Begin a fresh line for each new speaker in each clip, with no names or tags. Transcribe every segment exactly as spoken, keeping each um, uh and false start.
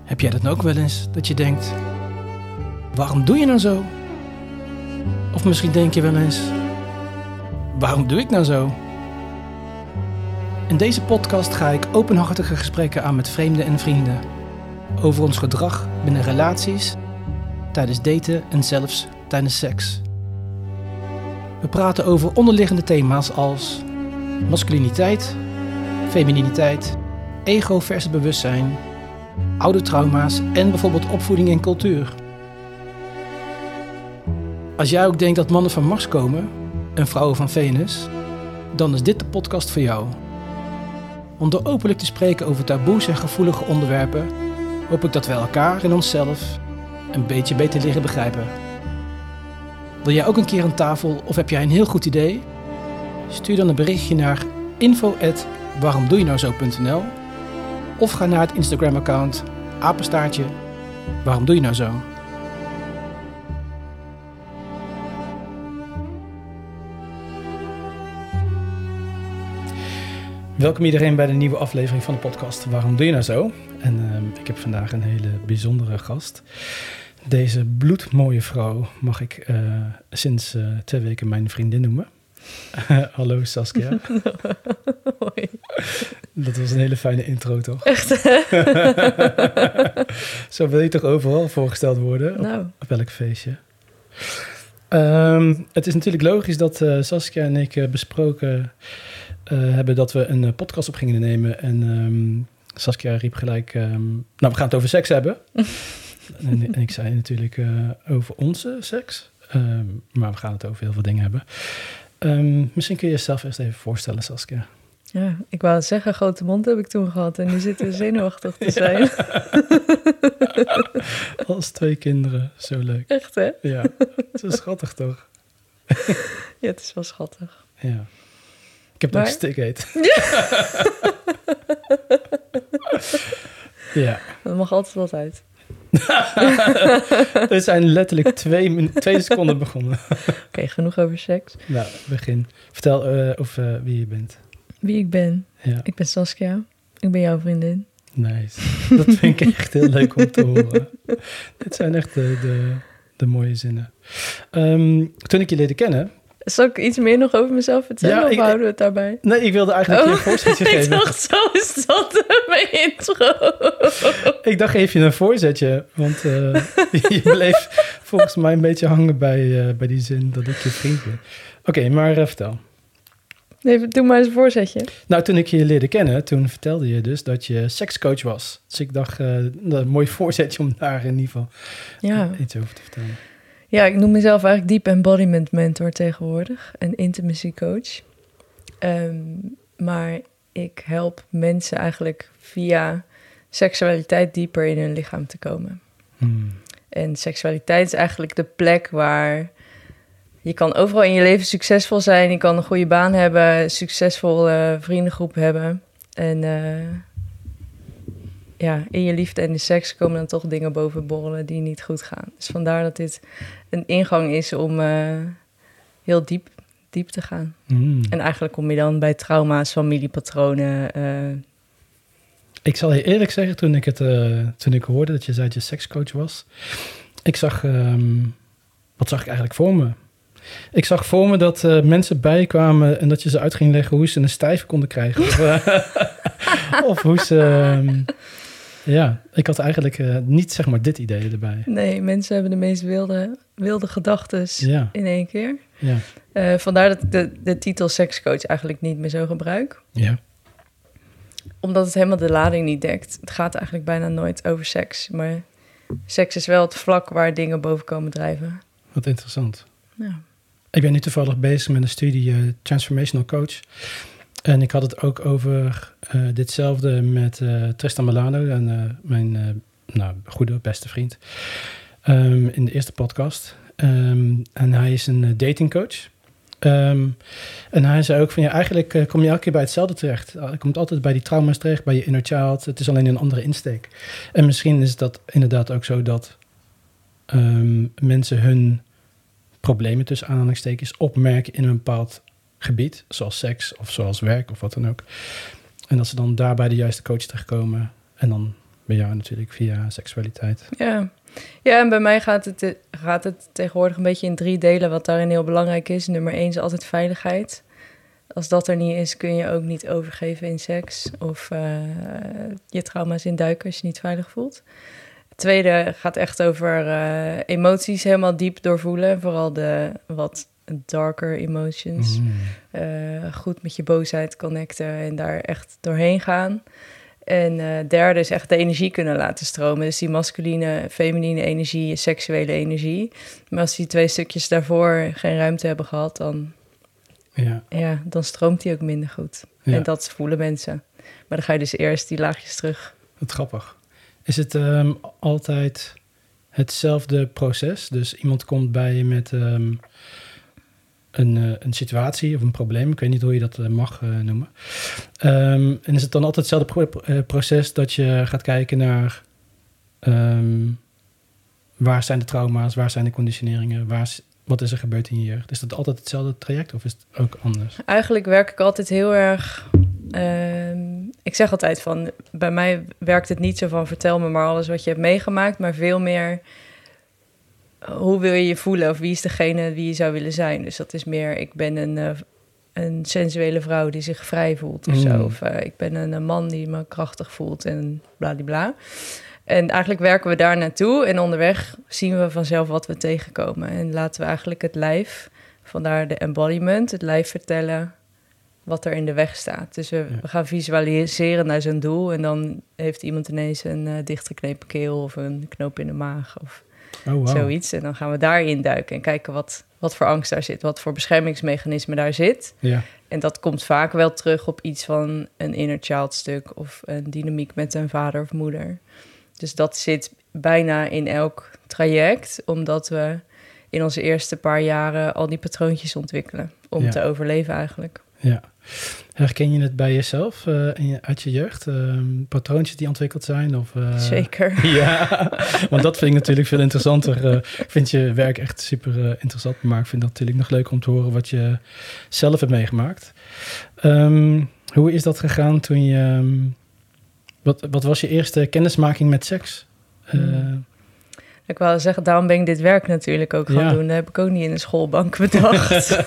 Heb jij dat nou ook wel eens, dat je denkt, waarom doe je nou zo? Of misschien denk je wel eens, waarom doe ik nou zo? In deze podcast ga ik openhartige gesprekken aan met vreemden en vrienden. Over ons gedrag binnen relaties, tijdens daten en zelfs tijdens seks. We praten over onderliggende thema's als masculiniteit, femininiteit, ego versus bewustzijn, oude trauma's en bijvoorbeeld opvoeding en cultuur. Als jij ook denkt dat mannen van Mars komen en vrouwen van Venus, dan is dit de podcast voor jou. Om door openlijk te spreken over taboes en gevoelige onderwerpen, hoop ik dat we elkaar en onszelf een beetje beter leren begrijpen. Wil jij ook een keer aan tafel of heb jij een heel goed idee? Stuur dan een berichtje naar info at waaromdoejenouzo punt n l of ga naar het Instagram-account apenstaartje waarom doe je nou zo? Welkom iedereen bij de nieuwe aflevering van de podcast Waarom doe je nou zo? En uh, ik heb vandaag een hele bijzondere gast. Deze bloedmooie vrouw mag ik uh, sinds uh, twee weken mijn vriendin noemen. Uh, hallo Saskia.
Hoi.
Dat was een hele fijne intro, toch?
Echt?
Zo wil je toch overal voorgesteld worden?
Nou.
Op, op welk feestje? Um, het is natuurlijk logisch dat uh, Saskia en ik uh, besproken uh, hebben dat we een uh, podcast op gingen nemen. En um, Saskia riep gelijk, um, nou we gaan het over seks hebben. en, en ik zei natuurlijk uh, over onze seks. Um, maar we gaan het over heel veel dingen hebben. Um, misschien kun je jezelf eerst even voorstellen, Saskia.
Ja, ik wou het zeggen, grote mond heb ik toen gehad. En nu zitten we zenuwachtig te zijn.
Ja. Als twee kinderen, zo leuk.
Echt, hè?
Ja, het is schattig toch?
Ja, het is wel schattig.
Ja. Ik heb
maar...
ook stikheet. Ja.
Er mag altijd wat uit.
We zijn letterlijk twee, min- twee seconden begonnen.
Oké, okay, genoeg over seks.
Nou, begin. Vertel uh, over uh, wie je bent.
Wie ik ben?
Ja.
Ik ben Saskia. Ik ben jouw vriendin.
Nice. Dat vind ik echt heel leuk om te horen. Dit zijn echt de, de, de mooie zinnen. Um, toen ik je leerde kennen...
Zal ik iets meer nog over mezelf vertellen ja, of ik, houden we het daarbij?
Nee, ik wilde eigenlijk oh, je een voorzetje
ik
geven.
Ik dacht, zo is dat mijn intro.
Ik dacht even een voorzetje, want uh, je bleef volgens mij een beetje hangen bij, uh, bij die zin dat ik je vriend ben. Oké, okay, maar uh, vertel.
Nee, doe maar eens een voorzetje.
Nou, toen ik je leerde kennen, toen vertelde je dus dat je sekscoach was. Dus ik dacht, uh, een mooi voorzetje om daar in ieder geval
ja.
iets over te vertellen.
Ja, ik noem mezelf eigenlijk deep embodiment mentor tegenwoordig. En intimacy coach. Um, maar ik help mensen eigenlijk via seksualiteit dieper in hun lichaam te komen.
Hmm.
En seksualiteit is eigenlijk de plek waar... Je kan overal in je leven succesvol zijn. Je kan een goede baan hebben. Succesvolle vriendengroep hebben. En uh, ja, in je liefde en de seks komen dan toch dingen boven borrelen die niet goed gaan. Dus vandaar dat dit een ingang is om uh, heel diep, diep te gaan.
Mm.
En eigenlijk kom je dan bij trauma's, familiepatronen. Uh...
Ik zal je eerlijk zeggen, toen ik, het, uh, toen ik hoorde dat je zei dat je sekscoach was... Ik zag, um, wat zag ik eigenlijk voor me? Ik zag voor me dat uh, mensen bijkwamen en dat je ze uit ging leggen hoe ze een stijve konden krijgen. Of, uh, of hoe ze... Um, ja, ik had eigenlijk uh, niet zeg maar dit idee erbij.
Nee, mensen hebben de meest wilde, wilde gedachtes
ja.
in één keer.
Ja.
Uh, vandaar dat ik de, de titel sekscoach eigenlijk niet meer zo gebruik.
Ja.
Omdat het helemaal de lading niet dekt. Het gaat eigenlijk bijna nooit over seks. Maar seks is wel het vlak waar dingen boven komen drijven.
Wat interessant.
Ja.
Ik ben nu toevallig bezig met een studie uh, Transformational Coach. En ik had het ook over uh, ditzelfde met uh, Tristan Milano, en, uh, mijn uh, nou, goede, beste vriend, um, in de eerste podcast. Um, en hij is een uh, datingcoach. Um, en hij zei ook van, ja, eigenlijk uh, kom je elke keer bij hetzelfde terecht. Je komt altijd bij die trauma's terecht, bij je inner child. Het is alleen een andere insteek. En misschien is dat inderdaad ook zo dat um, mensen hun problemen tussen aanhalingstekens opmerken in een bepaald gebied, zoals seks of zoals werk of wat dan ook. En dat ze dan daarbij de juiste coach terechtkomen en dan bij jou natuurlijk via seksualiteit.
Ja. Ja, en bij mij gaat het, gaat het tegenwoordig een beetje in drie delen, wat daarin heel belangrijk is. Nummer één is altijd veiligheid. Als dat er niet is, kun je ook niet overgeven in seks of uh, je trauma's induiken als je niet veilig voelt. Het tweede gaat echt over uh, emoties helemaal diep doorvoelen. Vooral de wat darker emotions. Mm. Uh, goed met je boosheid connecten en daar echt doorheen gaan. En uh, derde is echt de energie kunnen laten stromen. Dus die masculine, feminine energie, seksuele energie. Maar als die twee stukjes daarvoor geen ruimte hebben gehad, dan, ja. Ja, dan stroomt die ook minder goed. Ja. En dat voelen mensen. Maar dan ga je dus eerst die laagjes terug.
Wat grappig. Is het um, altijd hetzelfde proces? Dus iemand komt bij je met um, een, uh, een situatie of een probleem. Ik weet niet hoe je dat uh, mag uh, noemen. Um, en is het dan altijd hetzelfde pro- uh, proces dat je gaat kijken naar um, waar zijn de trauma's, waar zijn de conditioneringen, waar is, wat is er gebeurd in je jeugd? Is dat altijd hetzelfde traject of is het ook anders?
Eigenlijk werk ik altijd heel erg... Um, ik zeg altijd van, bij mij werkt het niet zo van vertel me maar alles wat je hebt meegemaakt, maar veel meer hoe wil je je voelen of wie is degene wie je zou willen zijn. Dus dat is meer, ik ben een, uh, een sensuele vrouw die zich vrij voelt of mm. zo. Of uh, ik ben een, een man die me krachtig voelt en bladibla. En eigenlijk werken we daar naartoe en onderweg zien we vanzelf wat we tegenkomen. En laten we eigenlijk het lijf, vandaar de embodiment, het lijf vertellen wat er in de weg staat. Dus we, ja. we gaan visualiseren naar zo'n doel en dan heeft iemand ineens een uh, dichtgeknepen keel of een knoop in de maag of oh, wow. zoiets. En dan gaan we daarin duiken en kijken wat, wat voor angst daar zit, wat voor beschermingsmechanisme daar zit. Ja. En dat komt vaak wel terug op iets van een inner child stuk of een dynamiek met een vader of moeder. Dus dat zit bijna in elk traject, omdat we in onze eerste paar jaren al die patroontjes ontwikkelen om ja. te overleven eigenlijk.
Ja. Herken je het bij jezelf uh, in je, uit je jeugd? Uh, patroontjes die ontwikkeld zijn? Of, uh...
Zeker.
Ja, want dat vind ik natuurlijk veel interessanter. Uh, ik vind je werk echt super uh, interessant, maar ik vind dat natuurlijk nog leuker om te horen wat je zelf hebt meegemaakt. Um, hoe is dat gegaan toen je... Um, wat, wat was je eerste kennismaking met seks? Uh, hmm.
Ik wou zeggen, daarom ben ik dit werk natuurlijk ook gaan ja. doen. Dat heb ik ook niet in een schoolbank bedacht.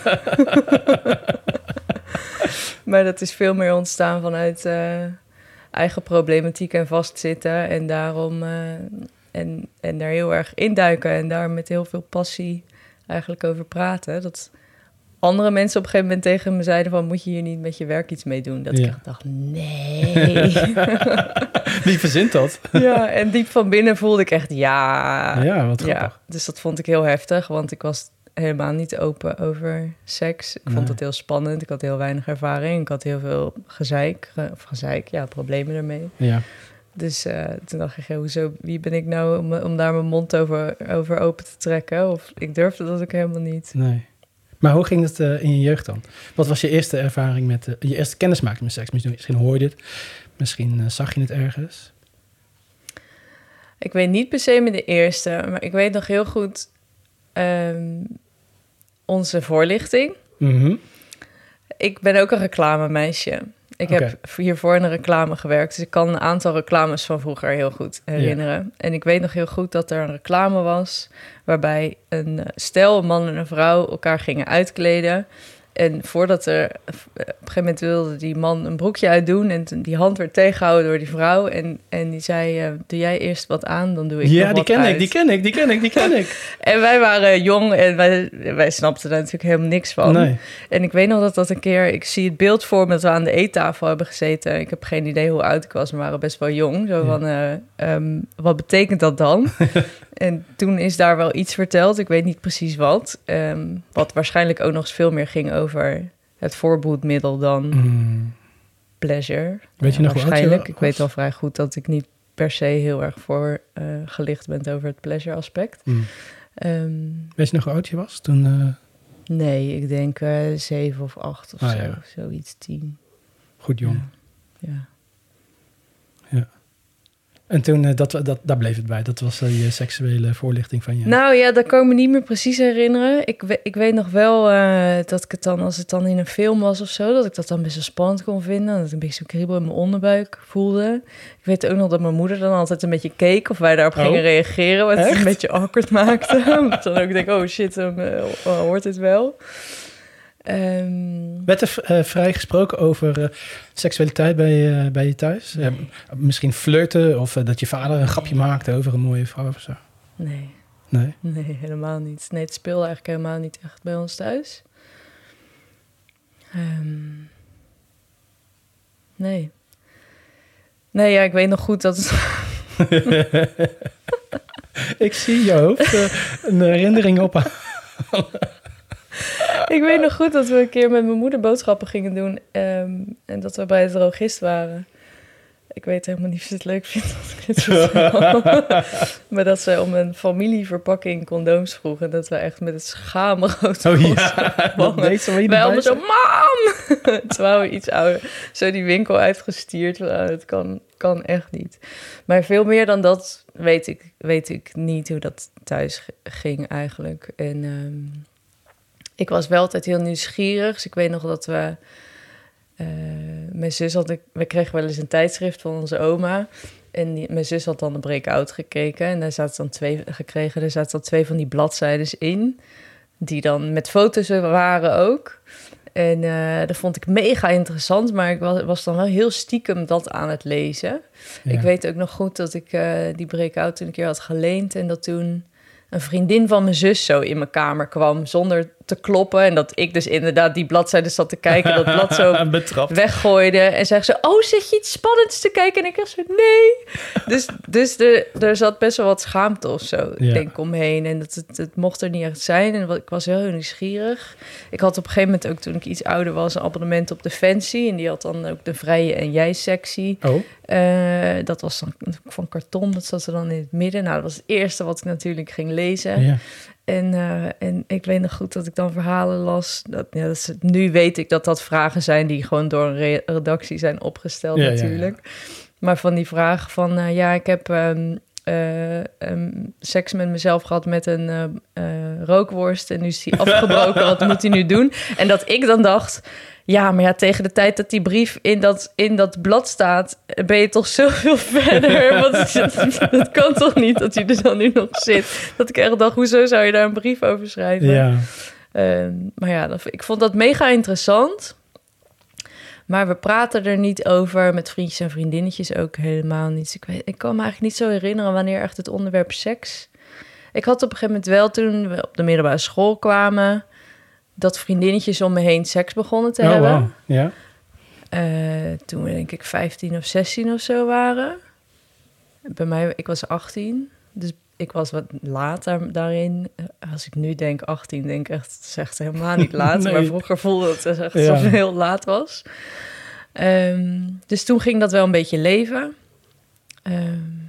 Maar dat is veel meer ontstaan vanuit uh, eigen problematiek en vastzitten. En daarom uh, en, en daar heel erg induiken. En daar met heel veel passie eigenlijk over praten. Dat andere mensen op een gegeven moment tegen me zeiden van, moet je hier niet met je werk iets mee doen? Dat ja. ik dacht, nee.
Wie verzint dat?
Ja, en diep van binnen voelde ik echt, ja.
Ja, wat grappig. Ja,
dus dat vond ik heel heftig, want ik was helemaal niet open over seks. Ik nee. vond het heel spannend. Ik had heel weinig ervaring. Ik had heel veel gezeik. Of gezeik, ja, problemen ermee. Ja. Dus uh, toen dacht ik, hoezo, wie ben ik nou om, om daar mijn mond over, over open te trekken? Of ik durfde dat ook helemaal niet.
Nee. Maar hoe ging het uh, in je jeugd dan? Wat was je eerste ervaring met, uh, je eerste kennismaking met seks? Misschien, misschien hoorde je het, misschien uh, zag je het ergens.
Ik weet niet per se met de eerste, maar ik weet nog heel goed um, onze voorlichting. Mm-hmm. Ik ben ook een reclamemeisje. Ik okay. heb hiervoor in een reclame gewerkt, dus ik kan een aantal reclames van vroeger heel goed herinneren. Ja. En ik weet nog heel goed dat er een reclame was waarbij een stel, een man en een vrouw, elkaar gingen uitkleden. En voordat er, op een gegeven moment wilde die man een broekje uitdoen en die hand werd tegengehouden door die vrouw. En, en die zei, uh, doe jij eerst wat aan, dan doe ik
ja,
nog
die
wat
ken
uit.
ik, die ken ik, die ken ik, die ken ik.
En wij waren jong en wij, wij snapten daar natuurlijk helemaal niks van.
Nee.
En ik weet nog dat dat een keer, ik zie het beeld voor me dat we aan de eettafel hebben gezeten. Ik heb geen idee hoe oud ik was, we waren best wel jong. Zo ja. van, uh, um, wat betekent dat dan? En toen is daar wel iets verteld, ik weet niet precies wat. Um, wat waarschijnlijk ook nog eens veel meer ging over het voorboedmiddel dan mm. pleasure.
Weet je
uh,
nog
waarschijnlijk.
Wat
ik weet wel vrij goed dat ik niet per se heel erg voor uh, gelicht ben over het pleasure aspect. Mm. Um,
weet je nog hoe oud je was toen? Uh...
Nee, ik denk uh, zeven of acht of ah, zo. Ja. Zoiets, tien.
Goed jong.
Ja. ja.
ja. En toen, uh, dat, dat, daar bleef het bij. Dat was uh, je seksuele voorlichting van je.
Nou ja, dat kan ik me niet meer precies herinneren. Ik, we, ik weet nog wel uh, dat ik het dan, als het dan in een film was of zo, dat ik dat dan best wel spannend kon vinden. Dat ik een beetje zo'n kriebel in mijn onderbuik voelde. Ik weet ook nog dat mijn moeder dan altijd een beetje keek of wij daarop oh. gingen reageren. Wat Echt? het een beetje awkward maakte. Omdat dan ook denk oh shit, dan uh, hoort dit wel. Um,
Werd er uh, vrij gesproken over uh, seksualiteit bij, uh, bij je thuis? Nee. Uh, misschien flirten of uh, dat je vader een grapje nee. maakte over een mooie vrouw of zo?
Nee.
Nee?
Nee, helemaal niet. Nee, het speelde eigenlijk helemaal niet echt bij ons thuis. Um, nee. Nee, ja, ik weet nog goed dat...
ik zie je hoofd uh, een herinnering op.
Ik weet nog goed dat we een keer met mijn moeder boodschappen gingen doen. Um, en dat we bij de drogist waren. Ik weet helemaal niet of ze het leuk vindt dat ik dit vertel. Maar dat ze om een familieverpakking condooms vroegen. Dat we echt met het schaamrood
oh ja, dat deed ze.
Wij allemaal zo, mam! Terwijl we iets ouder. Zo die winkel uitgestierd. Nou, het kan, kan echt niet. Maar veel meer dan dat weet ik, weet ik niet hoe dat thuis ging eigenlijk. En... Um, ik was wel altijd heel nieuwsgierig. Dus ik weet nog dat we... Uh, mijn zus had... We kregen wel eens een tijdschrift van onze oma. En die, mijn zus had dan een breakout gekeken. En daar zaten dan twee gekregen. Er zaten dan twee van die bladzijden in. Die dan met foto's waren ook. En uh, dat vond ik mega interessant. Maar ik was, was dan wel heel stiekem dat aan het lezen. Ja. Ik weet ook nog goed dat ik uh, die breakout een keer had geleend. En dat toen... een vriendin van mijn zus zo in mijn kamer kwam zonder te kloppen. En dat ik dus inderdaad die bladzijde zat te kijken. Dat blad zo weggooide. En zei ze, oh, zit je iets spannends te kijken? En ik dacht zo, nee. Dus, dus er, er zat best wel wat schaamte of zo, ja. denk ik, omheen. En dat, het, het mocht er niet echt zijn. En ik was heel nieuwsgierig. Ik had op een gegeven moment ook, toen ik iets ouder was, een abonnement op Defensie. En die had dan ook de vrije en jij-sectie.
Oh.
Uh, dat was dan van karton, dat zat er dan in het midden. Nou, dat was het eerste wat ik natuurlijk ging lezen. Ja. En, uh, en ik weet nog goed dat ik dan verhalen las. Dat, ja, dat is, nu weet ik dat dat vragen zijn die gewoon door een re- redactie zijn opgesteld ja, natuurlijk. Ja, ja. Maar van die vragen van, uh, ja, ik heb um, uh, um, seks met mezelf gehad met een uh, uh, rookworst en nu is die afgebroken, wat moet hij nu doen? En dat ik dan dacht... Ja, maar ja, tegen de tijd dat die brief in dat, in dat blad staat... ben je toch zoveel verder. Want dat, dat kan toch niet dat hij er dan nu nog zit. Dat ik echt dacht, hoezo zou je daar een brief over schrijven?
Ja.
Uh, maar ja, dat, ik vond dat mega interessant. Maar we praten er niet over. Met vriendjes en vriendinnetjes ook helemaal niet. Ik, weet, ik kan me eigenlijk niet zo herinneren wanneer echt het onderwerp seks... Ik had op een gegeven moment wel, toen we op de middelbare school kwamen... dat vriendinnetjes om me heen seks begonnen te
oh,
hebben.
Wow. Ja.
Uh, toen we denk ik vijftien of zestien of zo waren. Bij mij, ik was achttien. Dus ik was wat later daarin. Als ik nu denk achttien, denk ik echt... het is echt helemaal niet laat. Nee. Maar vroeger voelde het echt ja. alsof het heel laat was. Um, dus toen ging dat wel een beetje leven. Um,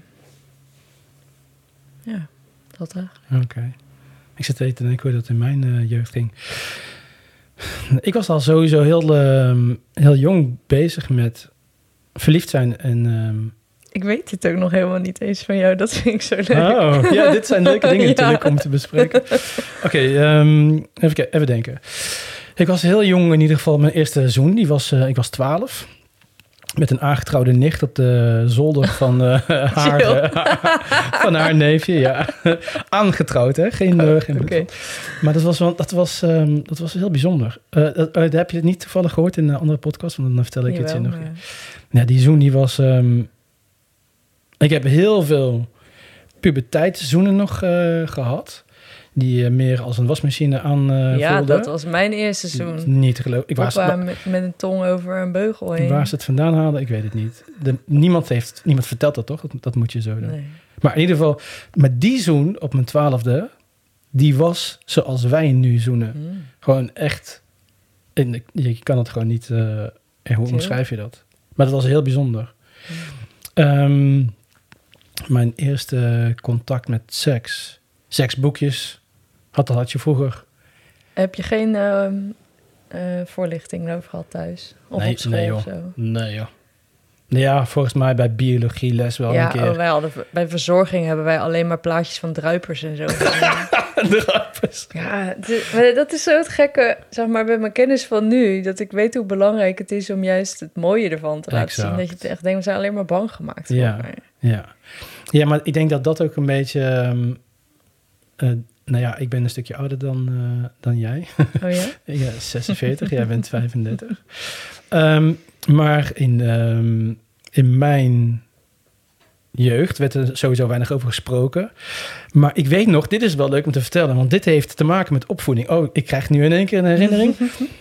ja, dat eigenlijk.
Oké. Okay. Ik zit te denken hoe dat in mijn uh, jeugd ging. Ik was al sowieso heel, uh, heel jong bezig met verliefd zijn. En, um...
Ik weet het ook nog helemaal niet eens van jou. Dat vind ik zo leuk.
Oh, ja, dit zijn leuke dingen ja. natuurlijk om te bespreken. Oké, okay, um, even, even denken. Ik was heel jong in ieder geval. Mijn eerste zoen, die was, uh, ik was twaalf. Met een aangetrouwde nicht op de zolder van, uh, haar, uh, van haar neefje. Ja. Aangetrouwd, hè? Geen, uh, geen okay. Maar dat was, dat, was, um, dat was heel bijzonder. Uh, dat, uh, heb je het niet toevallig gehoord in een andere podcast? Want dan vertel ik Jawel, het je nog. Maar... Ja, die zoen die was... Um, ik heb heel veel puberteitszoenen nog uh, gehad. Die uh, meer als een wasmachine aan uh,
Ja,
voelde.
Dat was mijn eerste zoen.
Niet te geloven. Ik was
Papa met, met een tong over een beugel heen.
Waar ze het vandaan haalden, ik weet het niet. De, niemand, heeft, niemand vertelt dat toch? Dat, dat moet je zo doen.
Nee.
Maar in ieder geval, met die zoen op mijn twaalfde... die was zoals wij nu zoenen. Mm. Gewoon echt... En je kan het gewoon niet... Uh, en hoe omschrijf je dat? Maar dat was heel bijzonder. Mm. Um, mijn eerste contact met seks... Seksboekjes... Had, dat had je vroeger.
Heb je geen uh, uh, voorlichting over gehad thuis? Of
nee,
op school
nee, joh.
of zo?
Nee, joh. Ja, volgens mij bij biologieles wel
ja,
een keer.
Oh, wij hadden, bij verzorging hebben wij alleen maar plaatjes van druipers en zo.
Druipers.
Ja, d- maar dat is zo het gekke, zeg maar, bij mijn kennis van nu, dat ik weet hoe belangrijk het is om juist het mooie ervan te laten
Exact.
zien. Dat je het echt denkt, we zijn alleen maar bang gemaakt.
Ja.
Mij.
Ja. ja, maar ik denk dat dat ook een beetje... Um, uh, nou ja, ik ben een stukje ouder dan, uh, dan jij.
Oh ja?
Ja, zesenveertig, jij bent vijfendertig. Um, maar in, um, in mijn jeugd werd er sowieso weinig over gesproken. Maar ik weet nog, dit is wel leuk om te vertellen, want dit heeft te maken met opvoeding. Oh, ik krijg nu in één keer een herinnering.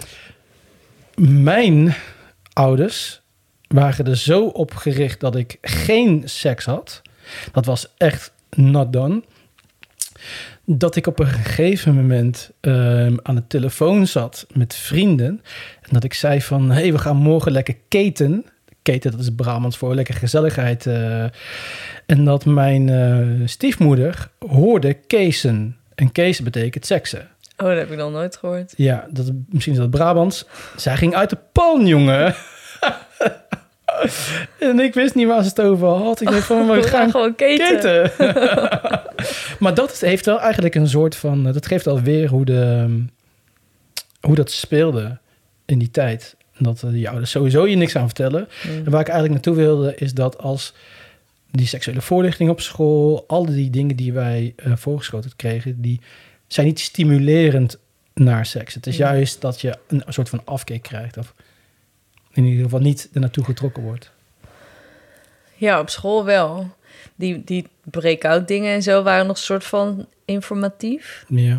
Mijn ouders waren er zo op gericht dat ik geen seks had. Dat was echt not done. Dat ik op een gegeven moment um, aan de telefoon zat met vrienden. En dat ik zei van, hé, hey, we gaan morgen lekker keten. Keten, dat is Brabants voor lekker gezelligheid. Uh, en dat mijn uh, stiefmoeder hoorde kesen. En kesen betekent seksen.
Oh, dat heb ik nog nooit gehoord.
Ja, dat, misschien is dat Brabants. Zij ging uit de pan, jongen. En ik wist niet waar ze het over had. Ik dacht van, we,
we
gaan,
gaan gewoon keten.
keten. Maar dat heeft wel eigenlijk een soort van... Dat geeft alweer hoe, de, hoe dat speelde in die tijd. Dat die ouders sowieso je niks aan vertellen. Mm. En waar ik eigenlijk naartoe wilde, is dat als die seksuele voorlichting op school... al die dingen die wij uh, voorgeschoten kregen... die zijn niet stimulerend naar seks. Het is mm. juist dat je een, een soort van afkeer krijgt... of in ieder geval niet er naartoe getrokken wordt.
Ja, op school wel. Die, die break-out dingen en zo waren nog een soort van informatief.
Ja.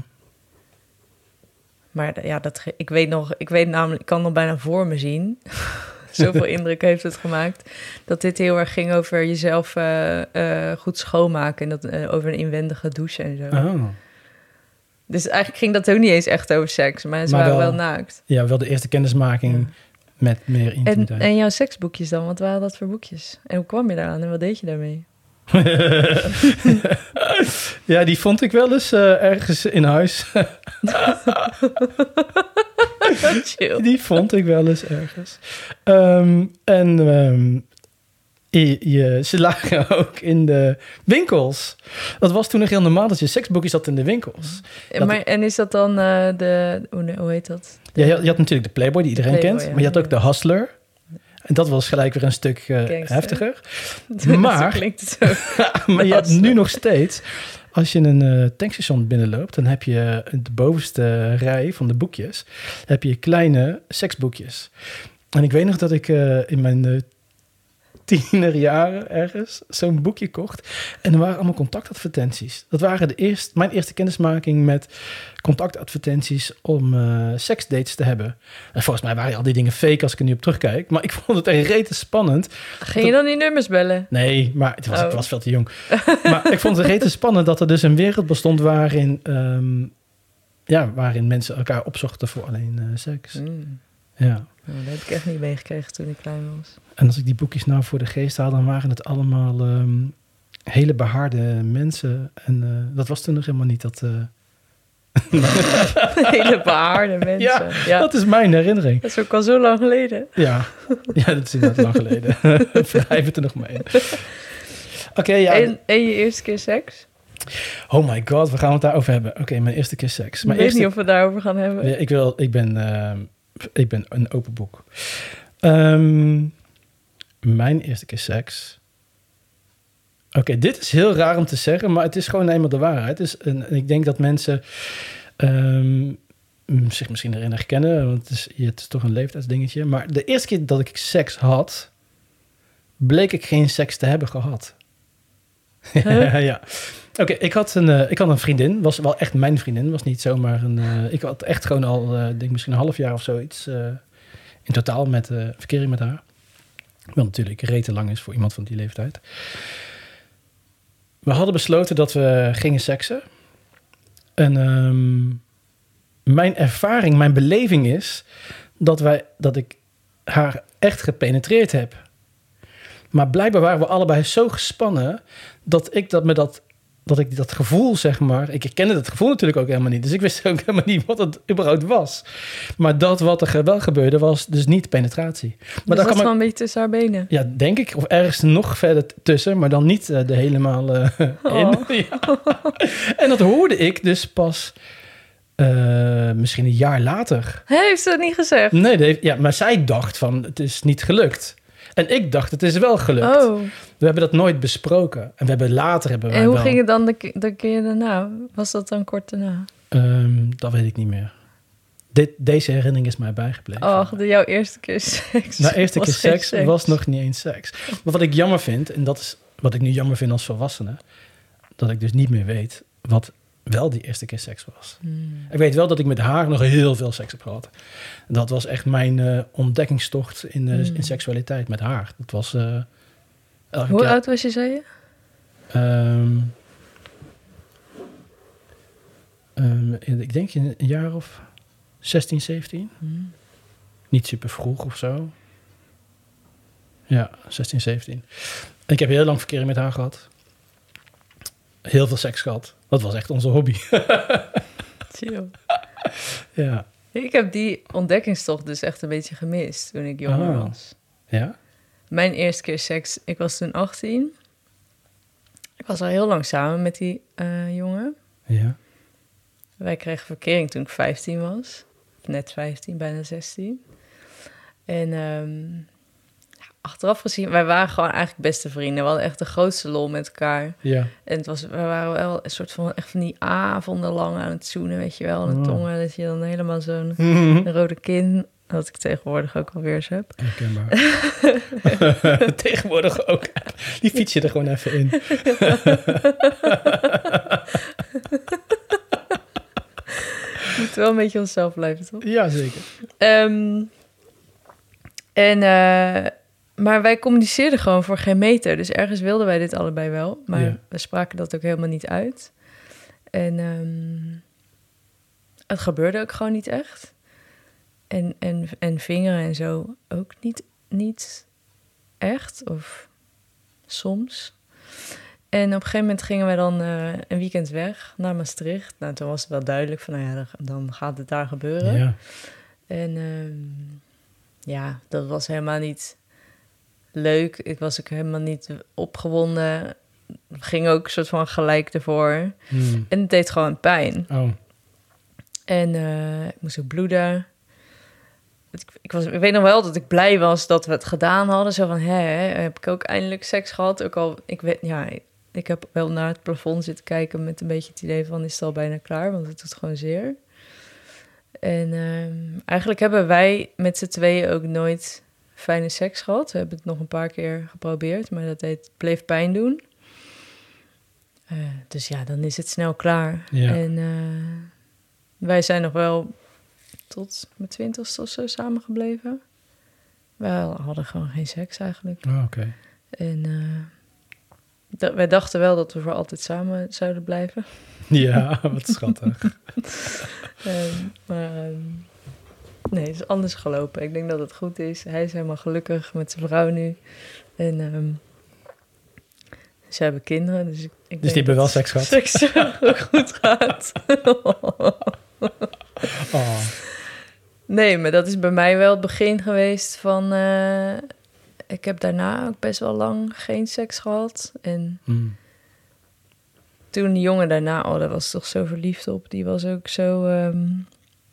Maar ja, dat, ik weet nog, ik weet namelijk, ik kan nog bijna voor me zien. Zoveel indruk heeft het gemaakt. Dat dit heel erg ging over jezelf uh, uh, goed schoonmaken. En dat, uh, over een inwendige douche en zo.
Oh.
Dus eigenlijk ging dat ook niet eens echt over seks. Maar ze
maar
waren
wel,
wel naakt.
Ja, wel de eerste kennismaking... Ja. Met meer intimiteit.
En, en jouw seksboekjes dan? Wat waren dat voor boekjes? En hoe kwam je daaraan en wat deed je daarmee?
Ja, die vond ik wel eens uh, ergens in huis.
Chill.
Die vond ik wel eens ergens. Um, en um, je, je, ze lagen ook in de winkels. Dat was toen nog heel normaal dat je seksboekjes had in de winkels.
En, maar, en is dat dan uh, de... Hoe, hoe heet dat?
Ja, je, je had natuurlijk de Playboy die iedereen
Playboy,
kent.
ja.
Maar je had ook de Hustler. En dat was gelijk weer een stuk uh, heftiger. Maar,
zo klinkt het ook.
Maar je hebt nu nog steeds... Als je een uh, tankstation binnenloopt... dan heb je de bovenste rij van de boekjes... heb je kleine seksboekjes. En ik weet nog dat ik uh, in mijn... Uh, tienerjaren ergens zo'n boekje kocht. En er waren allemaal contactadvertenties. Dat waren de eerste, mijn eerste kennismaking met contactadvertenties om uh, seksdates te hebben. En volgens mij waren al die dingen fake als ik er nu op terugkijk. Maar ik vond het echt rete spannend.
Ging je dan die nummers bellen?
Nee, maar het was,
oh.
ik was veel te jong. Maar ik vond het rete spannend dat er dus een wereld bestond waarin, um, ja, waarin mensen elkaar opzochten voor alleen uh, seks.
Mm.
Ja.
Nou, dat heb ik echt niet meegekregen toen ik klein was.
En als ik die boekjes nou voor de geest haal, dan waren het allemaal um, hele behaarde mensen. En uh, dat was toen nog helemaal niet dat... Uh...
hele behaarde mensen.
Ja,
ja,
dat is mijn herinnering.
Dat is ook al zo lang geleden.
Ja, ja dat is inderdaad lang geleden. Wrijf het er nog maar in. Oké, okay, ja.
En, en je eerste keer seks?
Oh my god, waar gaan we het daarover hebben? Oké, okay, mijn eerste keer seks. Mijn
ik weet
eerste...
niet of we daarover gaan hebben.
Ja, ik, wil, ik, ben, uh, ik ben een open boek. Um, mijn eerste keer seks... Oké, okay, dit is heel raar om te zeggen, maar het is gewoon eenmaal de waarheid. Dus, en, en ik denk dat mensen um, zich misschien erin herkennen, want het is, het is toch een leeftijdsdingetje. Maar de eerste keer dat ik seks had, bleek ik geen seks te hebben gehad. Huh? Ja. Oké, okay, ik, had een, uh, ik had een vriendin, was wel echt mijn vriendin, was niet zomaar een... Uh, ik had echt gewoon al, uh, denk misschien een half jaar of zoiets, uh, in totaal met uh, verkering met haar. Wat natuurlijk rete lang is voor iemand van die leeftijd. We hadden besloten dat we gingen seksen. En um, mijn ervaring, mijn beleving is dat, wij, dat ik haar echt gepenetreerd heb. Maar blijkbaar waren we allebei zo gespannen dat ik dat me dat dat ik dat gevoel, zeg maar... Ik kende dat gevoel natuurlijk ook helemaal niet. Dus ik wist ook helemaal niet wat het überhaupt was. Maar dat wat er wel gebeurde, was dus niet penetratie. Maar
dus dat
kan
was
me,
gewoon een beetje tussen haar benen?
Ja, denk ik. Of ergens nog verder tussen, maar dan niet uh, de helemaal uh, oh. in. Ja. En dat hoorde ik dus pas uh, misschien een jaar later.
Hij heeft ze dat niet gezegd?
Nee, heeft, ja, maar zij dacht van, het is niet gelukt. En ik dacht, het is wel gelukt.
Oh.
We hebben dat nooit besproken. En we hebben later... hebben wij
En hoe
wel...
ging het dan de, de keer daarna? Was dat dan kort daarna?
Um, dat weet ik niet meer. Dit, deze herinnering is mij bijgebleven.
Oh, de, jouw eerste keer seks.
Nou, eerste keer seks,
seks
was nog niet eens seks. Maar wat ik jammer vind, en dat is wat ik nu jammer vind als volwassene... dat ik dus niet meer weet wat wel die eerste keer seks was. Hmm. Ik weet wel dat ik met haar nog heel veel seks heb gehad. Dat was echt mijn uh, ontdekkingstocht in, uh, hmm. in seksualiteit met haar. Dat was... Uh,
Hoe keer... oud was je, zei je?
Um, um, ik denk een jaar of zestien, zeventien. Hmm. Niet super vroeg of zo. Ja, zestien, zeventien. En ik heb heel lang verkering met haar gehad. Heel veel seks gehad. Dat was echt onze hobby.
Chill.
Ja.
Ik heb die ontdekkingstocht dus echt een beetje gemist toen ik jonger oh. was.
Ja?
Mijn eerste keer seks, ik was toen achttien. Ik was al heel lang samen met die uh, jongen.
Ja.
Wij kregen verkering toen ik vijftien was. Net vijftien, bijna zestien. En um, achteraf gezien, wij waren gewoon eigenlijk beste vrienden. We hadden echt de grootste lol met elkaar.
Ja.
En het was, we waren wel een soort van, echt van die avonden lang aan het zoenen, weet je wel. En de oh. tongen, dat je dan helemaal zo'n mm-hmm. rode kin... Wat ik tegenwoordig ook alweer eens heb.
Herkenbaar. Tegenwoordig ook. Die fiets je er gewoon even in.
Moet wel een beetje onszelf blijven, toch?
Ja, zeker.
Um, en, uh, maar wij communiceerden gewoon voor geen meter. Dus ergens wilden wij dit allebei wel. Maar yeah. we spraken dat ook helemaal niet uit. En um, het gebeurde ook gewoon niet echt. En, en, en vingeren en zo ook niet, niet echt, of soms. En op een gegeven moment gingen we dan uh, een weekend weg naar Maastricht. Nou, toen was het wel duidelijk van, nou ja, dan gaat het daar gebeuren.
Ja.
En um, ja, dat was helemaal niet leuk. Ik was ook helemaal niet opgewonden. We gingen ook een soort van gelijk ervoor. Hmm. En het deed gewoon pijn.
Oh.
En uh, ik moest ook bloeden. Ik, ik, was, ik weet nog wel dat ik blij was dat we het gedaan hadden. Zo van, hè, heb ik ook eindelijk seks gehad. Ook al, ik weet, ja, ik heb wel naar het plafond zitten kijken met een beetje het idee van, is het al bijna klaar? Want het doet gewoon zeer. En um, eigenlijk hebben wij met z'n tweeën ook nooit fijne seks gehad. We hebben het nog een paar keer geprobeerd, maar dat deed, bleef pijn doen. Uh, dus ja, dan is het snel klaar.
Ja.
En uh, wij zijn nog wel tot mijn twintigste of zo samengebleven. We hadden gewoon geen seks eigenlijk.
Oh, oké. Okay.
En uh, d- wij dachten wel dat we voor altijd samen zouden blijven.
Ja, wat schattig.
um, maar um, nee, het is anders gelopen. Ik denk dat het goed is. Hij is helemaal gelukkig met zijn vrouw nu. En um, ze hebben kinderen. Dus, ik, ik
dus die hebben wel seks gehad?
Seks goed gaat.
Oh.
Nee, maar dat is bij mij wel het begin geweest van... Uh, ik heb daarna ook best wel lang geen seks gehad. En mm. toen die jongen daarna... Oh, daar was toch zo verliefd op. Die was ook zo... Um,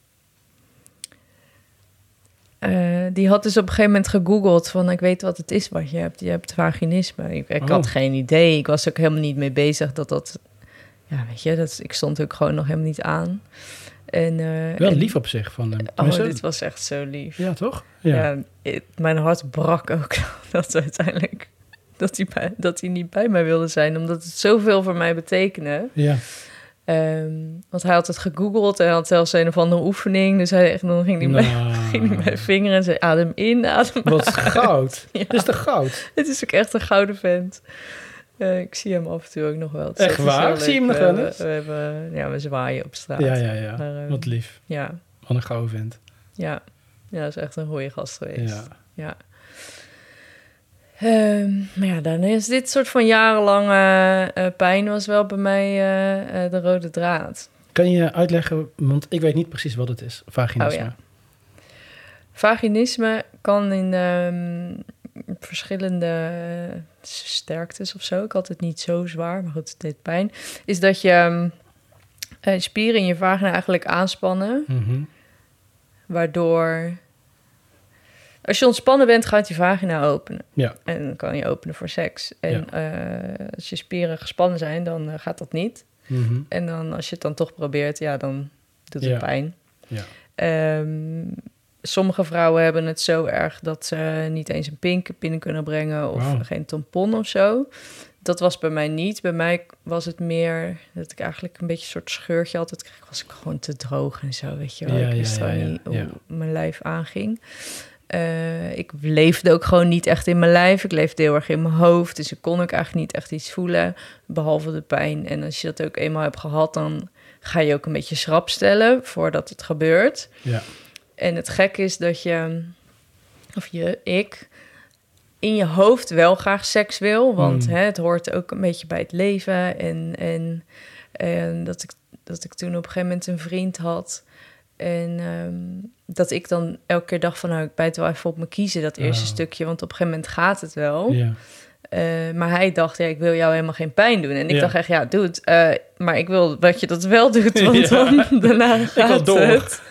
uh, die had dus op een gegeven moment gegoogeld van... Ik weet wat het is wat je hebt. Je hebt vaginisme. Ik, ik oh. had geen idee. Ik was ook helemaal niet mee bezig dat dat... Ja, weet je, dat, ik stond ook gewoon nog helemaal niet aan. En, uh,
wel
en,
lief op zich van hem.
Oh, dit was echt zo lief.
Ja, toch? Ja.
ja het, mijn hart brak ook dat uiteindelijk... Dat hij, bij, dat hij niet bij mij wilde zijn. Omdat het zoveel voor mij betekende.
Ja.
Um, want hij had het gegoogeld. En hij had zelfs een of andere oefening. Dus hij, dan ging hij, nou. bij, ging hij bij vingeren en zei... Adem in, adem
Wat
uit.
goud.
Ja.
Het is toch goud?
Het is ook echt een gouden vent. Uh, ik zie hem af en toe ook nog wel.
Echt waar? Zie je hem nog wel eens?
We, we, hebben, ja, we zwaaien op straat.
Ja, ja, ja.
Maar, uh,
wat lief.
Ja.
Wat een gouden vent.
Ja. Ja, dat is echt een goeie gast geweest.
Ja.
Ja. Um, maar ja, dan is dit soort van jarenlange uh, pijn was wel bij mij uh, uh, de rode draad.
Kan je uitleggen, want ik weet niet precies wat het is, vaginisme. Oh, ja.
Vaginisme kan in um, verschillende sterktes of zo. Ik had het niet zo zwaar, maar goed, het deed pijn. Is dat je um, uh, spieren in je vagina eigenlijk aanspannen. Mm-hmm. Waardoor... Als je ontspannen bent, gaat je vagina openen. Ja. En dan kan je openen voor seks. En ja. uh, als je spieren gespannen zijn, dan uh, gaat dat niet. Mm-hmm. En dan als je het dan toch probeert, ja, dan doet het ja. pijn. Ja. Um, sommige vrouwen hebben het zo erg dat ze niet eens een pink binnen kunnen brengen of wow. geen tampon of zo. Dat was bij mij niet. Bij mij was het meer dat ik eigenlijk een beetje een soort scheurtje altijd kreeg. Was ik gewoon te droog en zo, weet je wel. Ja, ik wist ja, ja, ja, niet hoe ja. mijn lijf aanging. Uh, ik leefde ook gewoon niet echt in mijn lijf. Ik leefde heel erg in mijn hoofd. Dus ik kon ook eigenlijk niet echt iets voelen, behalve de pijn. En als je dat ook eenmaal hebt gehad, dan ga je ook een beetje schrap stellen voordat het gebeurt. Ja. En het gekke is dat je, of je, ik, in je hoofd wel graag seks wil. Want mm. hè, het hoort ook een beetje bij het leven. En, en, en dat, ik, dat ik toen op een gegeven moment een vriend had. En um, dat ik dan elke keer dacht van... nou, ik bijt wel even op me kiezen, dat eerste oh. stukje. Want op een gegeven moment gaat het wel. Yeah. Uh, maar hij dacht, ja, ik wil jou helemaal geen pijn doen. En ik yeah. dacht echt, ja, doe het. Uh, maar ik wil dat je dat wel doet, want yeah. dan daarna gaat het.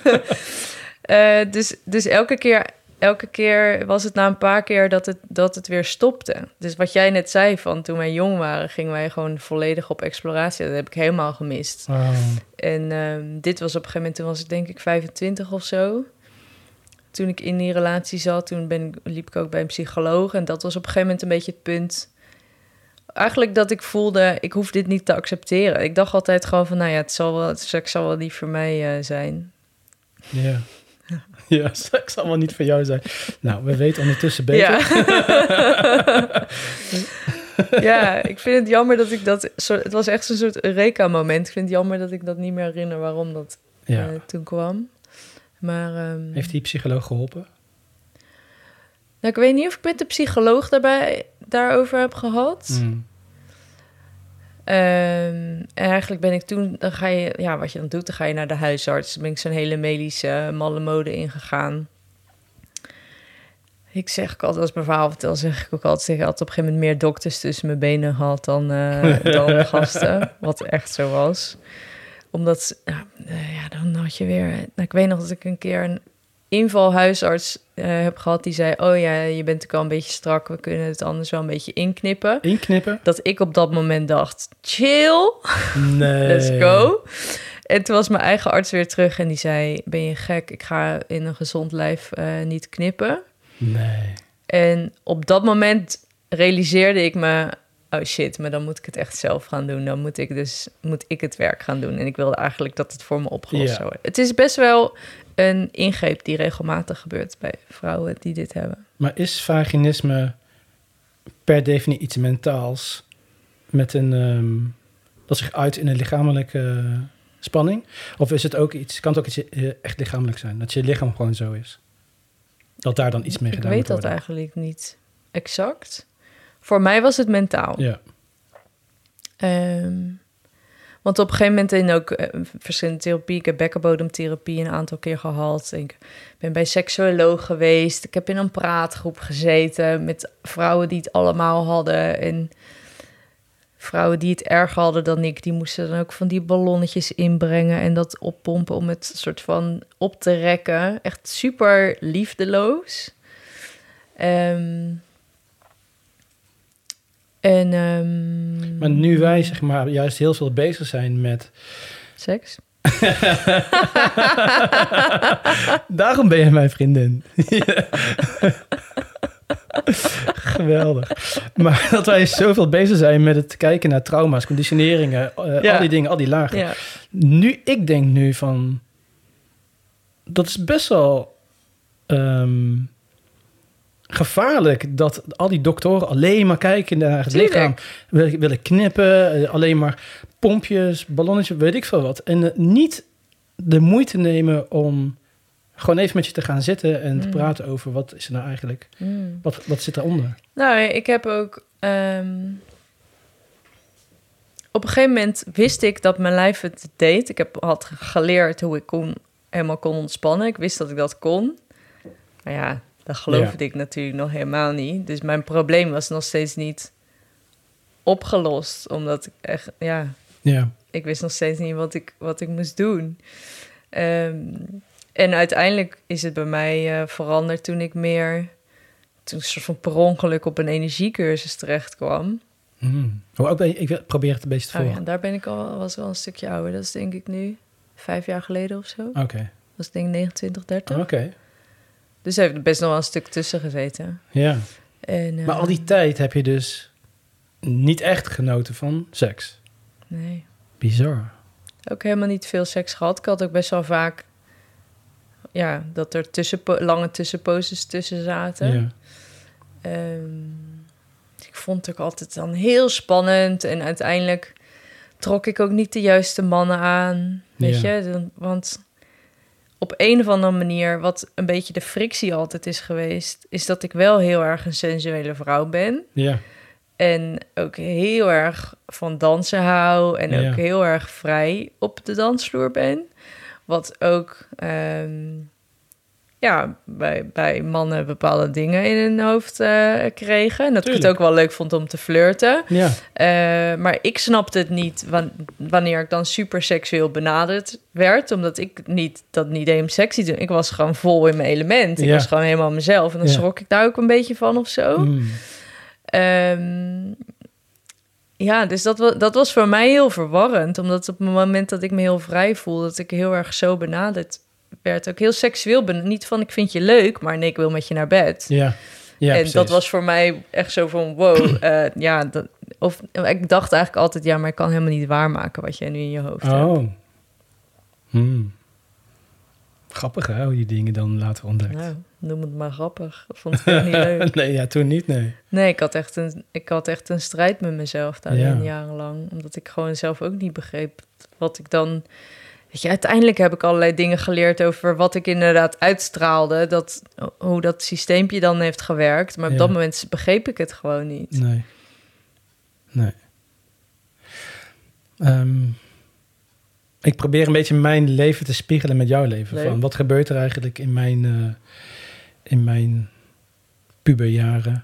uh, dus, dus elke keer... Elke keer was het na een paar keer dat het, dat het weer stopte. Dus wat jij net zei, van toen wij jong waren... gingen wij gewoon volledig op exploratie. Dat heb ik helemaal gemist. Wow. En um, dit was op een gegeven moment... toen was ik denk ik vijfentwintig of zo. Toen ik in die relatie zat, toen ben, liep ik ook bij een psycholoog. En dat was op een gegeven moment een beetje het punt... eigenlijk dat ik voelde, ik hoef dit niet te accepteren. Ik dacht altijd gewoon van, nou ja, het zal wel, het seks zal wel niet voor mij uh, zijn.
Ja. Yeah. Ja, seks zal wel niet voor jou zijn. Nou, we weten ondertussen beter.
Ja, ja, ik vind het jammer dat ik dat... Het was echt zo'n soort Eureka-moment. Ik vind het jammer dat ik dat niet meer herinner waarom dat ja. uh, toen kwam. Maar, um,
heeft die psycholoog geholpen?
Nou, ik weet niet of ik met de psycholoog daarbij, daarover heb gehad. Mm. Um, en eigenlijk ben ik toen, dan ga je, ja, wat je dan doet, dan ga je naar de huisarts. Dan ben ik zo'n hele medische malle mode ingegaan. Ik zeg ook altijd, als mijn verhaal vertel, zeg ik ook altijd, zeg ik altijd op een gegeven moment meer dokters tussen mijn benen gehad dan, uh, dan gasten. Wat echt zo was. Omdat, ja, ja, dan had je weer, nou, ik weet nog dat ik een keer een invalhuisarts uh, heb gehad die zei, oh ja, je bent ook al een beetje strak, we kunnen het anders wel een beetje inknippen.
Inknippen?
Dat ik op dat moment dacht, chill,
nee.
Let's go. En toen was mijn eigen arts weer terug en die zei, ben je gek, ik ga in een gezond lijf uh, niet knippen.
Nee.
En op dat moment realiseerde ik me, oh shit, maar dan moet ik het echt zelf gaan doen. Dan moet ik dus moet ik het werk gaan doen. En ik wilde eigenlijk dat het voor me opgelost yeah. zou worden. Het is best wel een ingreep die regelmatig gebeurt bij vrouwen die dit hebben.
Maar is vaginisme per definitie iets mentaals met een um, dat zich uit in een lichamelijke uh, spanning? Of is het ook iets, kan het ook iets uh, echt lichamelijk zijn? Dat je lichaam gewoon zo is? Dat daar dan iets mee gedaan wordt?
Ik weet dat eigenlijk niet exact. Voor mij was het mentaal.
Ja.
Um, want op een gegeven moment in ook uh, verschillende therapie. Ik heb bekkenbodemtherapie een aantal keer gehad. Ik ben bij seksuoloog geweest. Ik heb in een praatgroep gezeten met vrouwen die het allemaal hadden. En vrouwen die het erger hadden dan ik, die moesten dan ook van die ballonnetjes inbrengen en dat oppompen om het soort van op te rekken. Echt super liefdeloos. Um, En, um...
Maar nu wij, zeg maar, juist heel veel bezig zijn met...
Seks?
Daarom ben je mijn vriendin. Geweldig. Maar dat wij zoveel bezig zijn met het kijken naar trauma's, conditioneringen, uh, ja. al die dingen, al die lagen. Ja. Nu, ik denk nu van... Dat is best wel... Um, gevaarlijk dat al die doktoren alleen maar kijken naar het
Tuurlijk.
lichaam. Willen, willen knippen, alleen maar pompjes, ballonnetjes, weet ik veel wat. En uh, niet de moeite nemen om Gewoon even met je te gaan zitten en te
Mm.
praten over wat is er nou eigenlijk...
Mm.
Wat, wat zit eronder?
Nou, ik heb ook... Um, op een gegeven moment wist ik dat mijn lijf het deed. Ik heb, had geleerd hoe ik kon, helemaal kon ontspannen. Ik wist dat ik dat kon. Maar ja, dat geloofde ja. ik natuurlijk nog helemaal niet. Dus mijn probleem was nog steeds niet opgelost. Omdat ik echt... Ja,
ja.
ik wist nog steeds niet wat ik, wat ik moest doen. Um, en uiteindelijk is het bij mij uh, veranderd toen ik meer... toen ik soort van per ongeluk op een energiecursus terecht kwam.
Mm. Hoe oud ben je? Ik probeer het een beetje te volgen.
Oh ja, daar ben ik al, was wel een stukje ouder. Dat is denk ik nu vijf jaar geleden of zo.
Oké. Okay.
Dat is denk ik negenentwintig, dertig.
Oké. Okay.
Dus er heeft best nog wel een stuk tussen gezeten.
Ja.
En, uh,
maar al die tijd heb je dus niet echt genoten van seks?
Nee.
Bizar.
Ook helemaal niet veel seks gehad. Ik had ook best wel vaak... ja, dat er tussenpo- lange tussenposes tussen zaten.
Ja.
Um, ik vond het ook altijd dan heel spannend. En uiteindelijk trok ik ook niet de juiste mannen aan. Weet ja. je? Want op een of andere manier... wat een beetje de frictie altijd is geweest... is dat ik wel heel erg een sensuele vrouw ben.
Ja.
En ook heel erg van dansen hou. En ook ja. heel erg vrij op de dansvloer ben. Wat ook... Um, ja, bij, bij mannen bepaalde dingen in hun hoofd uh, kregen. En dat Tuurlijk. ik het ook wel leuk vond om te flirten.
Ja.
Uh, maar ik snapte het niet wan- wanneer ik dan super seksueel benaderd werd. Omdat ik niet, dat niet deed om sexy te doen. Ik was gewoon vol in mijn element. Ik ja. was gewoon helemaal mezelf. En dan ja. schrok ik daar ook een beetje van of zo. Mm. Um, ja, dus dat was, dat was voor mij heel verwarrend. Omdat op het moment dat ik me heel vrij voelde... dat ik heel erg zo benaderd werd, ook heel seksueel. Ben niet van ik vind je leuk, maar nee, ik wil met je naar bed.
Ja, ja
en
precies.
Dat was voor mij echt zo van wow. uh, ja, dat, of ik dacht eigenlijk altijd ja, maar ik kan helemaal niet waarmaken wat jij nu in je hoofd
oh.
hebt.
Hmm. Grappig hè, hoe je dingen dan later ontdekt.
Nou, noem het maar grappig. Dat vond ik echt niet leuk.
Nee, ja, toen niet, nee.
Nee, ik had echt een, ik had echt een strijd met mezelf daarin ja. jarenlang. Omdat ik gewoon zelf ook niet begreep wat ik dan... Weet je, uiteindelijk heb ik allerlei dingen geleerd over wat ik inderdaad uitstraalde. Dat, hoe dat systeempje dan heeft gewerkt. Maar op ja. dat moment begreep ik het gewoon niet.
Nee. Nee. Um, ik probeer een beetje mijn leven te spiegelen met jouw leven. Van wat gebeurt er eigenlijk in mijn, uh, in mijn puberjaren?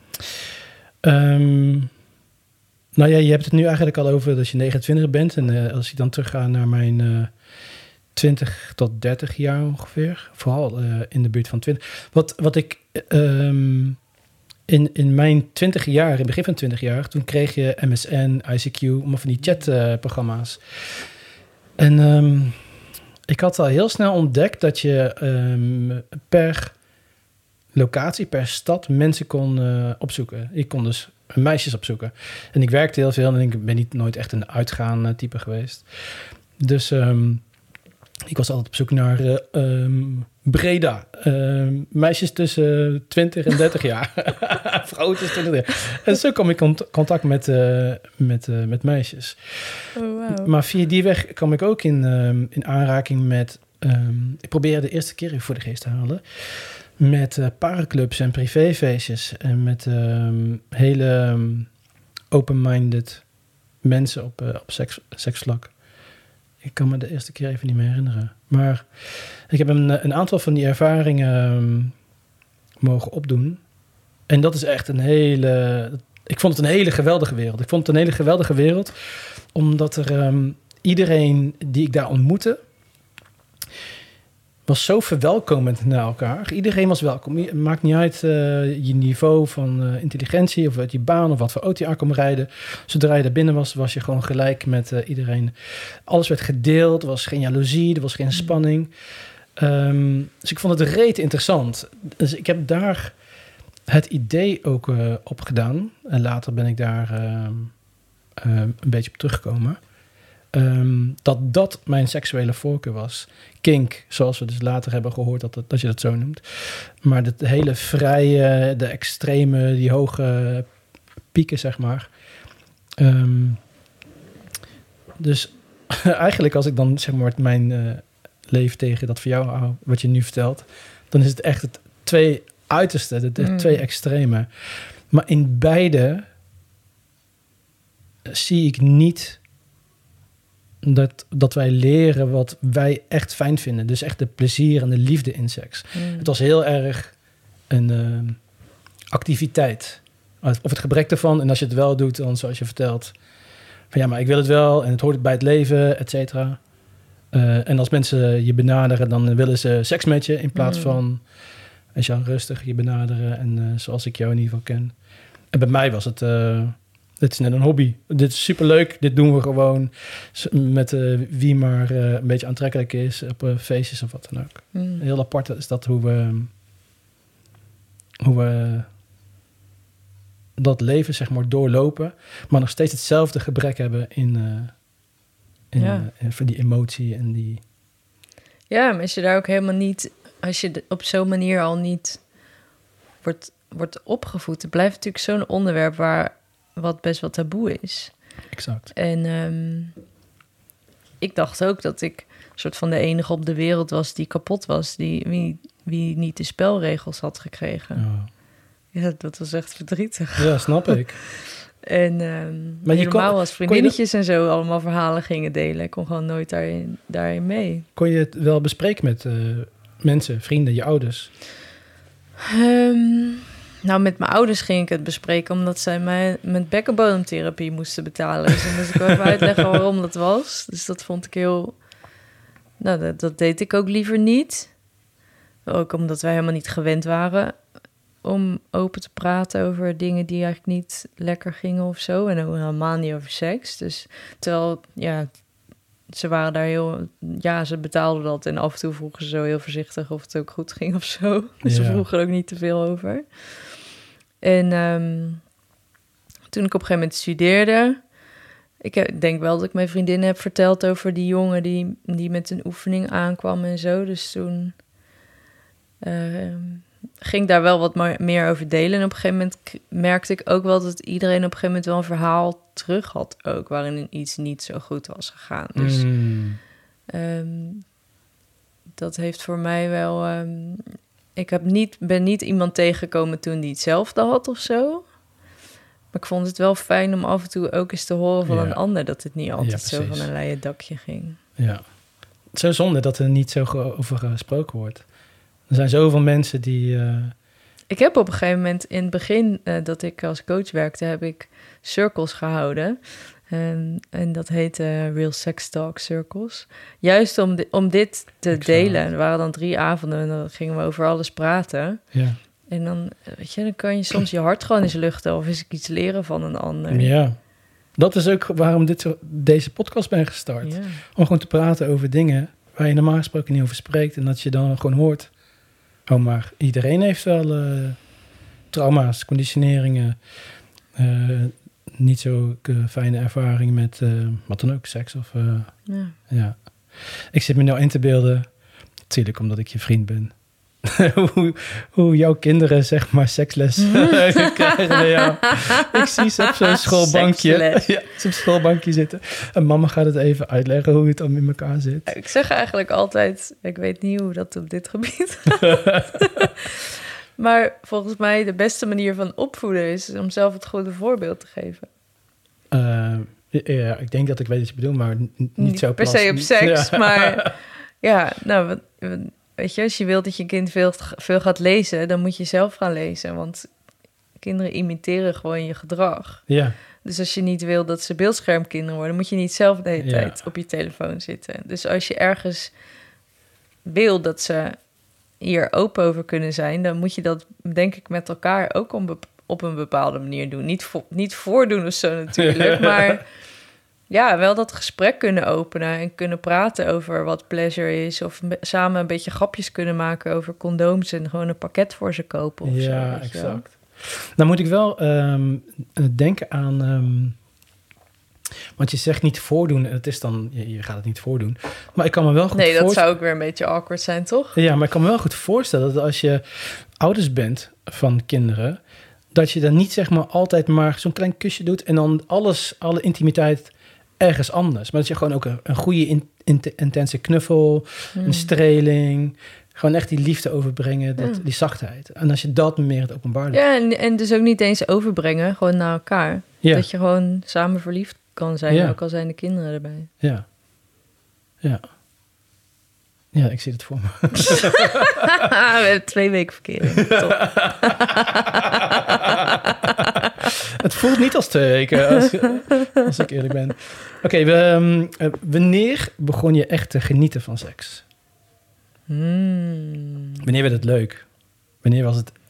Um, Nou ja, je hebt het nu eigenlijk al over dat je negenentwintig bent. En uh, als ik dan terugga naar mijn uh, twintig tot dertig jaar ongeveer. Vooral uh, in de buurt van twintig. Wat, wat ik um, in, in mijn twintig jaar, in het begin van twintig jaar... toen kreeg je M S N, I C Q, allemaal van die chatprogramma's. Uh, en um, ik had al heel snel ontdekt dat je um, per locatie, per stad mensen kon uh, opzoeken. Ik kon dus... meisjes opzoeken. En ik werkte heel veel en ik ben niet nooit echt een uitgaan type geweest. Dus um, ik was altijd op zoek naar uh, um, Breda. Um, meisjes tussen twintig en dertig jaar. Vrouwen tussen twintig en dertig jaar. En zo kwam ik in cont- contact met, uh, met, uh, met meisjes.
Oh, wow.
Maar via die weg kwam ik ook in, um, in aanraking met... Um, ik probeerde de eerste keer even voor de geest te halen... met uh, parenclubs en privéfeestjes. En met um, hele um, open-minded mensen op, uh, op seks, seksvlak. Ik kan me de eerste keer even niet meer herinneren. Maar ik heb een, een aantal van die ervaringen um, mogen opdoen. En dat is echt een hele... Ik vond het een hele geweldige wereld. Ik vond het een hele geweldige wereld. Omdat er um, iedereen die ik daar ontmoette... was zo verwelkomend naar elkaar. Iedereen was welkom. Het maakt niet uit uh, je niveau van uh, intelligentie... of uit je baan of wat voor auto je aan kon rijden. Zodra je daar binnen was, was je gewoon gelijk met uh, iedereen. Alles werd gedeeld, er was geen jaloezie, er was geen spanning. Um, dus ik vond het reet interessant. Dus ik heb daar het idee ook uh, op gedaan. En later ben ik daar uh, uh, een beetje op teruggekomen... Um, dat dat mijn seksuele voorkeur was. Kink, zoals we dus later hebben gehoord dat, het, dat je dat zo noemt. Maar het hele vrije, de extreme, die hoge pieken, zeg maar. Um, dus eigenlijk als ik dan zeg maar mijn uh, leef tegen dat voor jou, wat je nu vertelt, dan is het echt het twee uiterste, de, de mm. twee extreme. Maar in beide zie ik niet dat, dat wij leren wat wij echt fijn vinden. Dus echt de plezier en de liefde in seks. Mm. Het was heel erg een uh, activiteit. Of het gebrek ervan. En als je het wel doet, dan zoals je vertelt, van ja, maar ik wil het wel en het hoort bij het leven, et cetera. Uh, en als mensen je benaderen, dan willen ze seks met je in plaats mm. van als je rustig je benaderen en uh, zoals ik jou in ieder geval ken. En bij mij was het, uh, dit is net een hobby. Dit is superleuk, dit doen we gewoon met uh, wie maar uh, een beetje aantrekkelijk is op uh, feestjes of wat dan ook. Mm. Heel apart is dat hoe we, hoe we dat leven zeg maar doorlopen, maar nog steeds hetzelfde gebrek hebben in, uh, in, ja. uh, in voor die emotie en die...
Ja, maar als je daar ook helemaal niet, als je op zo'n manier al niet wordt, wordt opgevoed, het blijft natuurlijk zo'n onderwerp waar wat best wel taboe is.
Exact.
En um, ik dacht ook dat ik een soort van de enige op de wereld was die kapot was, die wie, wie niet de spelregels had gekregen. Ja. Ja, dat was echt verdrietig.
Ja, snap ik.
En um, maar je helemaal kon, als vriendinnetjes en zo allemaal verhalen gingen delen. Ik kon gewoon nooit daarin, daarin mee.
Kon je het wel bespreken met uh, mensen, vrienden, je ouders?
Um, nou, met mijn ouders ging ik het bespreken, omdat zij mij met bekkenbodemtherapie moesten betalen. Dus dan moest ik wel even uitleggen waarom dat was. Dus dat vond ik heel... Nou, dat, dat deed ik ook liever niet. Ook omdat wij helemaal niet gewend waren om open te praten over dingen die eigenlijk niet lekker gingen of zo. En ook helemaal niet over seks. Dus terwijl, ja, ze waren daar heel... Ja, ze betaalden dat en af en toe vroegen ze zo heel voorzichtig of het ook goed ging of zo. Dus ja. Ze vroegen er ook niet te veel over. En um, toen ik op een gegeven moment studeerde, ik denk wel dat ik mijn vriendinnen heb verteld over die jongen die, die met een oefening aankwam en zo. Dus toen uh, ging ik daar wel wat meer over delen. En op een gegeven moment merkte ik ook wel dat iedereen op een gegeven moment wel een verhaal terug had ook, waarin iets niet zo goed was gegaan. Dus mm. um, dat heeft voor mij wel... Um, ik heb niet, ben niet iemand tegengekomen toen die hetzelfde had of zo. Maar ik vond het wel fijn om af en toe ook eens te horen van ja. een ander, dat het niet altijd ja, zo van een leien dakje ging.
Ja, zo zonde dat er niet zo over gesproken wordt. Er zijn zoveel mensen die... Uh...
Ik heb op een gegeven moment in het begin uh, dat ik als coach werkte, heb ik circles gehouden. En, en dat heette Real Sex Talk Circles. Juist om, di- om dit te ik delen. Er waren dan drie avonden en dan gingen we over alles praten.
Ja.
En dan, weet je, dan kan je soms je hart gewoon eens luchten of eens iets leren van een ander.
Ja, dat is ook waarom dit zo, deze podcast ben gestart. Ja. Om gewoon te praten over dingen waar je normaal gesproken niet over spreekt. En dat je dan gewoon hoort, oh maar iedereen heeft wel uh, trauma's, conditioneringen, uh, niet zo uh, fijne ervaringen met uh, wat dan ook, seks of... Uh, ja. ja. Ik zit me nou in te beelden, natuurlijk omdat ik je vriend ben, hoe, hoe jouw kinderen zeg maar seksles krijgen. Ja. Ik zie ze op zo'n schoolbankje, ja, zo'n schoolbankje zitten. En mama gaat het even uitleggen hoe het dan in elkaar zit.
Ik zeg eigenlijk altijd, ik weet niet hoe dat op dit gebied maar volgens mij de beste manier van opvoeden is om zelf het goede voorbeeld te geven.
Uh, ja, ik denk dat ik weet wat je bedoelt, maar n- niet, niet zo
per se op seks, ja. Maar ja, nou, wat, wat, weet je, als je wilt dat je kind veel, veel gaat lezen, dan moet je zelf gaan lezen, want kinderen imiteren gewoon je gedrag.
Ja.
Dus als je niet wil dat ze beeldschermkinderen worden, moet je niet zelf de hele tijd ja. op je telefoon zitten. Dus als je ergens wil dat ze hier open over kunnen zijn, dan moet je dat, denk ik, met elkaar ook op, op een bepaalde manier doen. Niet, vo, niet voordoen of zo natuurlijk, maar ja, wel dat gesprek kunnen openen en kunnen praten over wat pleasure is, of me, samen een beetje grapjes kunnen maken over condooms en gewoon een pakket voor ze kopen of
ja,
zo.
Exact. Nou moet ik wel um, denken aan... Um, want je zegt niet voordoen. Het is dan... Je, je gaat het niet voordoen. Maar ik kan me wel goed
Nee, dat
voorst-
zou ook weer een beetje awkward zijn, toch?
Ja, maar ik kan me wel goed voorstellen dat als je ouders bent van kinderen, dat je dan niet zeg maar altijd maar zo'n klein kusje doet en dan alles, alle intimiteit ergens anders. Maar dat je gewoon ook een, een goede in, int- intense knuffel,
Mm.
een streling. Gewoon echt die liefde overbrengen, dat,
Ja.
die zachtheid. En als je dat meer het openbaar doet.
Ja, en, en dus ook niet eens overbrengen, gewoon naar elkaar.
Ja.
Dat je gewoon samen verliefd kan zijn,
Ja.
ook al zijn de kinderen erbij.
Ja. Ja. Ja, ik zie het voor me.
We hebben twee weken verkering. Top.
Het voelt niet als twee weken, als, als ik eerlijk ben. Oké, okay, um, uh, wanneer begon je echt te genieten van seks?
Hmm.
Wanneer werd het leuk? Wanneer was het...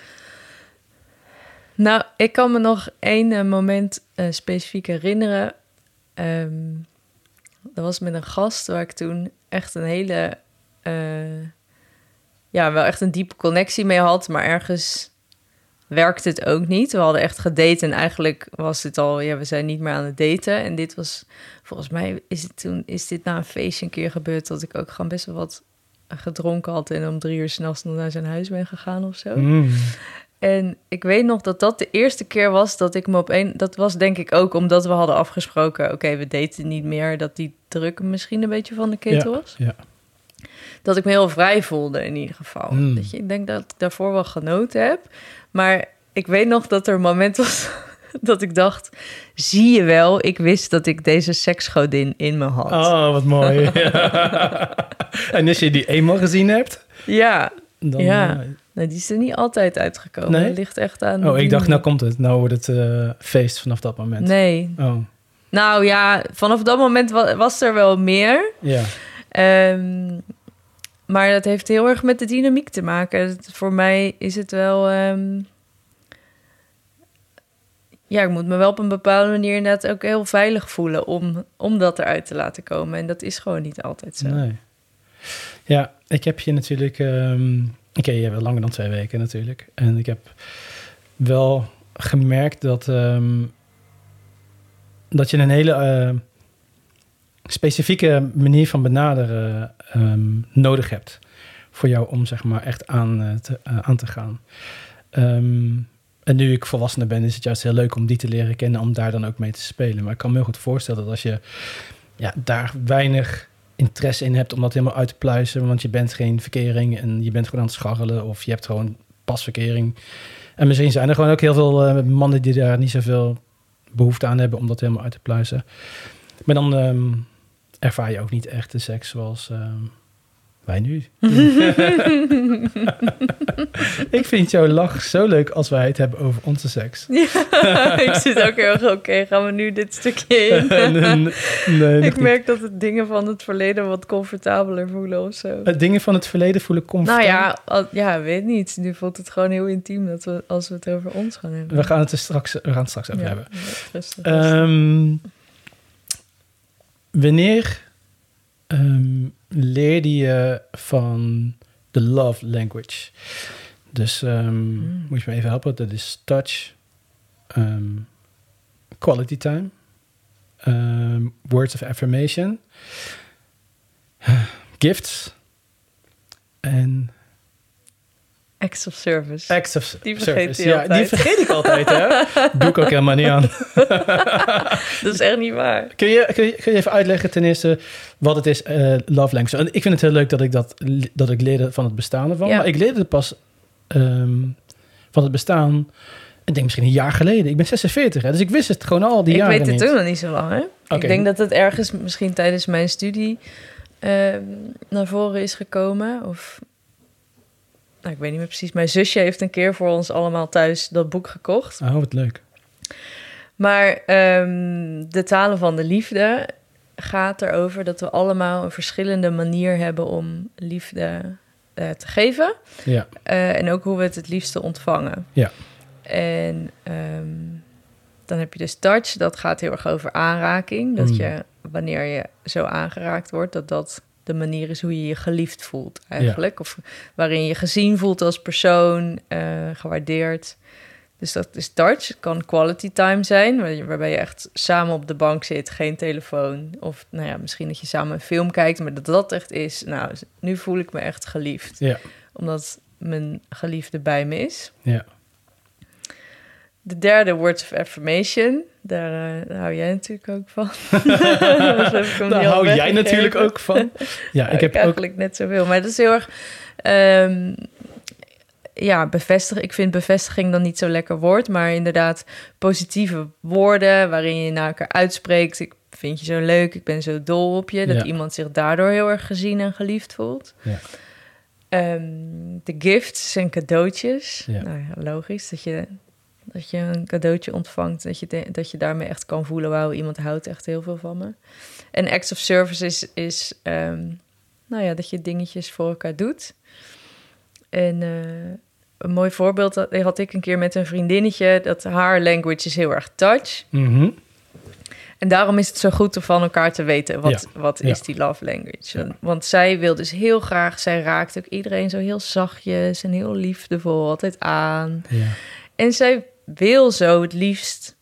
Nou, ik kan me nog één uh, moment uh, specifiek herinneren. Um, dat was met een gast waar ik toen echt een hele... Uh, ja, wel echt een diepe connectie mee had, maar ergens werkte het ook niet. We hadden echt gedate en eigenlijk was het al... Ja, we zijn niet meer aan het daten. En dit was... Volgens mij is het toen... Is dit na een feestje een keer gebeurd... dat ik ook gewoon best wel wat gedronken had... en om drie uur 's nachts nog naar zijn huis ben gegaan of zo.
Mm.
En ik weet nog dat dat de eerste keer was dat ik me op een... Dat was denk ik ook omdat we hadden afgesproken... oké, okay, we daten niet meer... dat die druk misschien een beetje van de ketel
ja,
was.
Ja.
Dat ik me heel vrij voelde in ieder geval.
Mm.
Dat je, ik denk dat ik daarvoor wel genoten heb. Maar ik weet nog dat er een moment was... dat ik dacht, zie je wel... ik wist dat ik deze seksgodin in me had.
Oh, wat mooi. En als je die eenmaal gezien hebt...
Ja,
dan,
ja.
Uh,
nou, die is er niet altijd uitgekomen.
Nee?
Het ligt echt aan...
Oh, ik dacht, nou komt het. Nou wordt het uh, feest vanaf dat moment.
Nee.
Oh.
Nou ja, vanaf dat moment wa- was er wel meer.
Ja.
Um, maar dat heeft heel erg met de dynamiek te maken. Het, voor mij is het wel... Um, ja, ik moet me wel op een bepaalde manier inderdaad ook heel veilig voelen... om, om dat eruit te laten komen. En dat is gewoon niet altijd zo.
Nee. Ja, ik heb je natuurlijk... Um, Oké, okay, je hebt langer dan twee weken natuurlijk. En ik heb wel gemerkt dat... Um, dat je een hele uh, specifieke manier van benaderen um, nodig hebt... voor jou om zeg maar echt aan, uh, te, uh, aan te gaan. Um, en nu ik volwassener ben, is het juist heel leuk om die te leren kennen... om daar dan ook mee te spelen. Maar ik kan me heel goed voorstellen dat als je ja, daar weinig... interesse in hebt om dat helemaal uit te pluizen... want je bent geen verkering en je bent gewoon aan het scharrelen... of je hebt gewoon pasverkering. En misschien zijn er gewoon ook heel veel uh, mannen... die daar niet zoveel behoefte aan hebben... om dat helemaal uit te pluizen. Maar dan um, ervaar je ook niet echt de seks zoals um, wij nu. Ik vind jouw lach zo leuk als wij het hebben over onze seks.
Ja, ik zit ook heel erg, oké, okay, gaan we nu dit stukje in?
nee, nee,
ik merk
niet.
dat het dingen van het verleden wat comfortabeler voelen of zo.
Het dingen van het verleden voelen comfortabel?
Nou ja, al, ja, weet niet. Nu voelt het gewoon heel intiem dat we, als we het over ons gaan hebben.
We gaan het er straks, we gaan het straks over
ja,
hebben.
Ja, rustig, rustig.
Um, wanneer um, leerde je van de love language? Dus um, mm. moet je me even helpen. Dat is touch, um, quality time, um, words of affirmation, gifts en...
Acts of service.
Acts of
die
service.
Die
ja,
altijd.
die vergeet ik altijd, hè? Doe ik ook helemaal niet aan.
Dat is echt niet waar.
Kun je, kun je, kun je even uitleggen ten eerste wat het is, uh, love language? En ik vind het heel leuk dat ik, dat, dat ik leerde van het bestaan ervan. Ja. Maar ik leerde het pas um, van het bestaan, ik denk misschien een jaar geleden. Ik ben zesenveertig, hè, dus ik wist het gewoon al die
ik
jaren
weet het
niet.
toen nog niet zo lang, hè? Okay. Ik denk dat het ergens misschien tijdens mijn studie uh, naar voren is gekomen. Of... Nou, ik weet niet meer precies. Mijn zusje heeft een keer voor ons allemaal thuis dat boek gekocht.
Oh, wat leuk.
Maar um, de talen van de liefde gaat erover dat we allemaal een verschillende manier hebben om liefde uh, te geven.
Ja.
Uh, en ook hoe we het het liefste ontvangen.
Ja.
En um, dan heb je dus touch. Dat gaat heel erg over aanraking. Dat mm. je, wanneer je zo aangeraakt wordt, dat dat... de manier is hoe je je geliefd voelt eigenlijk. Ja. Of waarin je je gezien voelt als persoon, uh, gewaardeerd. Dus dat is touch. Het kan quality time zijn, waar je, waarbij je echt samen op de bank zit, geen telefoon. Of nou ja, misschien dat je samen een film kijkt, maar dat dat echt is... nou, nu voel ik me echt geliefd.
Ja.
Omdat mijn geliefde bij me is.
Ja.
de derde, words of affirmation. Daar, uh, daar hou jij natuurlijk ook van.
Daar hou jij natuurlijk ook van. Ja, ik
ik
heb
eigenlijk
ook...
net zoveel. Maar dat is heel erg... Um, ja, bevestig. Ik vind bevestiging dan niet zo lekker woord. Maar inderdaad positieve woorden waarin je naar elkaar uitspreekt. Ik vind je zo leuk, ik ben zo dol op je. Dat ja. iemand zich daardoor heel erg gezien en geliefd voelt.
Ja.
Um, de gifts en cadeautjes.
Ja.
Nou ja, logisch dat je... dat je een cadeautje ontvangt, dat je, de, dat je daarmee echt kan voelen... wauw, iemand houdt echt heel veel van me. En acts of service is, is um, nou ja, dat je dingetjes voor elkaar doet. En uh, een mooi voorbeeld dat had ik een keer met een vriendinnetje... dat haar language is heel erg touch.
Mm-hmm.
En daarom is het zo goed om van elkaar te weten... wat,
ja.
wat
ja.
is die love language.
Ja.
Want zij wil dus heel graag... zij raakt ook iedereen zo heel zachtjes en heel liefdevol altijd aan...
Ja.
En zij wil zo het liefst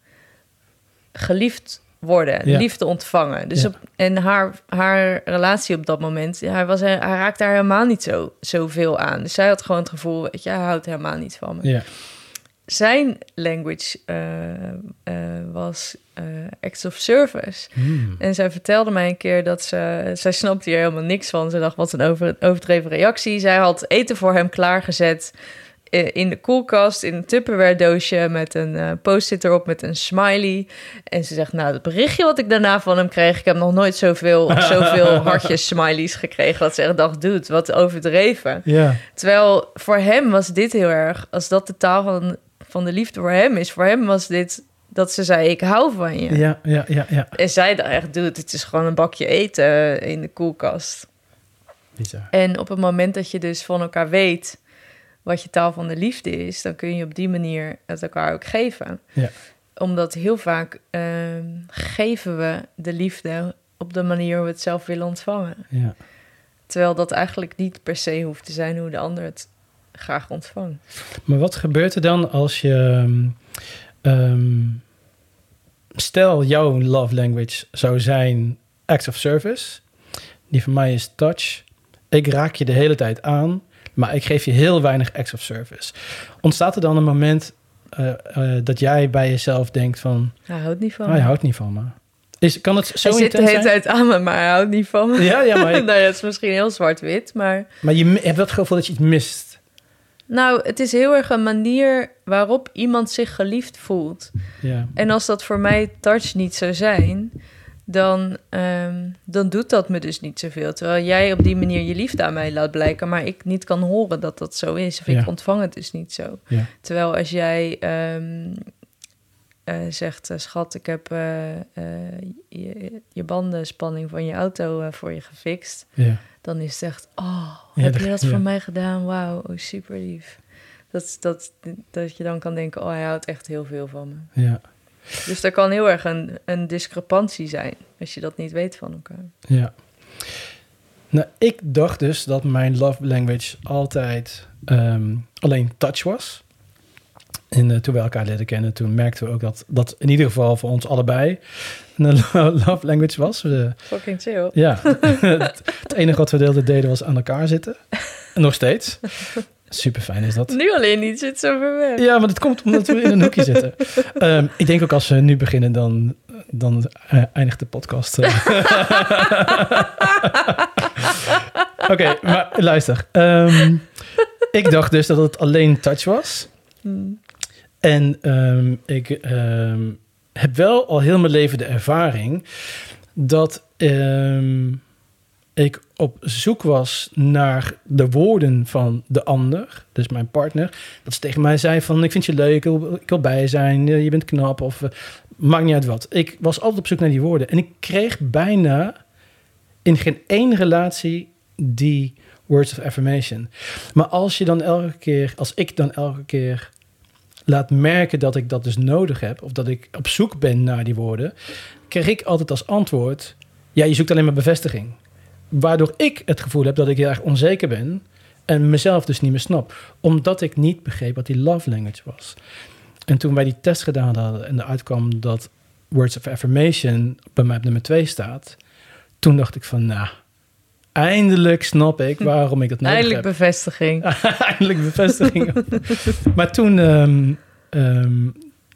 geliefd worden,
ja.
liefde ontvangen. Dus
ja.
op, en haar, haar relatie op dat moment, hij, was, hij raakte haar helemaal niet zo, zoveel aan. Dus zij had gewoon het gevoel, weet je, hij houdt helemaal niet van me.
Ja.
Zijn language uh, uh, was uh, acts of service.
Hmm.
En zij vertelde mij een keer dat ze... zij snapte hier helemaal niks van. Ze dacht, wat een over, overdreven reactie. Zij had eten voor hem klaargezet... in de koelkast, in een Tupperware doosje... met een uh, post-it erop, met een smiley. En ze zegt, nou, het berichtje wat ik daarna van hem kreeg... ik heb nog nooit zoveel, zoveel hartjes smileys gekregen... dat ze echt dacht, dude, wat overdreven.
Ja.
Terwijl voor hem was dit heel erg... als dat de taal van, van de liefde voor hem is... voor hem was dit dat ze zei, ik hou van je.
Ja, ja, ja, ja.
En zij dacht echt, dude, het is gewoon een bakje eten in de koelkast.
Bizar.
En op het moment dat je dus van elkaar weet... wat je taal van de liefde is... dan kun je op die manier het elkaar ook geven.
Ja.
Omdat heel vaak uh, geven we de liefde... op de manier hoe we het zelf willen ontvangen.
Ja.
Terwijl dat eigenlijk niet per se hoeft te zijn... hoe de ander het graag ontvangt.
Maar wat gebeurt er dan als je... Um, stel, jouw love language zou zijn... acts of service. Die van mij is touch. Ik raak je de hele tijd aan... maar ik geef je heel weinig acts of service. Ontstaat er dan een moment uh, uh, dat jij bij jezelf denkt van...
Hij houdt niet van
oh,
me.
Hij houdt niet van me. Is, kan het zo
hij zit de hele
zijn?
tijd aan me, maar hij houdt niet van me.
Ja, ja, maar... Ik...
nou ja, het is misschien heel zwart-wit, maar...
Maar je hebt dat gevoel dat je iets mist.
Nou, het is heel erg een manier waarop iemand zich geliefd voelt.
Ja.
En als dat voor mij touch niet zou zijn... Dan, um, dan doet dat me dus niet zoveel. Terwijl jij op die manier je liefde aan mij laat blijken... maar ik niet kan horen dat dat zo is. Of
ja.
ik ontvang het dus niet zo.
Ja.
Terwijl als jij um, uh, zegt... Uh, schat, ik heb uh, uh, je, je bandenspanning van je auto uh, voor je gefixt...
Ja.
dan is het echt... oh,
ja,
heb
dat,
je dat
ja.
voor mij gedaan? Wauw, oh, super lief. Dat, dat, dat je dan kan denken... oh, hij houdt echt heel veel van me.
Ja.
Dus er kan heel erg een, een discrepantie zijn... als je dat niet weet van elkaar.
Ja. Nou, ik dacht dus dat mijn love language altijd um, alleen touch was. En uh, toen we elkaar leren kennen, toen merkten we ook dat dat in ieder geval voor ons allebei een love language was. We,
Fucking chill.
ja. het, het enige wat we de hele deden was aan elkaar zitten. Nog steeds. Super fijn is dat.
Nu alleen niet, zit zo ver weg.
Ja, maar dat komt omdat we in een hoekje zitten. Um, ik denk ook als we nu beginnen, dan, dan uh, eindigt de podcast. Uh. Oké, okay, maar luister. Um, ik dacht dus dat het alleen touch was.
Hmm.
En um, ik um, heb wel al heel mijn leven de ervaring dat... Um, ik op zoek was naar de woorden van de ander, dus mijn partner. Dat ze tegen mij zei van, ik vind je leuk, ik wil, ik wil bij je zijn, je bent knap of uh, maakt niet uit wat. Ik was altijd op zoek naar die woorden. En ik kreeg bijna in geen één relatie die words of affirmation. Maar als je dan elke keer, als ik dan elke keer laat merken dat ik dat dus nodig heb, of dat ik op zoek ben naar die woorden, kreeg ik altijd als antwoord, ja, je zoekt alleen maar bevestiging. Waardoor ik het gevoel heb dat ik heel erg onzeker ben en mezelf dus niet meer snap. Omdat ik niet begreep wat die love language was. En toen wij die test gedaan hadden en eruit kwam dat words of affirmation bij mij op nummer twee staat, toen dacht ik van, nou, eindelijk snap ik waarom ik dat nodig
Eindelijk
heb.
bevestiging.
Eindelijk bevestiging. Maar toen, um, um,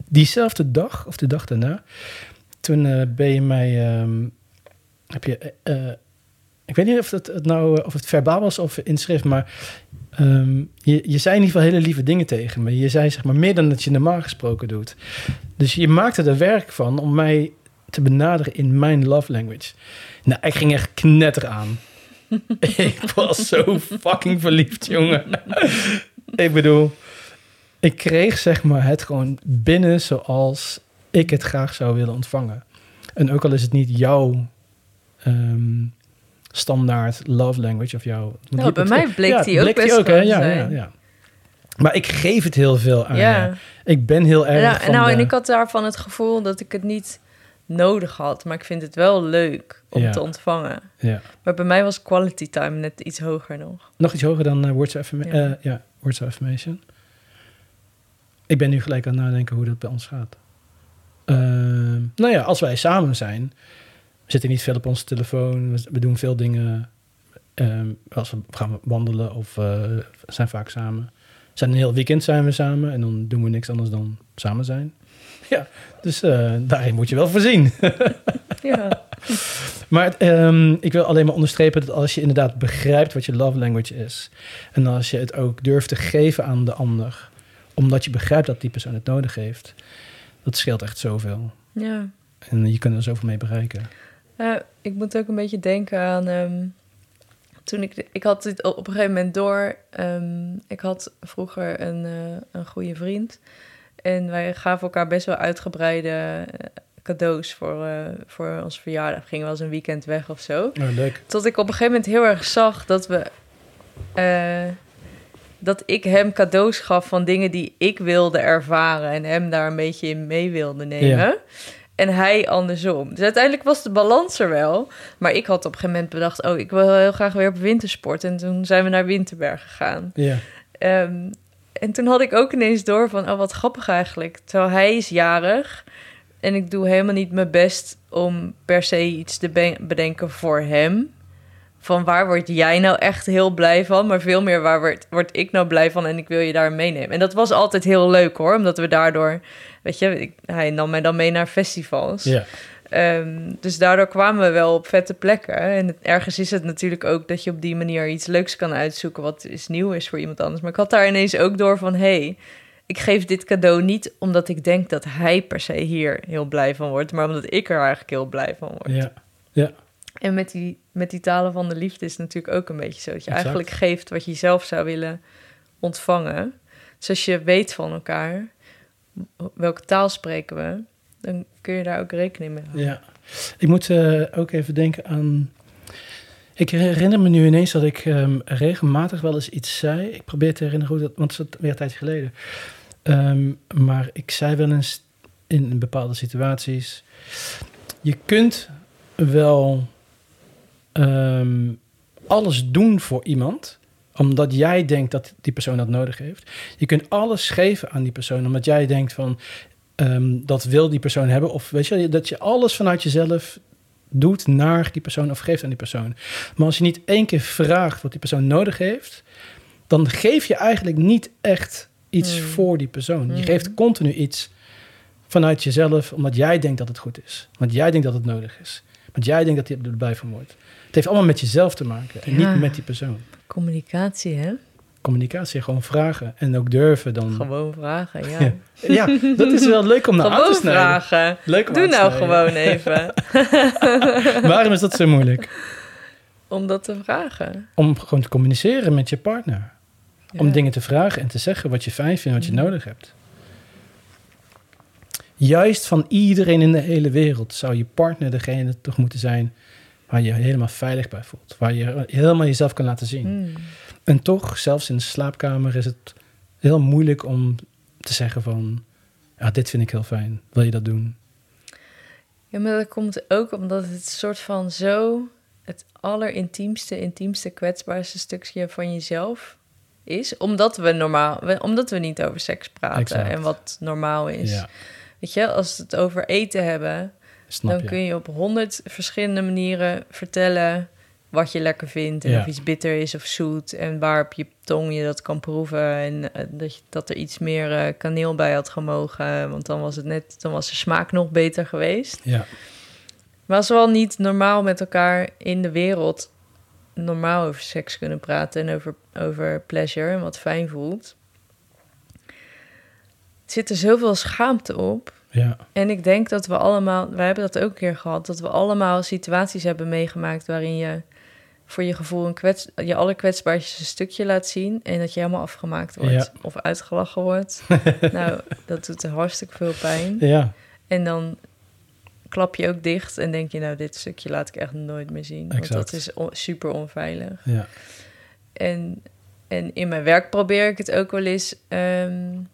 diezelfde dag, of de dag daarna, toen uh, ben je mij... Um, heb je... Uh, ik weet niet of het, het nou of het verbaal was of in schrift, maar um, je, je zei in ieder geval hele lieve dingen tegen me. Je zei zeg maar meer dan dat je normaal gesproken doet. Dus je maakte er werk van om mij te benaderen in mijn love language. Nou, ik ging echt knetter aan. Ik was zo fucking verliefd, jongen. Ik bedoel, ik kreeg zeg maar het gewoon binnen zoals ik het graag zou willen ontvangen. En ook al is het niet jouw um, standaard love language of jouw...
Nou, bij mij bleek
ja,
die ook
bleek
best
die ook, hè? Ja,
zijn.
ja, ja. Maar ik geef het heel veel aan.
Ja.
Ja. Ik ben heel erg
nou,
van
nou
de...
en ik had daarvan het gevoel dat ik het niet nodig had, maar ik vind het wel leuk om
ja.
te ontvangen.
Ja.
Maar bij mij was quality time net iets hoger nog.
Nog iets hoger dan uh, words, of affirma-
ja.
Uh, ja, words of affirmation. Ik ben nu gelijk aan het nadenken hoe dat bij ons gaat. Uh, nou ja, als wij samen zijn, we zitten niet veel op onze telefoon, we, we doen veel dingen. Um, als we gaan wandelen of uh, zijn vaak samen. Zijn een heel weekend zijn we samen en dan doen we niks anders dan samen zijn. Ja, dus uh, daarin moet je wel voorzien.
Ja.
Maar um, ik wil alleen maar onderstrepen dat als je inderdaad begrijpt wat je love language is, en als je het ook durft te geven aan de ander, omdat je begrijpt dat die persoon het nodig heeft, dat scheelt echt zoveel.
Ja.
En je kunt er zoveel mee bereiken.
Uh, ik moet ook een beetje denken aan... Um, toen ik... Ik had dit op een gegeven moment door. Um, ik had vroeger een, uh, een goede vriend. En wij gaven elkaar best wel uitgebreide uh, cadeaus voor, uh, voor ons verjaardag. We gingen wel eens een weekend weg of zo.
Oh, leuk.
Tot ik op een gegeven moment heel erg zag dat we... Uh, dat ik hem cadeaus gaf van dingen die ik wilde ervaren... en hem daar een beetje in mee wilde nemen. Ja. En hij andersom. Dus uiteindelijk was de balans er wel. Maar ik had op een gegeven moment bedacht... oh, ik wil heel graag weer op wintersport. En toen zijn we naar Winterberg gegaan.
Ja.
Um, en toen had ik ook ineens door van... oh, wat grappig eigenlijk. Terwijl hij is jarig... en ik doe helemaal niet mijn best... om per se iets te bedenken voor hem... van waar word jij nou echt heel blij van... maar veel meer waar word, word ik nou blij van... en ik wil je daar meenemen. En dat was altijd heel leuk, hoor. Omdat we daardoor... weet je, ik, hij nam mij dan mee naar festivals.
Ja.
Um, dus daardoor kwamen we wel op vette plekken. En het, ergens is het natuurlijk ook... dat je op die manier iets leuks kan uitzoeken... wat is nieuw is voor iemand anders. Maar ik had daar ineens ook door van... hey, ik geef dit cadeau niet omdat ik denk... dat hij per se hier heel blij van wordt... maar omdat ik er eigenlijk heel blij van word.
Ja, ja.
En met die, met die talen van de liefde is het natuurlijk ook een beetje zo. Dat je
exact.
eigenlijk geeft wat je zelf zou willen ontvangen. Dus als je weet van elkaar, welke taal spreken we... dan kun je daar ook rekening mee houden.
Ja, ik moet uh, ook even denken aan... Ik herinner me nu ineens dat ik um, regelmatig wel eens iets zei. Ik probeer te herinneren hoe dat... want het is weer een tijdje geleden. Um, maar ik zei wel eens in bepaalde situaties... je kunt wel... Um, alles doen voor iemand, omdat jij denkt dat die persoon dat nodig heeft. Je kunt alles geven aan die persoon, omdat jij denkt van, um, dat wil die persoon hebben. Of weet je, dat je alles vanuit jezelf doet naar die persoon of geeft aan die persoon. Maar als je niet één keer vraagt wat die persoon nodig heeft, dan geef je eigenlijk niet echt iets mm. voor die persoon. Mm. Je geeft continu iets vanuit jezelf, omdat jij denkt dat het goed is. Want jij denkt dat het nodig is. Want jij denkt dat hij er blij van wordt. Het heeft allemaal met jezelf te maken en ja. niet met die persoon.
Communicatie, hè?
Communicatie, gewoon vragen en ook durven dan.
Gewoon vragen, ja.
Ja, dat is wel leuk om naar aan te snijden.
Gewoon vragen.
Leuk om
Doe nou
snijden.
gewoon even.
Waarom is dat zo moeilijk?
Om dat te vragen.
Om gewoon te communiceren met je partner.
Ja.
Om dingen te vragen en te zeggen wat je fijn vindt, wat je mm. nodig hebt. Juist van iedereen in de hele wereld zou je partner degene toch moeten zijn waar je helemaal veilig bij voelt. Waar je helemaal jezelf kan laten zien. Mm. En toch, zelfs in de slaapkamer is het heel moeilijk om te zeggen van, ja, dit vind ik heel fijn. Wil je dat doen?
Ja, maar dat komt ook omdat het soort van zo het allerintiemste, intiemste, kwetsbaarste stukje van jezelf is. Omdat we normaal, omdat we niet over seks praten exact. En wat normaal is. Ja. Weet je, als we het over eten hebben, snap dan je. Kun je op honderd verschillende manieren vertellen wat je lekker vindt en
Ja.
of iets bitter is of zoet en waar op je tong je dat kan proeven en uh, dat, je, dat er iets meer uh, kaneel bij had gemogen, want dan was het net, dan was de smaak nog beter geweest.
Ja.
Maar als we al niet normaal met elkaar in de wereld normaal over seks kunnen praten en over, over pleasure en wat fijn voelt, zit er zoveel schaamte op.
Ja.
En ik denk dat we allemaal, wij hebben dat ook een keer gehad, dat we allemaal situaties hebben meegemaakt waarin je voor je gevoel een kwets, je allerkwetsbaarste stukje laat zien en dat je helemaal afgemaakt wordt
Ja.
of uitgelachen wordt. Nou, dat doet hartstikke veel pijn.
Ja.
En dan klap je ook dicht en denk je, nou, dit stukje laat ik echt nooit meer zien.
Exact.
Want dat is on- super onveilig.
Ja.
En, en in mijn werk probeer ik het ook wel eens. Um,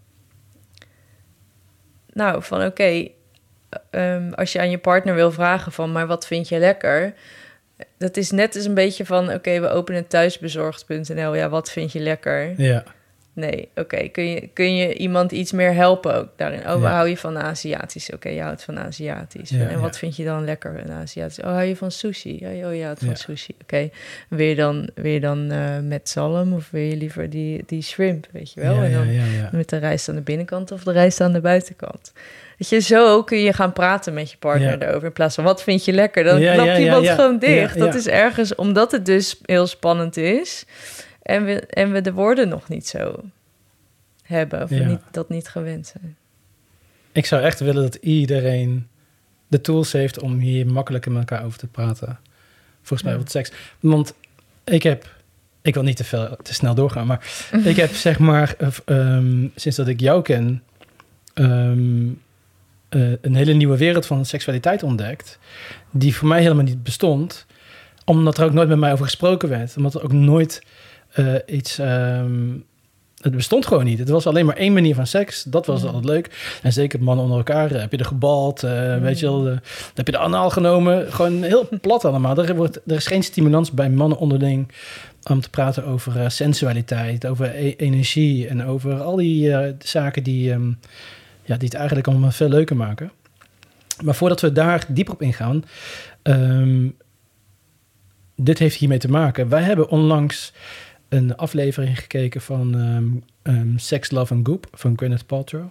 nou, van oké, okay, um, als je aan je partner wil vragen van, maar wat vind je lekker? Dat is net eens een beetje van, oké, okay, we openen thuisbezorgd punt n l. Ja, wat vind je lekker?
Ja.
Nee, oké. Okay. Kun je, kun je iemand iets meer helpen ook daarin? Oh,
Ja.
hou je van Aziatisch? Oké, okay, je houdt van Aziatisch.
Ja,
en wat
ja.
vind je dan lekker in Aziatisch? Oh, hou je van sushi? Oh, oh je houdt van
Ja.
sushi. Oké. Okay. Wil je dan, wil je dan uh, met zalm of wil je liever die, die shrimp, weet je wel?
Ja,
en dan
ja, ja, ja.
met de rijst aan de binnenkant of de rijst aan de buitenkant. Weet je, zo kun je gaan praten met je partner
Ja.
daarover. In plaats van, wat vind je lekker? Dan
Ja,
klapt
ja,
iemand
ja, ja.
gewoon dicht.
Ja,
Dat
ja.
is ergens, omdat het dus heel spannend is. En we, en we de woorden nog niet zo hebben. Of
Ja.
niet, dat niet gewend zijn.
Ik zou echt willen dat iedereen de tools heeft om hier makkelijker met elkaar over te praten. Volgens mij
Ja.
wat seks. Want ik heb, ik wil niet te veel te snel doorgaan, maar ik heb zeg maar uh, um, sinds dat ik jou ken um, uh, een hele nieuwe wereld van seksualiteit ontdekt, die voor mij helemaal niet bestond, omdat er ook nooit met mij over gesproken werd, omdat er ook nooit uh, iets um, het bestond gewoon niet. Het was alleen maar één manier van seks. Dat was
Mm.
altijd leuk. En zeker mannen onder elkaar. Heb je er gebald? Uh,
Mm.
Weet je wel? Uh, heb je de anaal genomen? Gewoon heel plat allemaal. Er, wordt, er is geen stimulans bij mannen onderling om te praten over uh, sensualiteit, over e- energie en over al die uh, zaken die, um, ja, die het eigenlijk allemaal veel leuker maken. Maar voordat we daar dieper op ingaan, um, dit heeft hiermee te maken. Wij hebben onlangs een aflevering gekeken van um, um, Sex, Love and Goop van Gwyneth Paltrow.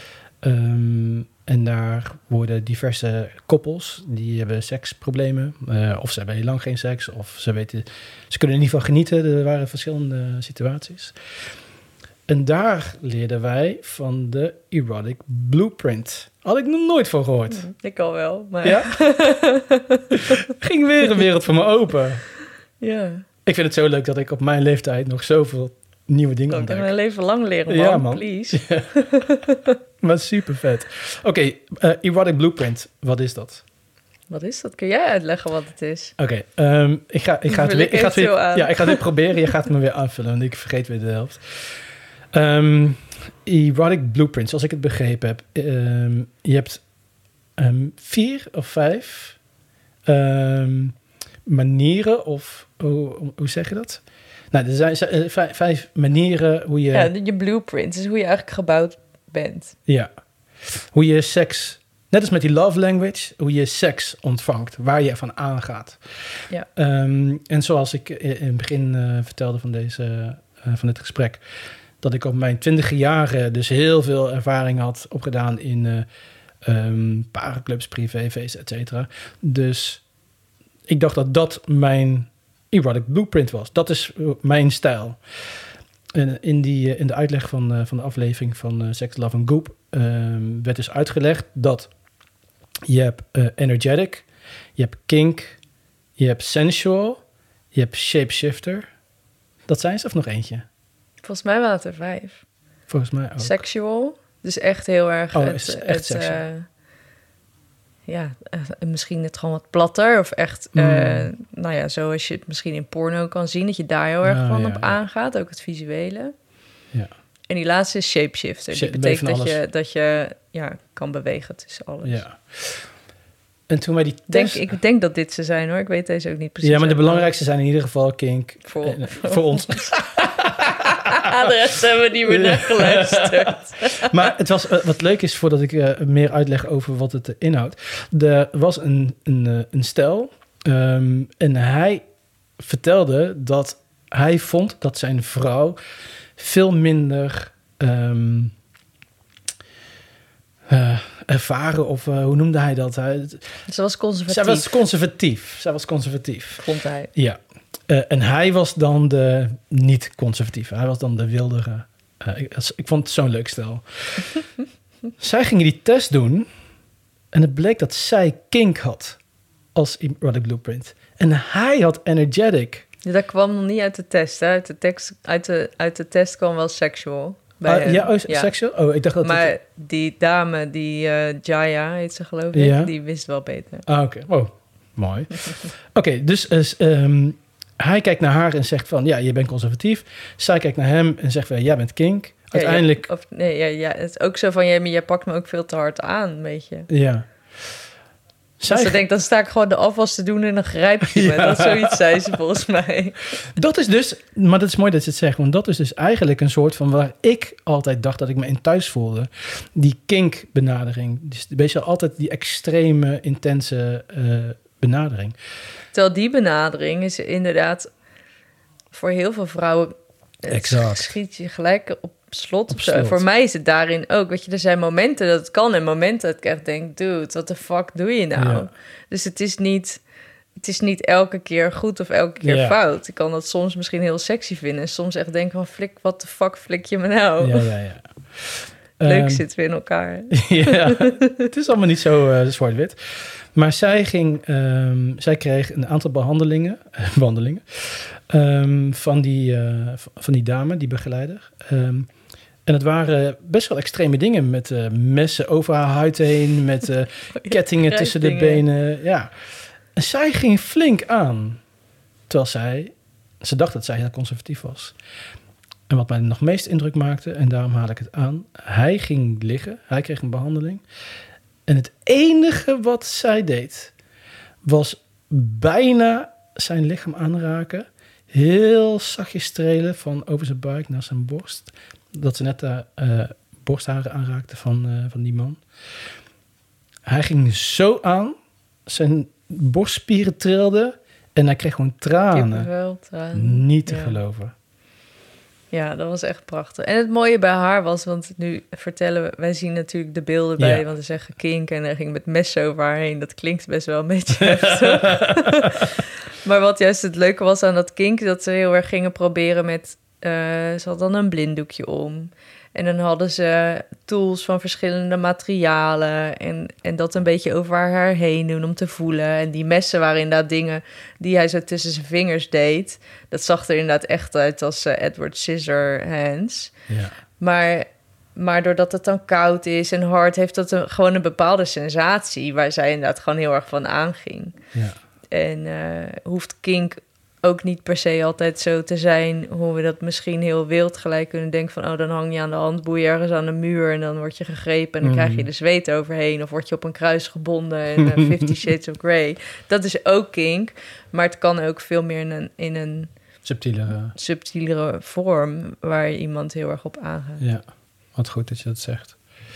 Um, en daar worden diverse koppels, die hebben seksproblemen. Uh, of ze hebben heel lang geen seks, of ze weten, ze kunnen in ieder geval genieten. Er waren verschillende situaties. En daar leerden wij van de Erotic Blueprint. Had ik nog nooit van gehoord.
Ik al wel, maar...
Ja? Ging weer een wereld voor me open.
Ja.
Ik vind het zo leuk dat ik op mijn leeftijd nog zoveel nieuwe dingen
Ik kan
ontdek.
mijn leven lang leren, man.
Ja, man.
Please.
Ja. Maar super vet. Oké, okay, uh, Erotic Blueprint, wat is dat?
Wat is dat? Kun jij uitleggen wat het is?
Oké, okay, um, ik ga, ik ga het
Vul
weer,
ik
ik ga het
even
weer,
zo aan.
ja, ik ga het weer proberen. Je gaat het me weer aanvullen, want ik vergeet weer de helft. Um, Erotic Blueprint, zoals ik het begrepen heb. Um, je hebt um, vier of vijf um, manieren of hoe, hoe zeg je dat? Nou, er zijn uh, vijf, vijf manieren hoe je...
Ja, je blueprint is hoe je eigenlijk gebouwd bent.
Ja, hoe je seks... Net als met die love language, hoe je seks ontvangt, waar je van aangaat.
Ja.
Um, en zoals ik in het begin uh, vertelde van, deze, uh, van dit gesprek, dat ik op mijn twintige jaren dus heel veel ervaring had opgedaan in uh, um, parenclubs, privéfeesten, et cetera. Dus ik dacht dat dat mijn erotic blueprint was. Dat is mijn stijl. En in, die, in de uitleg van, uh, van de aflevering van uh, Sex, Love and Goop um, werd dus uitgelegd dat je hebt uh, energetic, je hebt kink, je hebt sensual, je hebt shapeshifter. Dat zijn ze of nog eentje?
Volgens mij waren het er vijf.
Volgens mij ook.
Sexual, dus echt heel erg...
Oh,
het,
is echt
het,
seksueel.
uh, ja, uh, misschien het gewoon wat platter of echt... Uh,
Mm.
nou ja, zoals je het misschien in porno kan zien, dat je daar heel erg
Oh,
van
ja,
op
ja.
aangaat, ook het visuele.
Ja.
En die laatste is shapeshifter.
Shape-
Dat
ben je
betekent
van
dat
alles.
je, dat je ja, kan bewegen tussen alles.
Ja. En toen wij die
Denk,
test...
ik denk dat dit ze zijn hoor. Ik weet deze ook niet precies.
ja, maar de
uit mijn
belangrijkste zijn in ieder geval kink.
Voor-
en, uh, voor ons.
hoofd. De rest hebben we niet meer naar geluisterd.
Maar het was, uh, wat leuk is, voordat ik uh, meer uitleg over wat het uh, inhoudt. Er was een, een, uh, een stel um, en hij vertelde dat hij vond dat zijn vrouw veel minder um, uh, ervaren, of uh, hoe noemde hij dat? Hij,
Ze was conservatief.
Zij was conservatief. Zij was conservatief.
Vond hij.
Ja. Uh, en hij was dan de niet-conservatieve. Hij was dan de wildere. Uh, ik, ik vond het zo'n leuk stel. Zij gingen die test doen en het bleek dat zij kink had als erotic blueprint. En hij had energetic.
Ja, dat kwam nog niet uit de test. Hè? Uit, de tekst, uit, de, uit de test kwam wel sexual. Bij
Uh, ja, oh, ja, seksueel? Oh, ik dacht dat
maar
het...
die dame, die uh, Jaya heet ze geloof ik, ja. Die wist wel beter.
Ah, oké. Okay. Oh, mooi. Oké, okay, dus uh, um, hij kijkt naar haar en zegt van, ja, je bent conservatief. Zij kijkt naar hem en zegt van, jij bent kink. Uiteindelijk...
Ja, ja, of, nee, ja, ja, het is ook zo van, jij, jij pakt me ook veel te hard aan, weet je.
Ja.
Zij... Dus ze denkt, dan sta ik gewoon de afwas te doen en dan grijp je me. Ja. Dat zoiets zei ze volgens mij.
Dat is dus, maar dat is mooi dat je het zegt, want dat is dus eigenlijk een soort van waar ik altijd dacht dat ik me in thuis voelde. Die kink-benadering. Dus beetje altijd die extreme, intense uh, benadering.
Terwijl die benadering is inderdaad voor heel veel vrouwen...
Exact.
Schiet je gelijk op slot.
Op
of zo.
slot.
Voor mij is het daarin ook. Weet je, er zijn momenten dat het kan en momenten dat ik echt denk, dude, wat de fuck doe je nou? Ja. Dus het is niet, het is niet elke keer goed of elke keer ja. fout. Ik kan dat soms misschien heel sexy vinden en soms echt denken van, flik, wat de fuck flik je me nou?
Ja, ja, ja.
Leuk
um,
zitten we in elkaar.
Ja, het is allemaal niet zo uh, zwart-wit. Maar zij ging, um, zij kreeg een aantal behandelingen, behandelingen um, van, die, uh, van die dame, die begeleider. Um, en het waren best wel extreme dingen met uh, messen over haar huid heen, met uh, kettingen tussen de benen. Ja. En zij ging flink aan, terwijl zij, ze dacht dat zij heel conservatief was. En wat mij nog meest indruk maakte, en daarom haal ik het aan, hij ging liggen, hij kreeg een behandeling. En het enige wat zij deed, was bijna zijn lichaam aanraken. Heel zachtjes strelen van over zijn buik naar zijn borst. Dat ze net de uh, borstharen aanraakte van, uh, van die man. Hij ging zo aan, zijn borstspieren trilden en hij kreeg gewoon tranen.
Wel, tranen.
Niet te
ja.
geloven.
Ja, dat was echt prachtig. En het mooie bij haar was, want nu vertellen we... Wij zien natuurlijk de beelden bij, ja. want ze zeggen kink... en er ging met messen over haar heen. Dat klinkt best wel een beetje heftig. Maar wat juist het leuke was aan dat kink... dat ze heel erg gingen proberen met... Uh, ze had dan een blinddoekje om... En dan hadden ze tools van verschillende materialen... en, en dat een beetje over haar heen doen om te voelen. En die messen waren inderdaad dingen die hij zo tussen zijn vingers deed. Dat zag er inderdaad echt uit als uh, Edward Scissorhands.
Ja. Maar,
maar doordat het dan koud is en hard... heeft dat een, gewoon een bepaalde sensatie... waar zij inderdaad gewoon heel erg van aanging.
Ja.
En uh, hoeft kink... ook niet per se altijd zo te zijn... hoe we dat misschien heel wild gelijk kunnen denken van... oh, dan hang je aan de handboei ergens aan de muur... en dan word je gegrepen en dan mm. krijg je de zweet overheen... of word je op een kruis gebonden in uh, Fifty Shades of Grey. Dat is ook kink, maar het kan ook veel meer in een, in een
subtielere.
subtielere vorm... waar iemand heel erg op aangaat.
Ja, wat goed dat je dat zegt.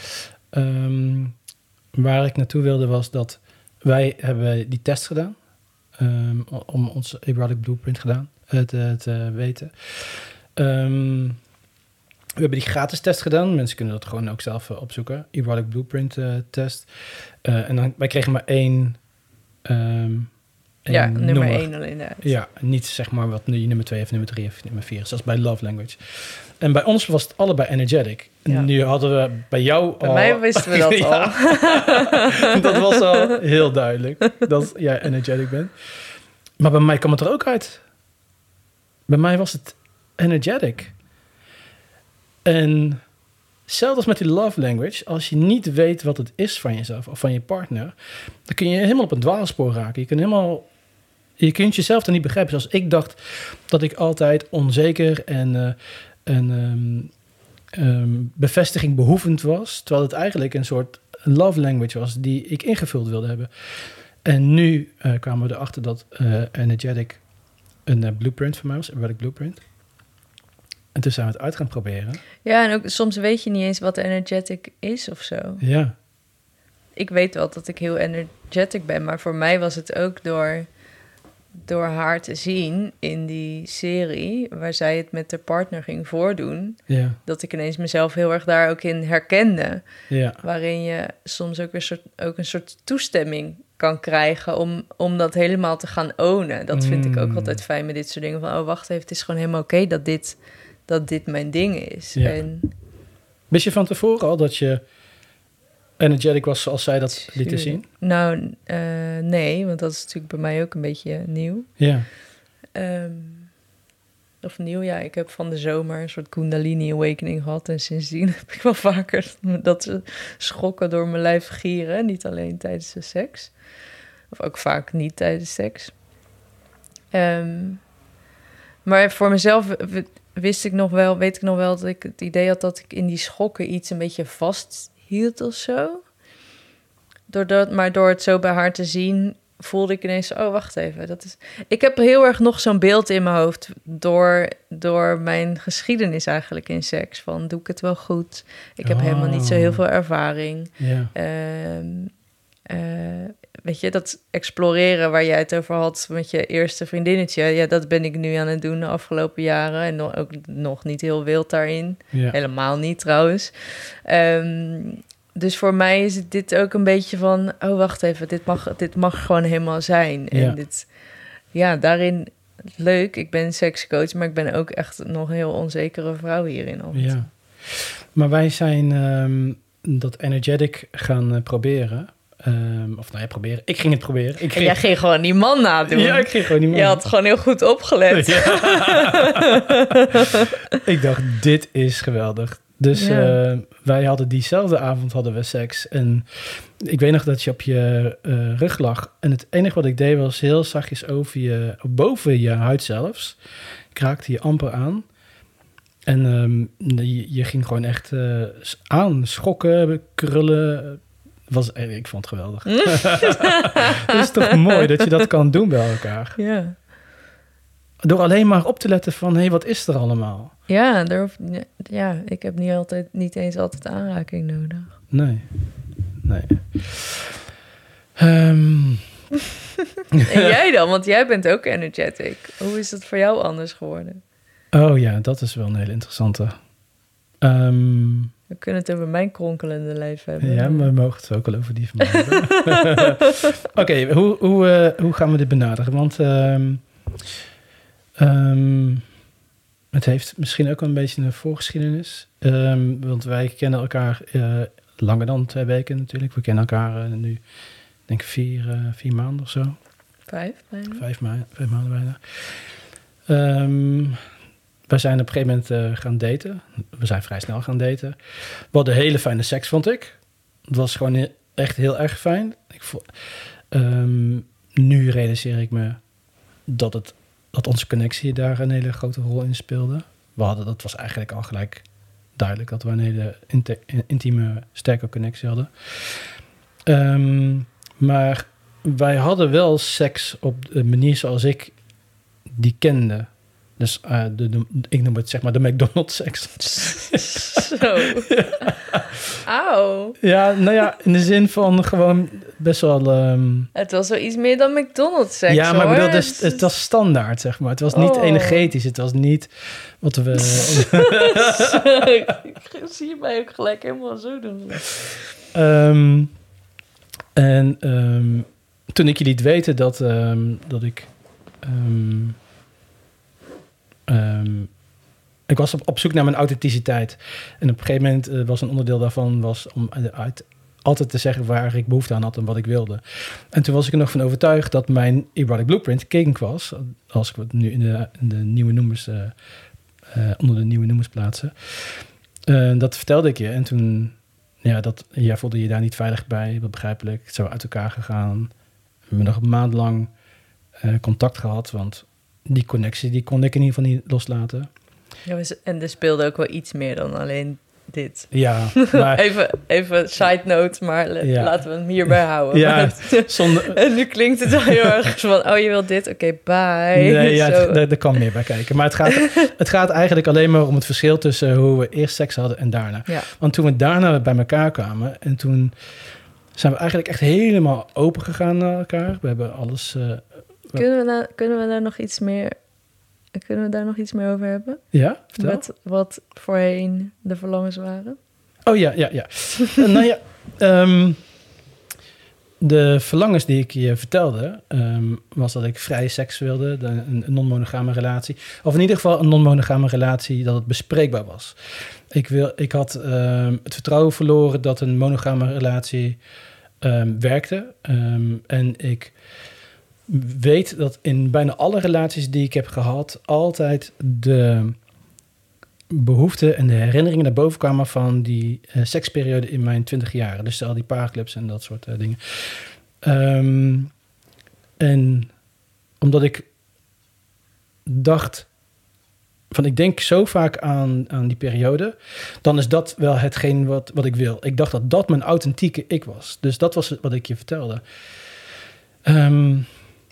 Um, waar ik naartoe wilde was dat... wij hebben die test gedaan... Um, om ons erotic blueprint gedaan, uh, te, te weten. Um, we hebben die gratis test gedaan. Mensen kunnen dat gewoon ook zelf uh, opzoeken. Erotic blueprint uh, test. Uh, en dan, wij kregen maar één... Um, één
ja, nummer
nummer.
één al inderdaad.
Ja, niet zeg maar wat nummer twee of nummer drie of nummer vier. Zoals bij Love Language. En bij ons was het allebei energetic.
Ja.
Nu hadden we bij jou
bij
al...
Bij mij wisten we dat
ja.
al.
Dat was al heel duidelijk. Dat jij energetic bent. Maar bij mij kwam het er ook uit. Bij mij was het energetic. En zelfs als met die love language... als je niet weet wat het is van jezelf of van je partner... dan kun je helemaal op een dwaalspoor raken. Je kunt helemaal... Je kunt jezelf dan niet begrijpen. Zoals ik dacht dat ik altijd onzeker en... Uh, en um, um, bevestiging behoevend was... terwijl het eigenlijk een soort love language was... die ik ingevuld wilde hebben. En nu uh, kwamen we erachter dat uh, energetic een uh, blueprint voor mij was, een erotic blueprint. En toen zijn we het uit gaan proberen.
Ja, en ook soms weet je niet eens wat energetic is of zo.
Ja.
Ik weet wel dat ik heel energetic ben, maar voor mij was het ook door door haar te zien in die serie, waar zij het met haar partner ging voordoen,
Ja.
dat ik ineens mezelf heel erg daar ook in herkende.
Ja.
Waarin je soms ook een soort, ook een soort toestemming kan krijgen om, om dat helemaal te gaan ownen. Dat vind ik ook
Mm.
altijd fijn met dit soort dingen. Van, oh, wacht even, het is gewoon helemaal oké dat dit, dat dit mijn ding is.
Ja.
En
Wist je van tevoren al dat je energetic was zoals zij dat lieten zien?
nou, uh, nee, want dat is natuurlijk bij mij ook een beetje nieuw.
Ja.
Um, of nieuw, ja. Ik heb van de zomer een soort Kundalini awakening gehad. En sindsdien heb ik wel vaker dat ze schokken door mijn lijf gieren. Niet alleen tijdens de seks. Of ook vaak niet tijdens seks. Um, maar voor mezelf wist ik nog wel, weet ik nog wel dat ik het idee had dat ik in die schokken iets een beetje vasthield of zo. Doordat, maar door het zo bij haar te zien, voelde ik ineens, oh, wacht even. Dat is... Ik heb heel erg nog zo'n beeld in mijn hoofd door, door mijn geschiedenis eigenlijk in seks. Van, doe ik het wel goed? Ik heb
Oh.
helemaal niet zo heel veel ervaring.
Ja.
Um, uh, weet je, dat exploreren waar jij het over had met je eerste vriendinnetje. Ja, dat ben ik nu aan het doen de afgelopen jaren. En nog, ook nog niet heel wild daarin.
Ja.
Helemaal niet trouwens. Um, dus voor mij is het dit ook een beetje van, oh, wacht even, dit mag, dit mag gewoon helemaal zijn. En
Ja.
dit, ja, daarin leuk. Ik ben sekscoach, maar ik ben ook echt nog een heel onzekere vrouw hierin.
Ja. Maar wij zijn um, dat energetic gaan uh, proberen. Um, of nou ja, proberen. Ik ging het proberen. Ik ging...
En jij ging gewoon die man nadoen.
Ja, ik ging gewoon die man.
Je had gewoon heel goed opgelet.
Ja. Ik dacht, dit is geweldig. Dus
Ja.
uh, wij hadden diezelfde avond hadden we seks. En ik weet nog dat je op je uh, rug lag. En het enige wat ik deed was heel zachtjes over je, boven je huid zelfs. Ik raakte je amper aan. En um, je, je ging gewoon echt uh, aan, schokken, krullen. Was, ik vond het geweldig. Het is toch mooi dat je dat kan doen bij elkaar.
Ja.
Door alleen maar op te letten van, hé, hey, wat is er allemaal?
Ja, er hoeft, ja, ik heb niet, altijd, niet eens altijd aanraking nodig.
Nee, nee. Um...
En jij dan? Want jij bent ook energetic. Hoe is het voor jou anders geworden?
Oh ja, dat is wel een hele interessante. Um...
We kunnen het over mijn kronkelende lijf hebben.
Ja, maar we mogen het ook wel over die van mij hebben. Oké, okay, hoe, hoe, uh, hoe gaan we dit benaderen? Want um, um, het heeft misschien ook wel een beetje een voorgeschiedenis. Um, want wij kennen elkaar uh, langer dan twee weken natuurlijk. We kennen elkaar uh, nu, denk ik, vier, uh, vier maanden of zo.
Vijf, bijna.
Vijf, ma- vijf maanden bijna. Um, we zijn op een gegeven moment uh, gaan daten. We zijn vrij snel gaan daten. We hadden hele fijne seks, vond ik. Het was gewoon echt heel erg fijn. Ik vo- um, nu realiseer ik me dat, het, dat onze connectie daar een hele grote rol in speelde. We hadden, dat was eigenlijk al gelijk duidelijk dat we een hele inte- intieme, sterke connectie hadden. Um, maar wij hadden wel seks op de manier zoals ik die kende. Dus uh, de, de, ik noem het zeg maar de McDonald's seks.
Zo. Auw.
Ja, nou ja, in de zin van gewoon best wel... Um...
Het was wel iets meer dan McDonald's seks,
Ja, maar
hoor.
ik bedoel, dus, het was standaard, zeg maar. Het was niet
Oh.
energetisch. Het was niet wat we...
Ik zie je mij ook gelijk helemaal zo doen.
um, en um, toen ik je liet weten dat, um, dat ik... Um, Um, ik was op, op zoek naar mijn authenticiteit. En op een gegeven moment uh, was een onderdeel daarvan was om uit, altijd te zeggen waar ik behoefte aan had en wat ik wilde. En toen was ik er nog van overtuigd dat mijn erotic blueprint kink was. Als ik het nu in de, in de nieuwe noemers, uh, uh, onder de nieuwe noemers plaatsen. Uh, dat vertelde ik je. En toen, ja, dat, jij voelde je daar niet veilig bij, wat begrijpelijk. Het zijn we uit elkaar gegaan. We hebben nog een maand lang uh, contact gehad, want die connectie, die kon ik in ieder geval niet loslaten.
Ja, en er speelde ook wel iets meer dan alleen dit.
Ja, maar...
even, even side note, maar ja. laten we hem hierbij houden.
Ja, zonder...
En nu klinkt het wel heel erg van, oh, je wilt dit? Oké, okay, bye.
Nee, ja, er, er kan meer bij kijken. Maar het gaat, het gaat eigenlijk alleen maar om het verschil tussen hoe we eerst seks hadden en daarna.
Ja.
Want toen we daarna bij elkaar kwamen en toen zijn we eigenlijk echt helemaal open gegaan naar elkaar. We hebben alles... Uh,
Kunnen we, daar, kunnen we daar nog iets meer... Kunnen we daar nog iets meer over hebben?
Ja, vertel.
Met wat voorheen de verlangens waren?
Oh ja, ja, ja. uh, nou ja, um, de verlangens die ik je vertelde... Um, was dat ik vrije seks wilde, de, een, een non-monogame relatie. Of in ieder geval een non-monogame relatie, dat het bespreekbaar was. Ik, wil, ik had um, het vertrouwen verloren dat een monogame relatie um, werkte. Um, en ik weet dat in bijna alle relaties die ik heb gehad... altijd de behoeften en de herinneringen naar boven kwamen... van die uh, seksperiode in mijn twintig jaren. Dus al die paarclubs en dat soort uh, dingen. Um, en omdat ik dacht... van ik denk zo vaak aan, aan die periode... dan is dat wel hetgeen wat, wat ik wil. Ik dacht dat dat mijn authentieke ik was. Dus dat was wat ik je vertelde. Um,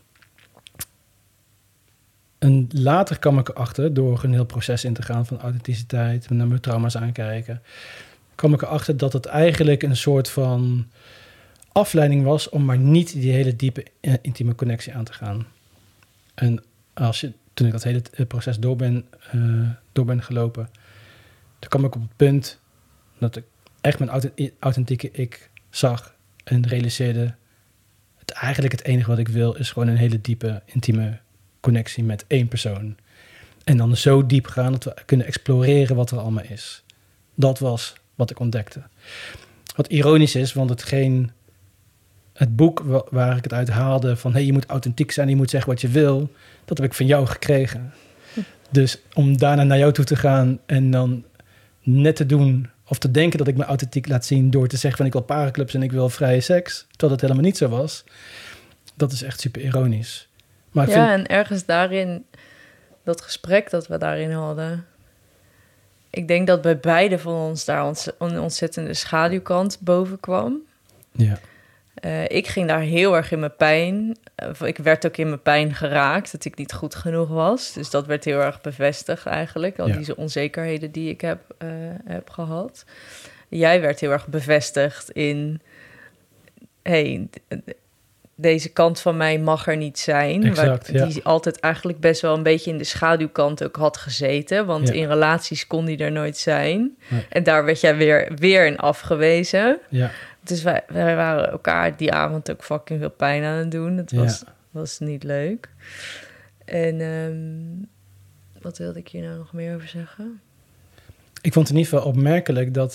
en later kwam ik erachter... door een heel proces in te gaan van authenticiteit... naar mijn trauma's aankijken... kwam ik erachter dat het eigenlijk een soort van... afleiding was om maar niet die hele diepe intieme connectie aan te gaan. En als je... toen ik dat hele proces door ben, uh, door ben gelopen... toen kwam ik op het punt dat ik echt mijn authentieke ik zag... en realiseerde... het eigenlijk het enige wat ik wil... is gewoon een hele diepe, intieme connectie met één persoon. En dan zo diep gaan dat we kunnen exploreren wat er allemaal is. Dat was wat ik ontdekte. Wat ironisch is, want hetgeen... het boek waar ik het uit haalde van... hey, je moet authentiek zijn, je moet zeggen wat je wil... dat heb ik van jou gekregen. Hm. Dus om daarna naar jou toe te gaan... en dan net te doen... of te denken dat ik me authentiek laat zien... door te zeggen van ik wil parenclubs en ik wil vrije seks... terwijl dat helemaal niet zo was... dat is echt super ironisch. Maar ik
ja,
vind...
en ergens daarin... dat gesprek dat we daarin hadden... ik denk dat bij beide van ons... daar ont- een ontzettende schaduwkant boven kwam.
Ja.
Uh, ik ging daar heel erg in mijn pijn. Uh, ik werd ook in mijn pijn geraakt, dat ik niet goed genoeg was. Dus dat werd heel erg bevestigd eigenlijk. Al ja. die onzekerheden die ik heb, uh, heb gehad. Jij werd heel erg bevestigd in... hey, deze kant van mij mag er niet zijn.
Exact,
waar,
ja.
Die altijd eigenlijk best wel een beetje in de schaduwkant ook had gezeten. Want ja. in relaties kon die er nooit zijn. Nee. En daar werd jij weer, weer in afgewezen.
Ja.
Dus wij, wij waren elkaar die avond ook fucking veel pijn aan het doen. Het was, ja. was niet leuk. En um, wat wilde ik hier nou nog meer over zeggen?
Ik vond het in ieder geval opmerkelijk dat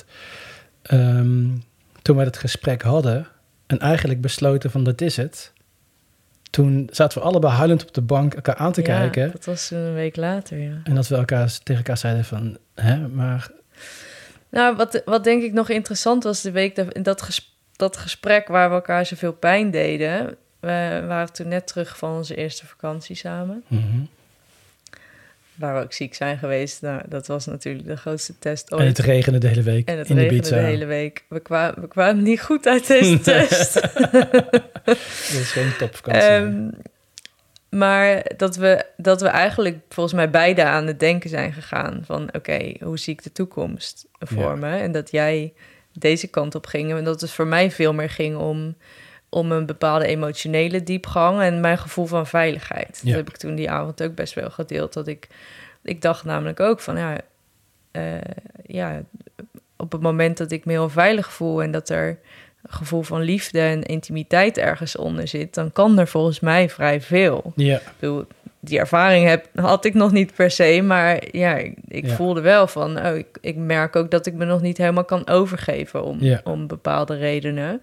um, toen we het gesprek hadden... en eigenlijk besloten van dat is het... toen zaten we allebei huilend op de bank elkaar aan te
ja,
kijken.
Dat was een week later, ja.
En dat we elkaar tegen elkaar zeiden van... hè, maar...
Nou, wat, wat denk ik nog interessant was de week... dat, dat, ges, dat gesprek waar we elkaar zoveel pijn deden... we waren toen net terug van onze eerste vakantie samen...
Mm-hmm.
Waar we ook ziek zijn geweest. Nou, dat was natuurlijk de grootste test ooit.
En het regende de hele week.
En het
in
regende
Ibiza.
de hele week. We kwamen, we kwamen niet goed uit deze test.
Dat is geen topvakantie.
Um, maar dat we, dat we eigenlijk volgens mij beide aan het denken zijn gegaan. Van oké, okay, hoe zie ik de toekomst voor ja. me? En dat jij deze kant op ging. En dat het voor mij veel meer ging om... om een bepaalde emotionele diepgang en mijn gevoel van veiligheid. Ja. Dat heb ik toen die avond ook best wel gedeeld. Dat ik, ik dacht namelijk ook van, ja, uh, ja, op het moment dat ik me heel veilig voel... en dat er een gevoel van liefde en intimiteit ergens onder zit... dan kan er volgens mij vrij veel.
Ja.
Ik bedoel, die ervaring heb, had ik nog niet per se... maar ja, ik, ik ja. voelde wel van... oh, ik, ik merk ook dat ik me nog niet helemaal kan overgeven... om, ja. om bepaalde redenen...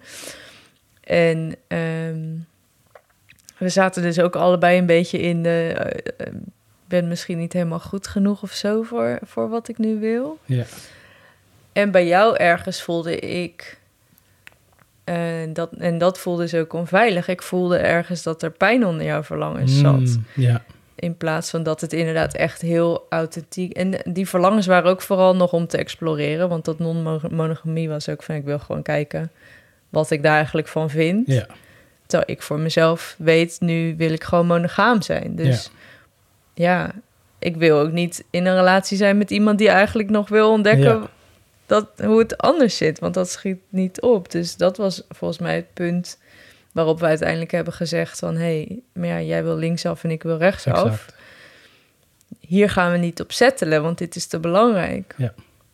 En um, we zaten dus ook allebei een beetje in de... Uh, uh, ben misschien niet helemaal goed genoeg of zo voor, voor wat ik nu wil.
Ja.
En bij jou ergens voelde ik... Uh, dat, en dat voelde zo onveilig. Ik voelde ergens dat er pijn onder jouw verlangens zat.
Mm, ja.
In plaats van dat het inderdaad echt heel authentiek... En die verlangens waren ook vooral nog om te exploreren. Want dat non-monogamie was ook van... ik wil gewoon kijken... wat ik daar eigenlijk van vind.
Ja.
Terwijl ik voor mezelf weet, nu wil ik gewoon monogaam zijn. Dus ja. ja, ik wil ook niet in een relatie zijn met iemand die eigenlijk nog wil ontdekken ja. dat, hoe het anders zit. Want dat schiet niet op. Dus dat was volgens mij het punt Waarop we uiteindelijk hebben gezegd van... hé, hey, maar ja, jij wil linksaf en ik wil rechtsaf.
Exact.
Hier gaan we niet op settelen, want dit is te belangrijk.
Ja.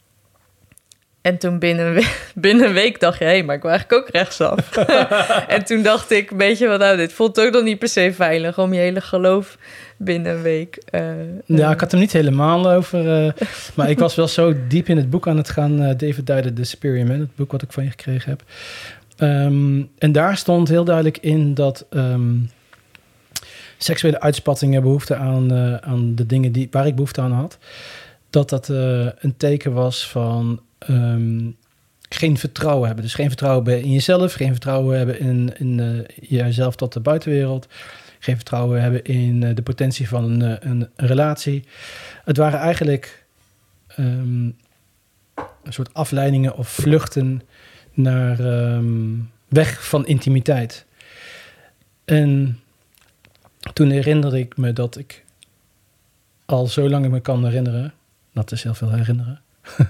En toen binnen een, we- binnen een week dacht je... hé, hey, maar ik wil eigenlijk ook rechtsaf. En toen dacht ik, weet je wat, nou, dit voelt ook nog niet per se veilig... om je hele geloof binnen een week... Uh,
Ja,
uh,
ik had hem niet helemaal over. Uh, maar ik was wel zo diep in het boek aan het gaan. Uh, David Dider, The Superior Man, het boek wat ik van je gekregen heb. Um, en daar stond heel duidelijk in dat um, seksuele uitspattingen... behoefte aan, uh, aan de dingen die, waar ik behoefte aan had... dat dat uh, een teken was van... Um, geen vertrouwen hebben. Dus geen vertrouwen hebben in jezelf... geen vertrouwen hebben in, in uh, jezelf tot de buitenwereld... geen vertrouwen hebben in uh, de potentie van een, uh, een, een relatie. Het waren eigenlijk um, een soort afleidingen of vluchten naar um, weg van intimiteit. En toen herinnerde ik me dat ik al zo lang ik me kan herinneren, dat is heel veel herinneren,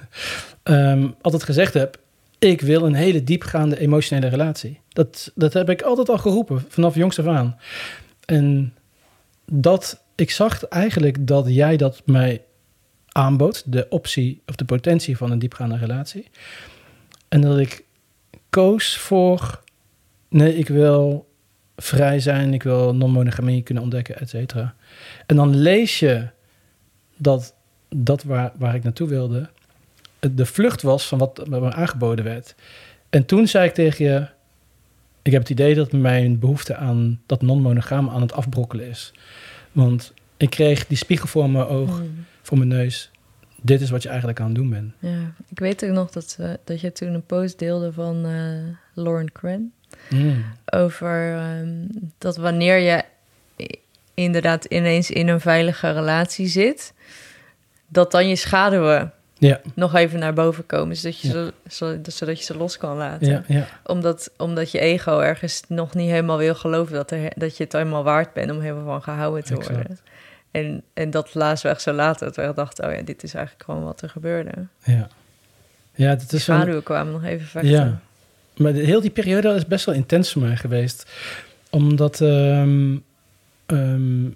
um, altijd gezegd heb, ik wil een hele diepgaande emotionele relatie. Dat, dat heb ik altijd al geroepen, vanaf jongs af aan. En dat, ik zag eigenlijk dat jij dat mij aanbood, de optie of de potentie van een diepgaande relatie. En dat ik koos voor, nee, ik wil vrij zijn, ik wil non-monogamie kunnen ontdekken, et cetera. En dan lees je dat dat waar, waar ik naartoe wilde, de vlucht was van wat me aangeboden werd. En toen zei ik tegen je, ik heb het idee dat mijn behoefte aan dat non-monogaam aan het afbrokkelen is. Want ik kreeg die spiegel voor mijn oog, mm. voor mijn neus. Dit is wat je eigenlijk aan het doen bent.
Ja, ik weet ook nog dat, uh, dat je toen een post deelde van uh, Lauren Cran.
Mm.
Over um, dat wanneer je inderdaad ineens in een veilige relatie zit, dat dan je schaduwen
ja.
nog even naar boven komen, zodat je,
ja.
zo, zo, zodat je ze los kan laten.
Ja, ja.
Omdat, omdat je ego ergens nog niet helemaal wil geloven dat, er, dat je het helemaal waard bent om helemaal van gehouden te
exact.
worden. En, en dat laatst weg zo later, dat we dachten, oh ja, dit is eigenlijk gewoon wat er gebeurde.
Ja, ja dat is
schaduwen
een...
kwamen nog even vechten.
Ja, maar de, heel die periode is best wel intens voor mij geweest. Omdat um, um,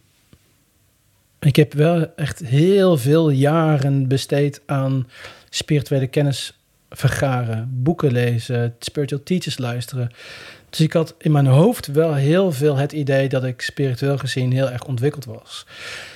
ik heb wel echt heel veel jaren besteed aan spirituele kennis vergaren, boeken lezen, spiritual teachers luisteren. Dus ik had in mijn hoofd wel heel veel het idee dat ik spiritueel gezien heel erg ontwikkeld was.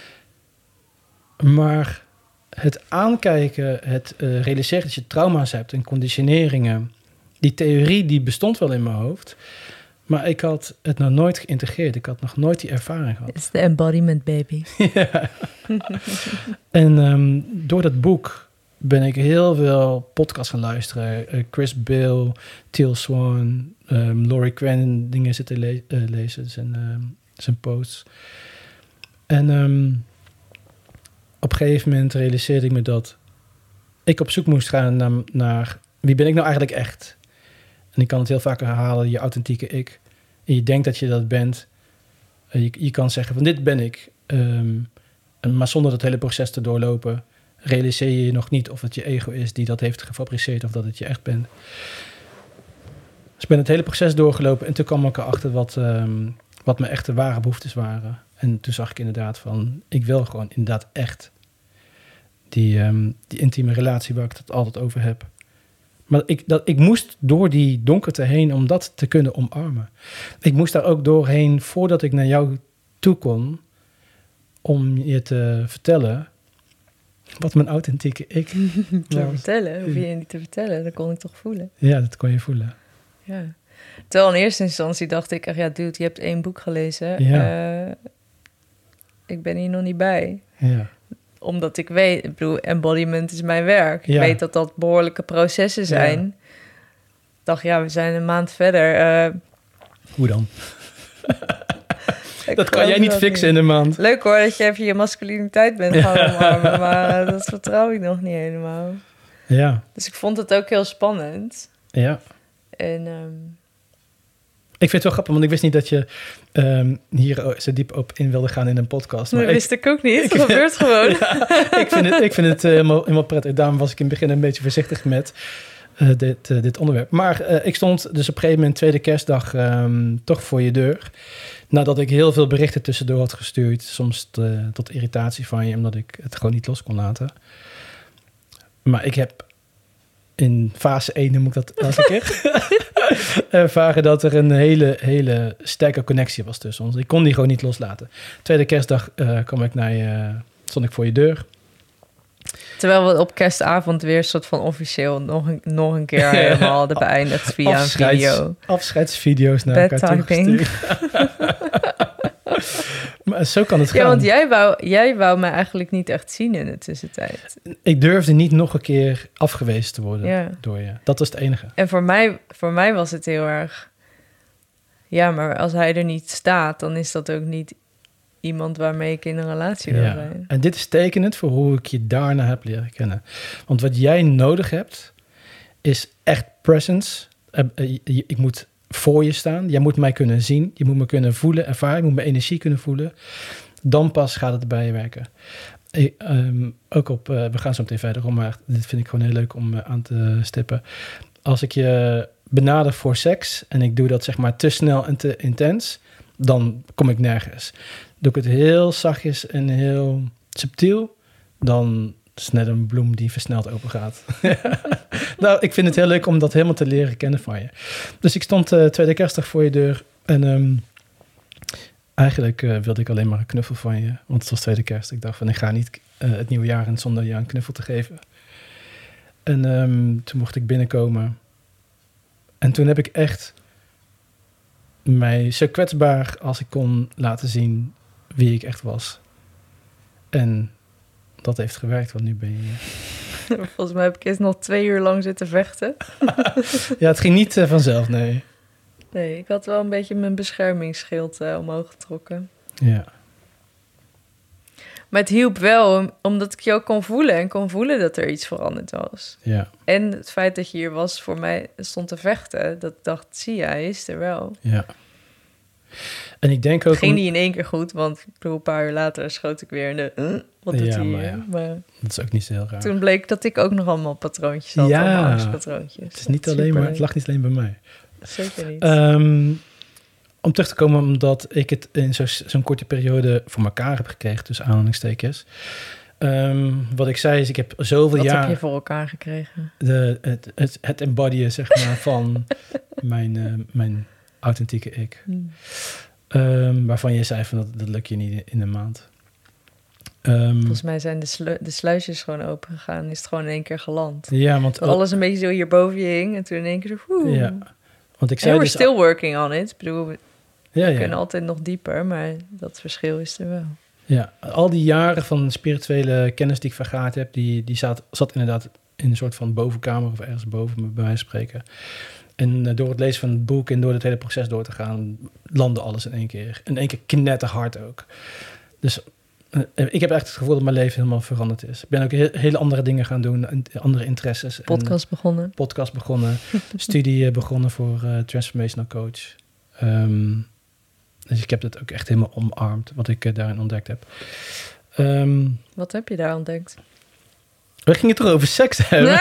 Maar het aankijken, het uh, realiseren dat je trauma's hebt en conditioneringen, die theorie die bestond wel in mijn hoofd, maar ik had het nog nooit geïntegreerd. Ik had nog nooit die ervaring gehad.
It's the embodiment, baby.
Ja. En um, door dat boek ben ik heel veel podcasts gaan luisteren. Uh, Chris Bill, Teal Swan, um, Laurie Cran dingen zitten le- uh, lezen, zijn, uh, zijn posts. En um, op een gegeven moment realiseerde ik me dat ik op zoek moest gaan naar, naar wie ben ik nou eigenlijk echt? En ik kan het heel vaak herhalen, je authentieke ik. En je denkt dat je dat bent. Uh, je, je kan zeggen van dit ben ik. Um, maar zonder dat hele proces te doorlopen, realiseer je nog niet of het je ego is die dat heeft gefabriceerd of dat het je echt bent. Dus ik ben het hele proces doorgelopen en toen kwam ik erachter wat, um, wat mijn echte ware behoeftes waren. En toen zag ik inderdaad van, ik wil gewoon inderdaad echt die, um, die intieme relatie waar ik het altijd over heb. Maar ik, dat, ik moest door die donkerte heen om dat te kunnen omarmen. Ik moest daar ook doorheen voordat ik naar jou toe kon, om je te vertellen wat mijn authentieke ik
te was. vertellen? Hoef je je niet te vertellen, dat kon ik toch voelen?
Ja, dat kon je voelen.
Ja. Terwijl in eerste instantie dacht ik, ach ja, dude, je hebt één boek gelezen.
Ja.
Uh, ik ben hier nog niet bij.
Ja.
Omdat ik weet, ik bedoel, embodiment is mijn werk. Ik
ja.
weet dat dat behoorlijke processen zijn. Ja. Ik dacht, ja, we zijn een maand verder. Uh,
Hoe dan? Dat kan jij niet fixen niet. in een maand.
Leuk hoor, dat je even je masculiniteit bent gaan omarmen. Maar dat vertrouw ik nog niet helemaal.
Ja.
Dus ik vond het ook heel spannend.
Ja.
En um,
ik vind het wel grappig, want ik wist niet dat je um, hier zo diep op in wilde gaan in een podcast.
Maar dat wist ik ook niet. Het ik, gebeurt gewoon.
Ja, ik vind het, ik vind het uh, helemaal, helemaal prettig. Daarom was ik in het begin een beetje voorzichtig met. uh, dit, uh, dit onderwerp. Maar uh, ik stond dus op een gegeven moment tweede kerstdag um, toch voor je deur. Nadat ik heel veel berichten tussendoor had gestuurd. Soms te, tot irritatie van je, omdat ik het gewoon niet los kon laten. Maar ik heb in fase één, noem ik dat elke keer, ervaren dat er een hele, hele sterke connectie was tussen ons. Ik kon die gewoon niet loslaten. Tweede kerstdag uh, kwam ik naar je, stond ik voor je deur.
Terwijl we op kerstavond weer een soort van officieel nog een, nog een keer helemaal hadden beëindigd via
Afscheids,
een video.
Afscheidsvideo's naar elkaar toegestuurd. Maar zo kan het gaan.
Ja, want jij wou, jij wou me eigenlijk niet echt zien in de tussentijd.
Ik durfde niet nog een keer afgewezen te worden
ja.
door je. Dat was het enige.
En voor mij, voor mij was het heel erg... Ja, maar als hij er niet staat, dan is dat ook niet iemand waarmee ik in een relatie wil
ja.
zijn.
En dit is tekenend voor hoe ik je daarna heb leren kennen. Want wat jij nodig hebt, is echt presence. Ik moet voor je staan. Jij moet mij kunnen zien. Je moet me kunnen voelen, ervaren. Je moet mijn energie kunnen voelen. Dan pas gaat het bij je werken. Ik, um, ook op, uh, we gaan zo meteen verder om, maar dit vind ik gewoon heel leuk om uh, aan te stippen. Als ik je benader voor seks en ik doe dat zeg maar te snel en te intens, dan kom ik nergens. Doe ik het heel zachtjes en heel subtiel, dan is het net een bloem die versneld open gaat. Nou, ik vind het heel leuk om dat helemaal te leren kennen van je. Dus ik stond uh, tweede kerstdag voor je deur en um, eigenlijk uh, wilde ik alleen maar een knuffel van je, want het was tweede kerst. Ik dacht van, ik ga niet uh, het nieuwe jaar in zonder je een knuffel te geven. En um, toen mocht ik binnenkomen. En toen heb ik echt mij zo kwetsbaar als ik kon laten zien wie ik echt was. En dat heeft gewerkt, want nu ben je hier.
Volgens mij heb ik eerst nog twee uur lang zitten vechten.
Ja, het ging niet uh, vanzelf, nee.
Nee, ik had wel een beetje mijn beschermingsschild uh, omhoog getrokken.
Ja.
Maar het hielp wel, omdat ik jou kon voelen en kon voelen dat er iets veranderd was.
Ja.
En het feit dat je hier was, voor mij stond te vechten, dat ik dacht, zie je, hij is er wel.
Ja. En ik denk ook...
Het ging niet in één keer goed, want ik bedoel, een paar uur later schoot ik weer in de... Uh, wat doet
ja,
hij
maar
hier?
ja.
Maar
dat is ook niet zo heel raar.
toen bleek dat ik ook nog allemaal patroontjes had,
ja,
allemaal angstpatroontjes.
Het is niet alleen maar, het lag niet alleen bij mij.
Zeker niet.
Um, om terug te komen, omdat ik het in zo, zo'n korte periode voor elkaar heb gekregen, tussen aanhalingstekens. Um, wat ik zei is, ik heb zoveel
wat
jaar...
Wat heb je voor elkaar gekregen?
De, het, het, het embodyen, zeg maar, van mijn, uh, mijn authentieke ik. Hmm. Um, waarvan je zei van, dat, dat lukt je niet in een maand. Um,
Volgens mij zijn de, slu- de sluisjes gewoon open gegaan. Is het gewoon in één keer geland.
Ja, want...
Alles een beetje zo hier boven je hing. En toen in één keer zo... Woe.
Ja, want ik zei
we're
dus...
still working on it. Ik bedoel, we
ja, ja.
kunnen altijd nog dieper. Maar dat verschil is er wel.
Ja, al die jaren van spirituele kennis die ik vergaard heb... die, die zat, zat inderdaad in een soort van bovenkamer... of ergens boven me, bij wijze van spreken. En uh, door het lezen van het boek en door het hele proces door te gaan... landde alles in één keer. In één keer knetterhard ook. Dus... Uh, ik heb echt het gevoel dat mijn leven helemaal veranderd is. Ik ben ook he- hele andere dingen gaan doen, andere interesses.
Podcast en, begonnen.
Podcast begonnen. Studie uh, begonnen voor uh, Transformational Coach. Um, dus ik heb dat ook echt helemaal omarmd, wat ik uh, daarin ontdekt heb. Um,
wat heb je daar ontdekt?
We gingen het toch over seks hebben?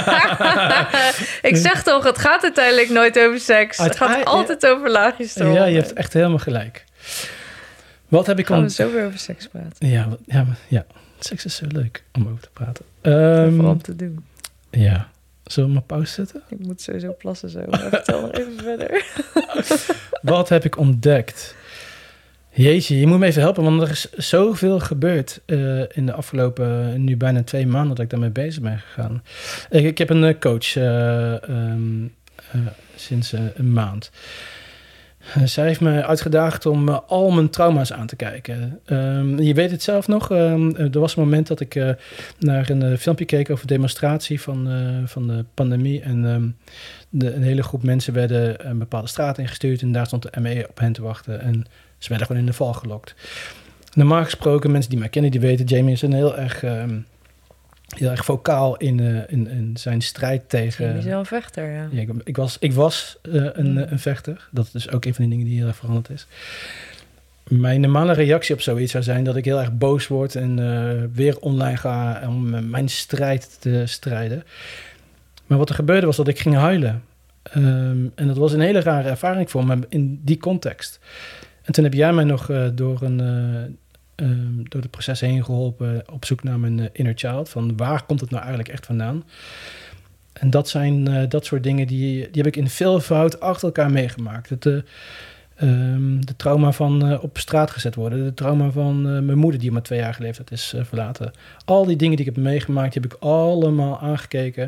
Ik zeg toch, het gaat uiteindelijk nooit over seks. Het gaat I- altijd ja. over laagjes eronder.
Ja, je hebt echt helemaal gelijk. Wat heb ik
Gaan
om...
we zo weer over seks praten?
Ja, ja, ja, seks is zo leuk om over te praten.
Um, Vooral om te doen.
Ja. Zullen we maar pauze zetten?
Ik moet sowieso plassen zo. Maar vertel nog even verder.
Wat heb ik ontdekt? Jeetje, je moet me even helpen, want er is zoveel gebeurd uh, in de afgelopen, nu bijna twee maanden dat ik daarmee bezig ben gegaan. Ik, ik heb een uh, coach uh, um, uh, sinds uh, een maand. Zij heeft me uitgedaagd om uh, al mijn trauma's aan te kijken. Um, je weet het zelf nog. Um, er was een moment dat ik uh, naar een uh, filmpje keek over demonstratie van, uh, van de pandemie. En um, de, een hele groep mensen werden een bepaalde straat ingestuurd. En daar stond de M E op hen te wachten. En ze werden gewoon in de val gelokt. Normaal gesproken, mensen die mij kennen, die weten... Jamie is een heel erg... Um, heel erg vocaal in, uh, in, in zijn strijd tegen...
Je bent wel een vechter, ja.
ja ik, ik was, ik was uh, een, mm. een vechter. Dat is dus ook een van die dingen die heel erg veranderd is. Mijn normale reactie op zoiets zou zijn dat ik heel erg boos word... en uh, weer online ga om uh, mijn strijd te strijden. Maar wat er gebeurde was dat ik ging huilen. Um, en dat was een hele rare ervaring voor me in die context. En toen heb jij mij nog uh, door, een, uh, um, door het proces heen geholpen op zoek naar mijn uh, inner child. Van waar komt het nou eigenlijk echt vandaan? En dat zijn uh, dat soort dingen die, die heb ik in veelvoud achter elkaar meegemaakt. Het, uh, um, de trauma van uh, op straat gezet worden. De trauma van uh, mijn moeder die maar twee jaar geleefd is uh, verlaten. Al die dingen die ik heb meegemaakt, die heb ik allemaal aangekeken.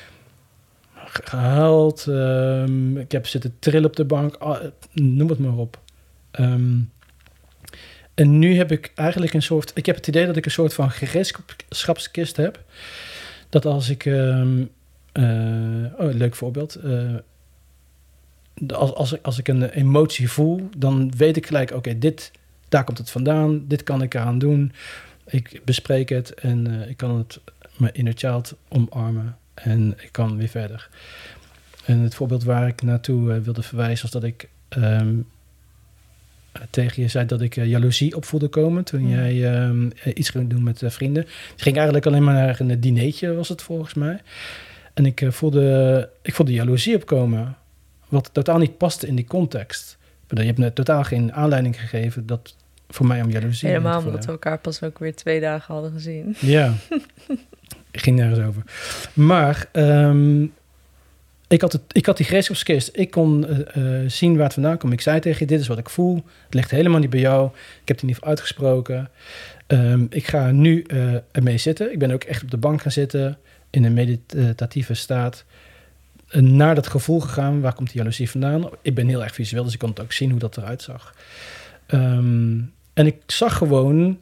Gehuild. Um, ik heb zitten trillen op de bank. Uh, noem het maar op. Um, en nu heb ik eigenlijk een soort... Ik heb het idee dat ik een soort van gereedschapskist heb. Dat als ik... Um, uh, oh, leuk voorbeeld. Uh, als, als, als ik een emotie voel, dan weet ik gelijk... Oké, okay, dit, daar komt het vandaan. Dit kan ik eraan doen. Ik bespreek het en uh, ik kan het mijn inner child omarmen. En ik kan weer verder. En het voorbeeld waar ik naartoe uh, wilde verwijzen... was dat ik... Um, tegen je zei dat ik uh, jaloezie op voelde komen toen ja. jij um, iets ging doen met uh, vrienden. Het ging eigenlijk alleen maar naar een dinertje, was het volgens mij. En ik, uh, voelde, ik voelde jaloezie opkomen, wat totaal niet paste in die context. Je hebt me totaal geen aanleiding gegeven dat voor mij om jaloezie
Helemaal
te voelen.
omdat we elkaar pas ook weer twee dagen hadden gezien.
Ja, ik ging nergens over. Maar... Um, Ik had, het, ik had die gereedschapskist. Ik kon uh, uh, zien waar het vandaan kwam. Ik zei tegen je, dit is wat ik voel. Het ligt helemaal niet bij jou. Ik heb het niet uitgesproken. Um, ik ga nu uh, ermee zitten. Ik ben ook echt op de bank gaan zitten. In een meditatieve staat. Uh, naar dat gevoel gegaan. Waar komt die jaloezie vandaan? Ik ben heel erg visueel, dus ik kon het ook zien hoe dat eruit zag. Um, en ik zag gewoon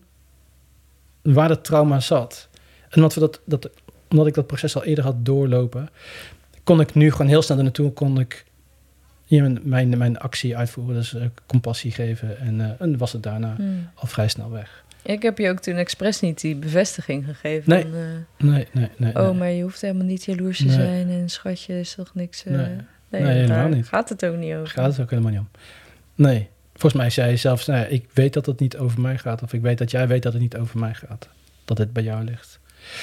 waar het trauma zat. En omdat, we dat, dat, omdat ik dat proces al eerder had doorlopen... kon ik nu gewoon heel snel er naartoe, kon ik ja, mijn, mijn actie uitvoeren, dus uh, compassie geven. En, uh, en was het daarna hmm. al vrij snel weg.
Ik heb je ook toen expres niet die bevestiging gegeven.
Nee,
van, uh,
nee, nee, nee.
Oh,
nee.
maar je hoeft helemaal niet jaloers te nee. zijn en schatje is toch niks... Uh,
nee,
nee,
nee helemaal niet.
Gaat het ook niet over.
Gaat het ook helemaal niet om. Nee, volgens mij zei je zelfs, nou, ik weet dat het niet over mij gaat. Of ik weet dat jij weet dat het niet over mij gaat. Dat het bij jou ligt.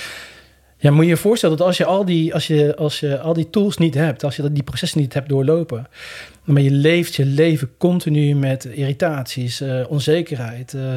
Ja, moet je je voorstellen dat als je al die, als je, als je al die tools niet hebt, als je die processen niet hebt doorlopen, maar je leeft je leven continu met irritaties, uh, onzekerheid, uh,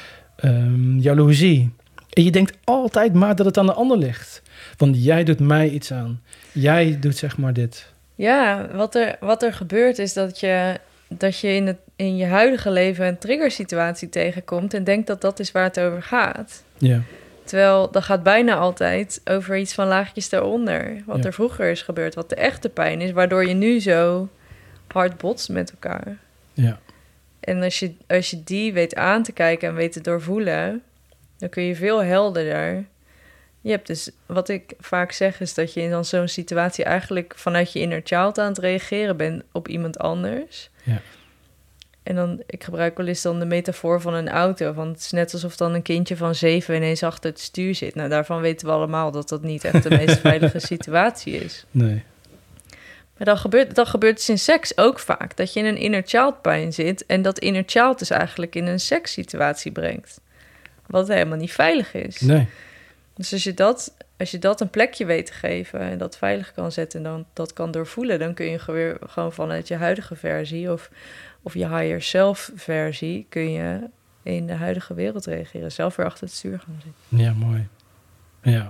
um, jaloezie. En je denkt altijd maar dat het aan de ander ligt. Want jij doet mij iets aan. Jij doet zeg maar dit.
Ja, wat er, wat er gebeurt is dat je, dat je in, het, in je huidige leven een triggersituatie tegenkomt en denkt dat dat is waar het over gaat.
Ja.
Terwijl dat gaat bijna altijd over iets van laagjes daaronder. Wat
ja.
er vroeger is gebeurd, wat de echte pijn is, waardoor je nu zo hard botst met elkaar.
Ja.
En als je, als je die weet aan te kijken en weet te doorvoelen, dan kun je veel helderder. Je hebt dus, wat ik vaak zeg, is dat je in dan zo'n situatie eigenlijk vanuit je inner child aan het reageren bent op iemand anders.
Ja.
En dan, ik gebruik wel eens dan de metafoor van een auto. Want het is net alsof dan een kindje van zeven ineens achter het stuur zit. Nou, daarvan weten we allemaal dat dat niet echt de meest veilige situatie is.
Nee.
Maar dan gebeurt, dan gebeurt het in seks ook vaak. Dat je in een inner child pijn zit. En dat inner child dus eigenlijk in een sekssituatie brengt. Wat helemaal niet veilig is.
Nee.
Dus als je dat, als je dat een plekje weet te geven en dat veilig kan zetten en dan dat kan doorvoelen, dan kun je weer gewoon vanuit je huidige versie of, of je higher self versie kun je in de huidige wereld reageren. Zelf weer achter het stuur gaan zitten.
Ja, mooi. Ja.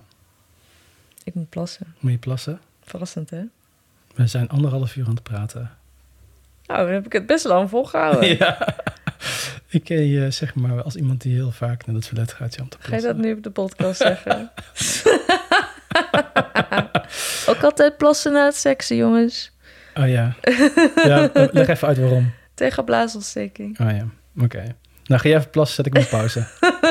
Ik moet plassen.
Moet je plassen?
Verrassend, hè?
We zijn anderhalf uur aan het praten.
Nou, dan heb ik het best lang volgehouden.
Ja. Ik ken je, zeg maar, als iemand die heel vaak naar het toilet gaat, je om te plassen.
Ga je dat nu op de podcast zeggen? Ook altijd plassen na het seksen, jongens.
Oh ja. Ja, leg even uit waarom.
Tegen blaasontsteking.
Oh ja, oké. Okay. Nou, ga jij even plassen, zet ik mijn pauze.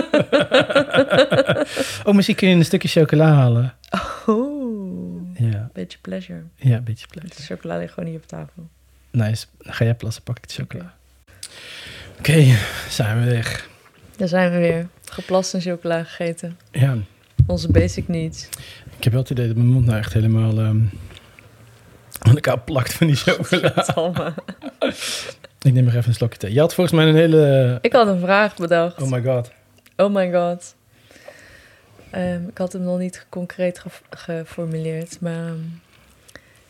Oh, misschien kun je een stukje chocola halen.
Oh.
Ja.
Beetje pleasure.
Ja, beetje pleasure.
De chocola ligt gewoon hier op tafel.
Nice. Dan ga jij plassen, pak ik de chocola. Oké, okay, zijn we weg.
Daar zijn we weer. Geplast en chocola gegeten.
Ja.
Onze basic needs.
Ik heb wel het idee dat mijn mond nou echt helemaal um, aan elkaar plakt van die chocola. Ik neem nog even een slokje thee. Je had volgens mij een hele...
Ik had een vraag bedacht.
Oh my god.
Oh my god. Um, ik had hem nog niet concreet ge- geformuleerd, maar... Um,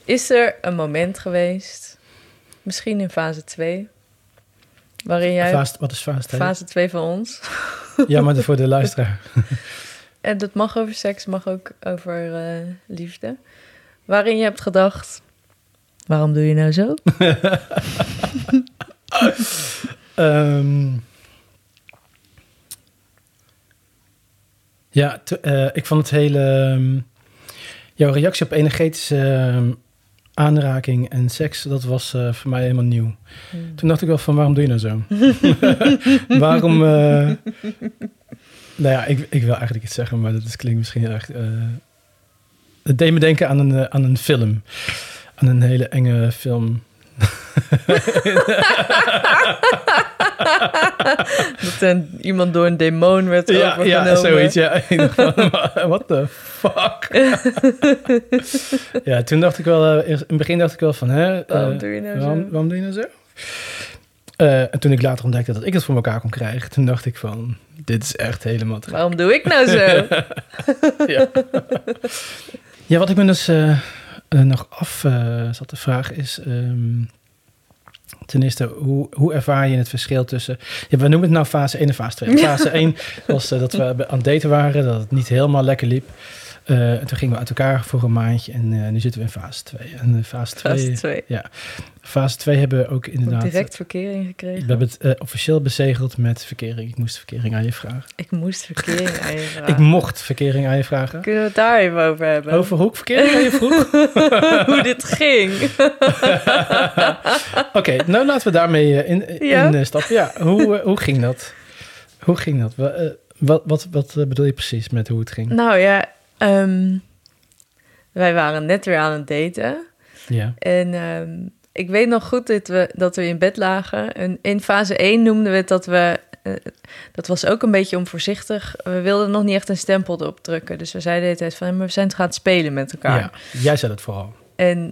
Is er een moment geweest, misschien in fase twee, waarin jij...
Fase, wat is fase twee?
Fase twee van ons.
Ja, maar voor de luisteraar.
En dat mag over seks, mag ook over uh, liefde. Waarin je hebt gedacht, waarom doe je nou zo?
um, ja, t- uh, ik vond het hele... Um, jouw reactie op energetische um, aanraking en seks, dat was uh, voor mij helemaal nieuw. Hmm. Toen dacht ik wel van, waarom doe je nou zo? waarom... Uh, nou ja, ik, ik wil eigenlijk iets zeggen, maar dat is, klinkt misschien heel erg... Uh, het deed me denken aan een, uh, aan een film. Aan een hele enge film.
Dat een, iemand door een demon werd
ja,
overgenomen.
Ja, zoiets. Ja. What the fuck? Ja, toen dacht ik wel... Uh, in het begin dacht ik wel van... Hè, uh,
waarom doe je nou
waarom,
zo?
Waarom doe je nou zo? Uh, en toen ik later ontdekte dat ik het voor elkaar kon krijgen... toen dacht ik van... Dit is echt helemaal te gek.
Waarom doe ik nou zo?
ja. ja, wat ik me dus uh, uh, nog af uh, zat te vragen is... Um, ten eerste, hoe, hoe ervaar je het verschil tussen... Ja, we noemen het nou fase één en fase twee. Fase één was uh, dat we aan het daten waren... dat het niet helemaal lekker liep. Uh, en toen gingen we uit elkaar voor een maandje... en uh, nu zitten we in fase twee. En uh, fase twee...
Fase twee.
Ja. Fase twee hebben we ook inderdaad...
Ook direct verkering gekregen.
We hebben het uh, officieel bezegeld met verkering. Ik moest verkering aan je vragen.
Ik moest verkering aan je vragen.
Ik mocht verkering aan je vragen.
Kunnen we het daar even over hebben?
Over hoe ik verkering aan je vroeg?
Hoe dit ging.
Oké, okay, nou laten we daarmee uh, in, in ja? uh, stappen. Ja, hoe, uh, hoe ging dat? Hoe ging dat? Uh, wat wat, wat uh, bedoel je precies met hoe het ging?
Nou ja, um, wij waren net weer aan het daten.
Ja.
En um, ik weet nog goed dat we, dat we in bed lagen. En in fase één noemden we het dat we... Uh, dat was ook een beetje onvoorzichtig. We wilden nog niet echt een stempel erop drukken. Dus we zeiden de hele tijd van... Maar we zijn gaan spelen met elkaar.
Ja, jij zei dat vooral.
En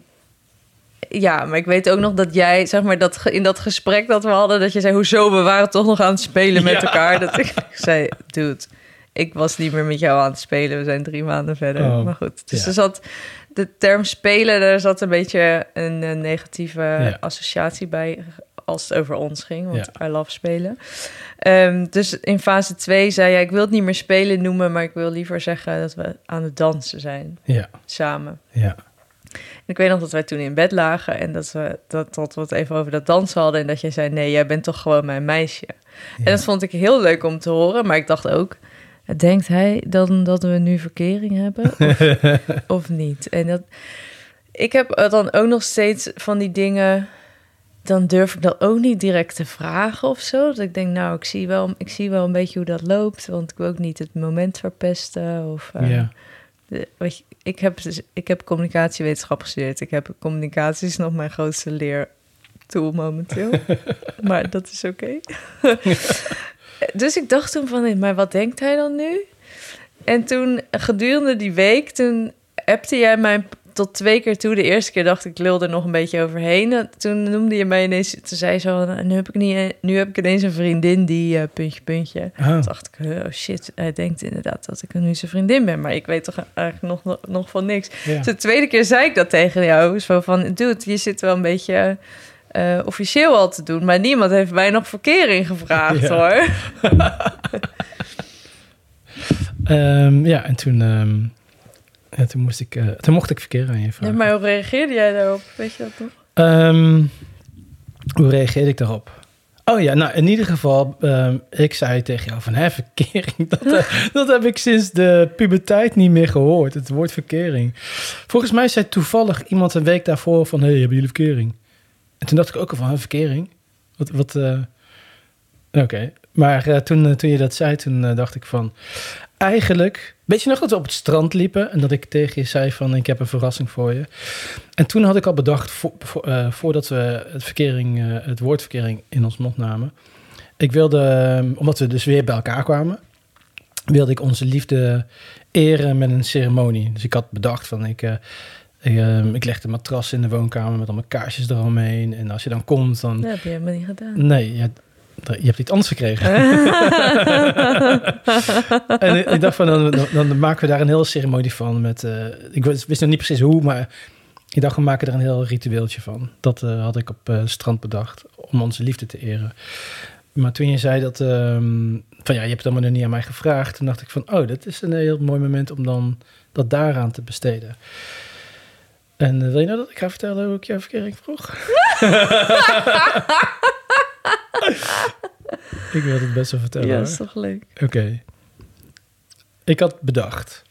ja, maar ik weet ook nog dat jij... zeg maar dat in dat gesprek dat we hadden... dat je zei, hoezo, we waren toch nog aan het spelen met ja. elkaar. Dat ik, ik zei, dude... Ik was niet meer met jou aan het spelen. We zijn drie maanden verder. Oh, maar goed. Dus ja. er zat de term spelen, er zat een beetje een, een negatieve ja. associatie bij als het over ons ging. Want ja. I love spelen. Um, dus in fase twee zei jij, ik wil het niet meer spelen noemen, maar ik wil liever zeggen dat we aan het dansen zijn. Ja. Samen.
Ja.
En ik weet nog dat wij toen in bed lagen en dat we, dat, dat we het even over dat dansen hadden. En dat jij zei, nee, jij bent toch gewoon mijn meisje. Ja. En dat vond ik heel leuk om te horen, maar ik dacht ook... Denkt hij dan dat we nu verkering hebben of, of niet? En dat, ik heb dan ook nog steeds van die dingen... dan durf ik dat ook niet direct te vragen of zo. Dat ik denk, nou, ik zie wel, ik zie wel een beetje hoe dat loopt... want ik wil ook niet het moment verpesten. Of, uh, ja. de, weet je, ik, heb, ik heb communicatiewetenschap gestudeerd. Ik heb communicatie is nog mijn grootste leertool momenteel. Maar dat is oké. Okay. Dus ik dacht toen van, maar wat denkt hij dan nu? En toen, gedurende die week, toen appte jij mij tot twee keer toe. De eerste keer dacht ik, ik lul er nog een beetje overheen. Toen noemde je mij ineens, toen zei je zo, nu heb ik, niet, nu heb ik ineens een vriendin die uh, puntje, puntje. Oh. Toen dacht ik, oh shit, hij denkt inderdaad dat ik nu zijn vriendin ben. Maar ik weet toch eigenlijk nog, nog van niks. Ja. Dus de tweede keer zei ik dat tegen jou. Zo van, dude, je zit wel een beetje... Uh, officieel al te doen, maar niemand heeft mij nog verkering gevraagd, ja. hoor.
um, ja, en toen, um, ja, toen, moest ik, uh, toen mocht ik verkering aan je vragen.
Ja, maar hoe reageerde jij daarop? Weet je dat nog?
Um, hoe reageerde ik daarop? Oh ja, nou, in ieder geval, um, ik zei tegen jou van, hè, verkering, dat, uh, dat heb ik sinds de puberteit niet meer gehoord, het woord verkering. Volgens mij zei toevallig iemand een week daarvoor van, hé, hey, hebben jullie verkering? En toen dacht ik ook al van, een verkering? Wat, wat, uh... Oké. Okay. Maar uh, toen, uh, toen je dat zei, toen uh, dacht ik van... Eigenlijk... Weet je nog dat we op het strand liepen... en dat ik tegen je zei van, ik heb een verrassing voor je. En toen had ik al bedacht, vo- vo- uh, voordat we het, verkering, uh, het woord verkering in ons mond namen... Ik wilde, uh, omdat we dus weer bij elkaar kwamen... wilde ik onze liefde eren met een ceremonie. Dus ik had bedacht van, ik... Uh, Ik, uh, ik leg de matras in de woonkamer met allemaal kaarsjes eromheen. En als je dan komt, dan...
Dat heb je helemaal niet gedaan.
Nee, je, je hebt iets anders gekregen. En ik, ik dacht van, dan, dan, dan maken we daar een hele ceremonie van. Met, uh, ik wist nog niet precies hoe, maar ik dacht, we maken er een heel ritueeltje van. Dat uh, had ik op uh, het strand bedacht, om onze liefde te eren. Maar toen je zei dat, um, van ja, je hebt het allemaal nog niet aan mij gevraagd. Toen dacht ik van, oh, dat is een heel mooi moment om dan dat daaraan te besteden. En uh, wil je nou dat ik ga vertellen hoe ik jouw verkering vroeg? Ik wil het best wel vertellen.
Ja, dat is toch leuk.
Oké. Okay. Ik had bedacht.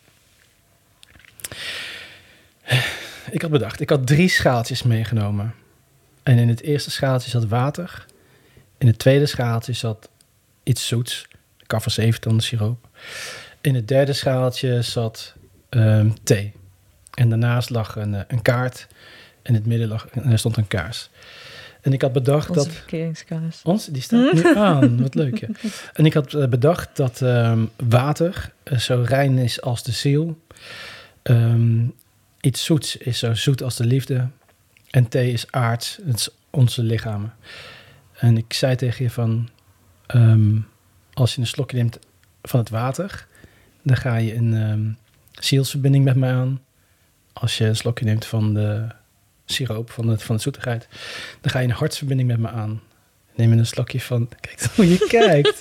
Ik had bedacht, ik had drie schaaltjes meegenomen. En in het eerste schaaltje zat water. In het tweede schaaltje zat iets zoets, kafferzeventon siroop. In het derde schaaltje zat um, thee. En daarnaast lag een, een kaart. En in het midden lag, er stond een kaars. En ik had bedacht
Onze
dat...
verkeringskaars.
Ons, die staat nu aan. Wat leuk, ja. En ik had uh, bedacht dat um, water uh, zo rein is als de ziel. Um, iets zoets is zo zoet als de liefde. En thee is aards, het is onze lichamen. En ik zei tegen je van... Um, als je een slokje neemt van het water... dan ga je een um, zielsverbinding met mij aan. Als je een slokje neemt van de siroop, van de, van de zoetigheid... dan ga je een hartsverbinding met me aan. Neem je een slokje van... Kijk hoe je kijkt.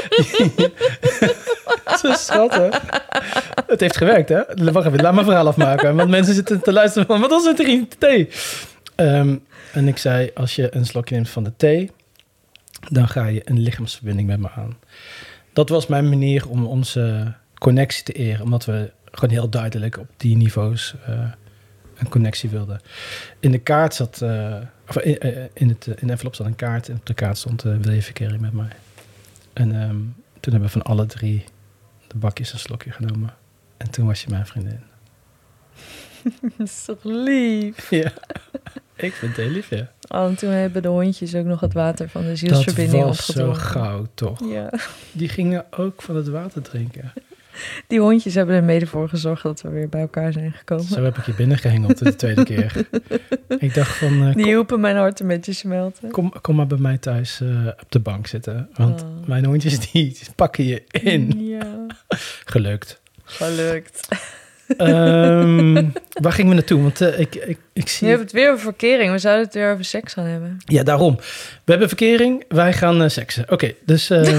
Zo schattig. Het heeft gewerkt, hè? Wacht even, laat mijn verhaal afmaken. Want mensen zitten te luisteren van... wat was het er in thee? Um, en ik zei, als je een slokje neemt van de thee... dan ga je een lichaamsverbinding met me aan. Dat was mijn manier om onze connectie te eren. Omdat we gewoon heel duidelijk op die niveaus uh, een connectie wilden. In de kaart zat... Uh, of in, uh, in, het, uh, in de envelop zat een kaart. En op de kaart stond... Uh, wil je verkering met mij? En um, toen hebben we van alle drie de bakjes een slokje genomen. En toen was je mijn vriendin.
Dat is toch lief?
Ja, ik vind het heel lief, ja.
Oh, en toen hebben de hondjes ook nog het water van de zielsverbinding opgedronken.
Dat was zo gauw, toch?
Ja.
Die gingen ook van het water drinken.
Die hondjes hebben er mede voor gezorgd dat we weer bij elkaar zijn gekomen.
Zo heb ik je binnengehengeld de tweede keer. Ik dacht van... Uh,
die hielpen mijn hart een beetje smelten.
Kom, kom maar bij mij thuis uh, op de bank zitten. Want oh. mijn hondjes, die pakken je in.
Ja.
Gelukt.
Gelukt.
Um, waar gingen we naartoe? Want uh, ik, ik, ik zie...
Je hebt het weer over verkering. We zouden het weer over seks gaan hebben.
Ja, daarom. We hebben verkering, wij gaan uh, seksen. Oké, okay, dus... Um...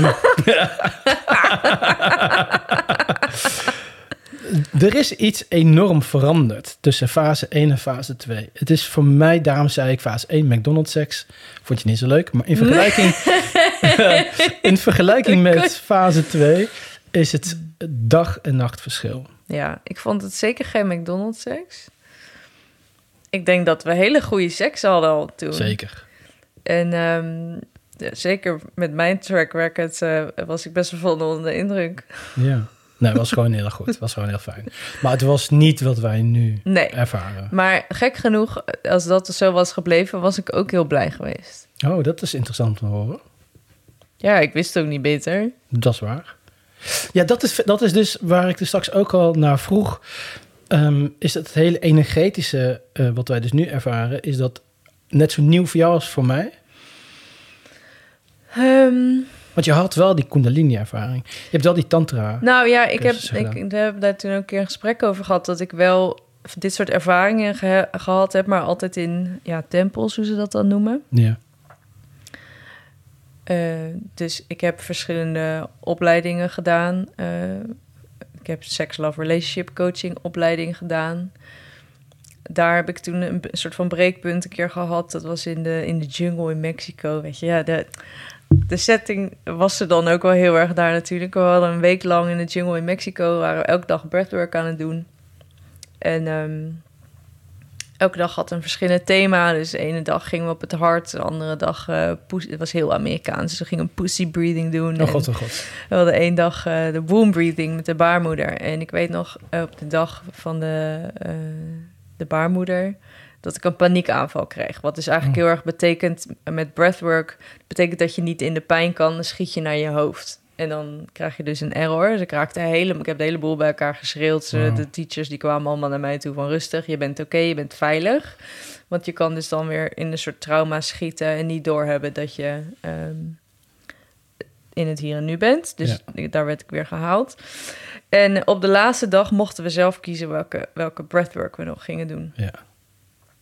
er is iets enorm veranderd tussen fase één en fase twee. Het is voor mij, daarom zei ik fase één, McDonald's seks. Vond je niet zo leuk, maar in vergelijking, in vergelijking met fase twee is het dag- en nachtverschil.
Ja, ik vond het zeker geen McDonald's seks. Ik denk dat we hele goede seks hadden al toen.
Zeker.
En um, ja, zeker met mijn track record uh, was ik best wel van onder de indruk.
Ja. Nee, het was gewoon heel goed. Het was gewoon heel fijn. Maar het was niet wat wij nu
nee,
ervaren.
Maar gek genoeg, als dat zo was gebleven, was ik ook heel blij geweest.
Oh, dat is interessant te horen.
Ja, ik wist het ook niet beter.
Dat is waar. Ja, dat is, dat is dus waar ik er straks ook al naar vroeg. Um, is het hele energetische, uh, wat wij dus nu ervaren, is dat net zo nieuw voor jou als voor mij?
Um,
Want je had wel die Kundalini-ervaring. Je hebt wel die tantra.
Nou ja, ik heb, ik, ik heb daar toen ook een keer een gesprek over gehad, dat ik wel dit soort ervaringen ge, gehad heb, maar altijd in ja, tempels, hoe ze dat dan noemen.
Ja.
Uh, dus ik heb verschillende opleidingen gedaan. Uh, ik heb sex, love, relationship coaching opleiding gedaan. Daar heb ik toen een, een soort van breekpunt een keer gehad. Dat was in de, in de jungle in Mexico. Weet je, ja, de, de setting was er dan ook wel heel erg daar natuurlijk. We hadden een week lang in de jungle in Mexico, waren we elke dag breathwork aan het doen. En um, elke dag had een verschillend thema. Dus de ene dag gingen we op het hart, de andere dag... Uh, poes, het was heel Amerikaans, dus we gingen pussy breathing doen.
Oh god, oh god.
We hadden één dag uh, de womb breathing met de baarmoeder. En ik weet nog, uh, op de dag van de, uh, de baarmoeder, dat ik een paniekaanval kreeg. Wat dus eigenlijk heel erg betekent, met breathwork, betekent dat je niet in de pijn kan, dan schiet je naar je hoofd. En dan krijg je dus een error. Dus ik raakte helemaal, ik heb de hele boel bij elkaar geschreeuwd. Wow. De teachers die kwamen allemaal naar mij toe van rustig, je bent oké, okay, je bent veilig. Want je kan dus dan weer in een soort trauma schieten en niet doorhebben dat je um, in het hier en nu bent. Dus ja. Daar werd ik weer gehaald. En op de laatste dag mochten we zelf kiezen welke, welke breathwork we nog gingen doen.
Ja.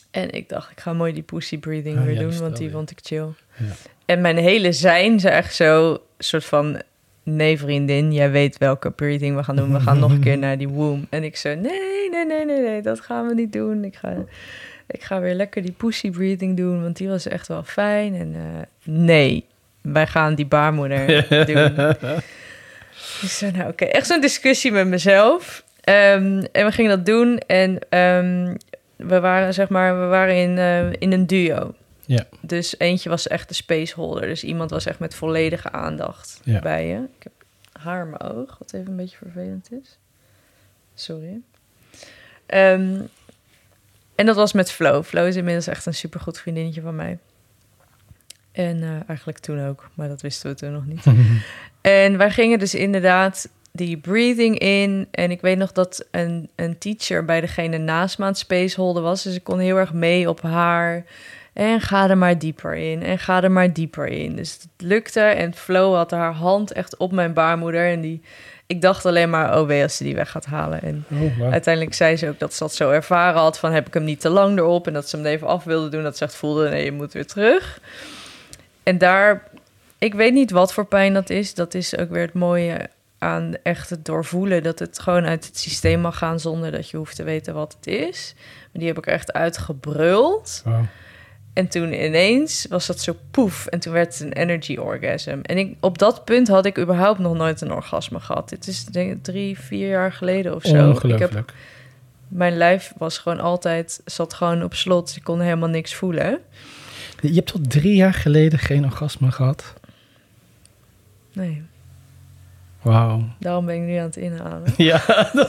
En ik dacht, ik ga mooi die pussy breathing
Oh,
weer
juist,
doen, want
oh,
die
ja.
vond ik chill.
Ja.
En mijn hele zijn zei echt zo, soort van, nee vriendin, jij weet welke breathing we gaan doen. We gaan nog een keer naar die womb. En ik zo, nee, nee, nee, nee, nee, dat gaan we niet doen. Ik ga, ik ga weer lekker die pussy breathing doen, want die was echt wel fijn. En uh, nee, wij gaan die baarmoeder doen. Ik zo, nou oké, okay. Echt zo'n discussie met mezelf. Um, en we gingen dat doen en um, we waren, zeg maar, we waren in, uh, in een duo.
Ja.
Dus eentje was echt de spaceholder. Dus iemand was echt met volledige aandacht
ja.
bij je. Ik heb haar in mijn oog, wat even een beetje vervelend is. Sorry. Um, en dat was met Flo. Flo is inmiddels echt een supergoed vriendinnetje van mij. En uh, eigenlijk toen ook, maar dat wisten we toen nog niet. En wij gingen dus inderdaad die breathing in. En ik weet nog dat een, een teacher bij degene naast me aan het spaceholder was. Dus ik kon heel erg mee op haar. En ga er maar dieper in. En ga er maar dieper in. Dus het lukte. En Flo had haar hand echt op mijn baarmoeder. En die, ik dacht alleen maar, oh wee als ze die weg gaat halen. En
oh, wow.
uiteindelijk zei ze ook dat ze dat zo ervaren had. Van heb ik hem niet te lang erop. En dat ze hem even af wilde doen. Dat ze echt voelde, nee, je moet weer terug. En daar, ik weet niet wat voor pijn dat is. Dat is ook weer het mooie aan echt het doorvoelen. Dat het gewoon uit het systeem mag gaan zonder dat je hoeft te weten wat het is. Maar die heb ik er echt uitgebruld.
Wow.
En toen ineens was dat zo poef. En toen werd het een energy orgasm. En ik, op dat punt had ik überhaupt nog nooit een orgasme gehad. Dit is denk ik drie, vier jaar geleden of zo.
Ongelooflijk.
Ik heb, mijn lijf was gewoon altijd, zat gewoon op slot. Ik kon helemaal niks voelen.
Je hebt tot drie jaar geleden geen orgasme gehad?
Nee.
Wauw.
Daarom ben ik nu aan het inhalen.
Ja.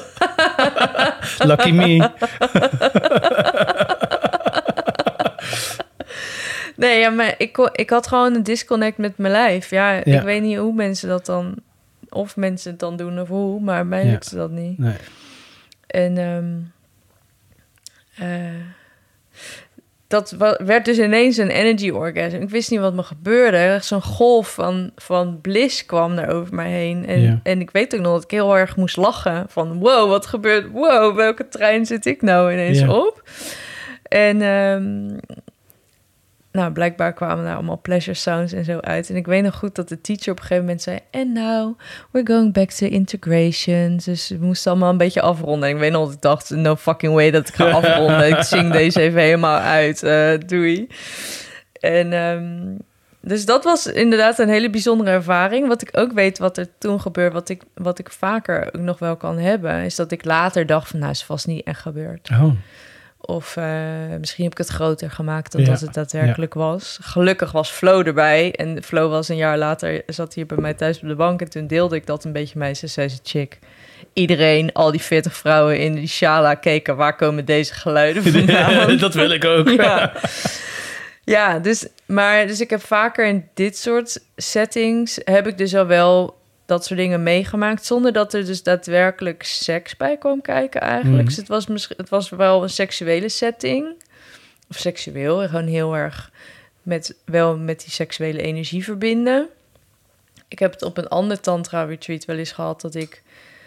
Lucky me.
Nee, ja, maar ik, kon, ik had gewoon een disconnect met mijn lijf. Ja,
Ja.
ik weet niet hoe mensen dat dan... Of mensen het dan doen of hoe, maar mij
Ja.
lukte dat niet.
Nee.
En um, uh, dat wa- werd dus ineens een energy orgasm. Ik wist niet wat me gebeurde. Zo'n golf van, van bliss kwam er over mij heen. En,
Ja.
en ik weet ook nog dat ik heel erg moest lachen. Van wow, wat gebeurt? Wow, welke trein zit ik nou ineens
Ja.
op? En um, nou, blijkbaar kwamen daar allemaal pleasure sounds en zo uit. En ik weet nog goed dat de teacher op een gegeven moment zei... And now we're going back to integration. Dus we moesten allemaal een beetje afronden. En ik weet nog dat ik dacht, no fucking way dat ik ga afronden. Ik zing deze even helemaal uit. Uh, doei. En um, dus dat was inderdaad een hele bijzondere ervaring. Wat ik ook weet wat er toen gebeurde... wat ik, wat ik vaker ook nog wel kan hebben... is dat ik later dacht van... nou, is vast niet echt gebeurd.
Oh.
Of uh, misschien heb ik het groter gemaakt dan
Ja,
dat het daadwerkelijk ja. was. Gelukkig was Flo erbij. En Flo was een jaar later, zat hier bij mij thuis op de bank. En toen deelde ik dat een beetje mee. Ze zei ze, chick, iedereen, al die veertig vrouwen in die shala keken... waar komen deze geluiden vandaan?
Dat wil ik ook.
Ja, ja dus, maar, dus ik heb vaker in dit soort settings... heb ik dus al wel... dat soort dingen meegemaakt, zonder dat er dus daadwerkelijk seks bij kwam kijken eigenlijk.
Mm.
Dus het was, misschien, het was wel een seksuele setting. Of seksueel, gewoon heel erg met, wel met die seksuele energie verbinden. Ik heb het op een ander tantra-retreat wel eens gehad... dat ik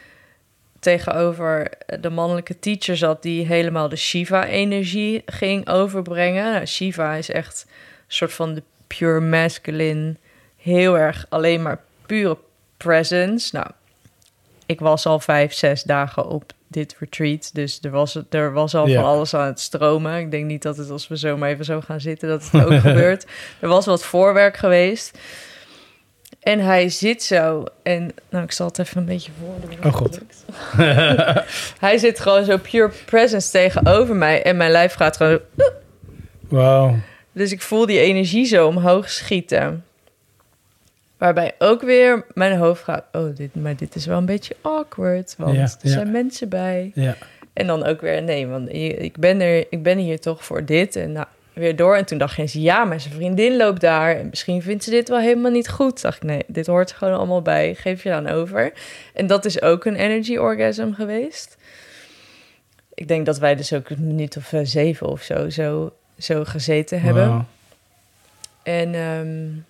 tegenover de mannelijke teacher zat... die helemaal de Shiva-energie ging overbrengen. Nou, Shiva is echt een soort van de pure masculine... heel erg alleen maar pure presence. Nou, ik was al vijf, zes dagen op dit retreat. Dus er was, er was al
ja.
van alles aan het stromen. Ik denk niet dat het als we zo maar even zo gaan zitten... dat het ook gebeurt. Er was wat voorwerk geweest. En hij zit zo. En nou, ik zal het even een beetje voordoen.
Oh god.
Hij zit gewoon zo pure presence tegenover mij. En mijn lijf gaat gewoon...
Wauw.
Dus ik voel die energie zo omhoog schieten... Waarbij ook weer mijn hoofd gaat... oh, dit, maar dit is wel een beetje awkward... want
ja,
er
ja.
zijn mensen bij.
Ja.
En dan ook weer... nee, want ik ben, er, ik ben hier toch voor dit. En nou, weer door. En toen dacht je... ja, maar zijn vriendin loopt daar... en misschien vindt ze dit wel helemaal niet goed. Dacht ik, nee, dit hoort er gewoon allemaal bij. Geef je dan over. En dat is ook een energy orgasm geweest. Ik denk dat wij dus ook een minuut of uh, zeven of zo... zo, zo gezeten hebben.
Wow.
En... Um,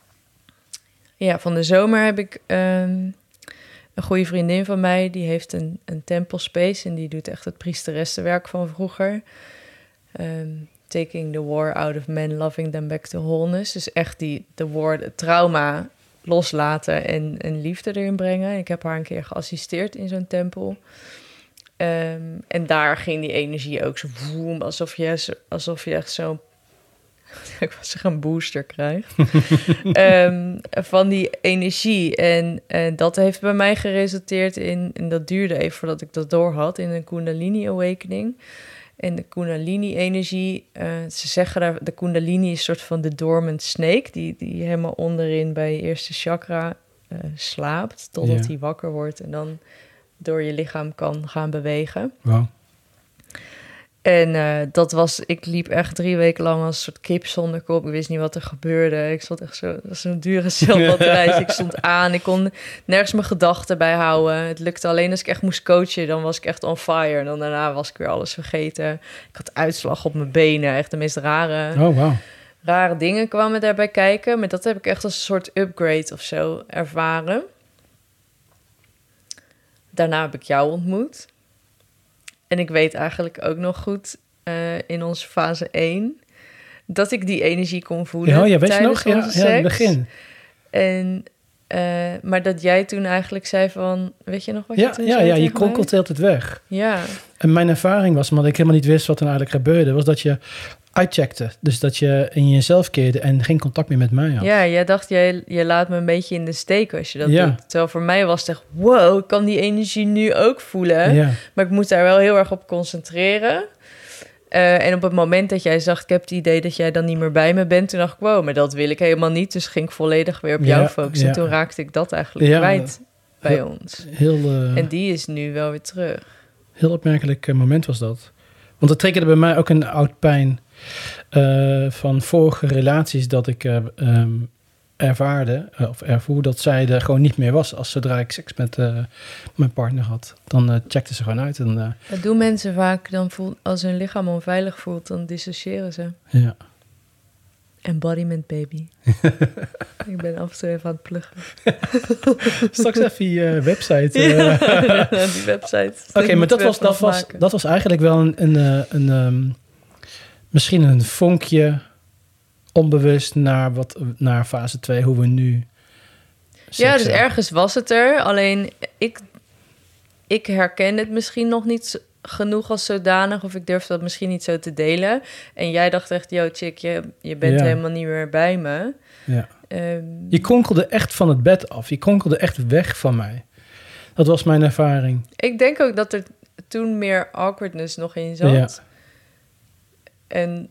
ja, van de zomer heb ik um, een goede vriendin van mij... die heeft een, een tempelspace en die doet echt het priesteressenwerk van vroeger. Um, taking the war out of men, loving them back to wholeness. Dus echt die, de woorden trauma loslaten en, en liefde erin brengen. Ik heb haar een keer geassisteerd in zo'n tempel. Um, en daar ging die energie ook zo voem, alsof je, alsof je echt zo'n ik wil zeggen een booster krijgt. um, van die energie. En, en dat heeft bij mij geresulteerd in, en dat duurde even voordat ik dat door had, in een Kundalini Awakening. En de Kundalini-energie, uh, ze zeggen daar, de Kundalini is een soort van de dormant snake, die, die helemaal onderin bij je eerste chakra uh, slaapt, totdat ja. hij wakker wordt en dan door je lichaam kan gaan bewegen.
Wow.
En uh, dat was, ik liep echt drie weken lang als een soort kip zonder kop. Ik wist niet wat er gebeurde. Ik stond echt zo, dat was zo'n dure celbatterij. Ik stond aan, ik kon nergens mijn gedachten bij houden. Het lukte alleen als ik echt moest coachen, dan was ik echt on fire. En dan daarna was ik weer alles vergeten. Ik had uitslag op mijn benen, echt de meest rare,
oh, wow.
rare dingen kwamen daarbij kijken. Maar dat heb ik echt als een soort upgrade of zo ervaren. Daarna heb ik jou ontmoet. En ik weet eigenlijk ook nog goed uh, in onze fase één dat ik die energie kon voelen.
Ja, ja weet je
tijdens
nog?
onze
Ja, ja, het
seks.
begin.
En, uh, maar dat jij toen eigenlijk zei van, weet je nog wat
ja,
je toen
ja,
zei?
Ja, je
tegen
kronkelt
mij?
altijd weg.
Ja.
En mijn ervaring was, omdat ik helemaal niet wist wat er nou eigenlijk gebeurde, was dat je uitcheckte. Dus dat je in jezelf keerde en geen contact meer met mij had.
Ja, jij dacht, jij, je laat me een beetje in de steek als je dat
ja.
doet. Terwijl voor mij was het echt, wow, ik kan die energie nu ook voelen.
Ja.
Maar ik moet daar wel heel erg op concentreren. Uh, en op het moment dat jij zag, ik heb het idee dat jij dan niet meer bij me bent, toen dacht ik, wow, maar dat wil ik helemaal niet. Dus ging ik volledig weer op
ja,
jou focussen.
Ja.
En toen raakte ik dat eigenlijk
ja,
kwijt bij
heel,
ons.
Heel, uh,
en die is nu wel weer terug.
Heel opmerkelijk uh, moment was dat. Want het triggerde bij mij ook een oud pijn uh, van vorige relaties dat ik uh, um, ervaarde, uh, of ervoer, dat zij er gewoon niet meer was als zodra ik seks met uh, mijn partner had. Dan uh, checkte ze gewoon uit. En, uh,
dat doen mensen vaak, dan voelt, als hun lichaam onveilig voelt, dan dissociëren ze.
Ja.
Embodiment baby. Ik ben af en toe even aan het pluggen.
Straks even die uh, website. Uh.
Ja, die website.
Oké, okay, maar dat was, dat, was, dat was eigenlijk wel een, een, een, een um, misschien een vonkje onbewust naar, wat, naar fase twee, hoe we nu
ja, dus ergens was het er. Alleen ik, ik herken het misschien nog niet genoeg als zodanig, of ik durf dat misschien niet zo te delen. En jij dacht echt, yo chick, je, je bent ja. helemaal niet meer bij me.
Ja.
Um,
je kronkelde echt van het bed af. Je kronkelde echt weg van mij. Dat was mijn ervaring.
Ik denk ook dat er toen meer awkwardness nog in zat. Ja. En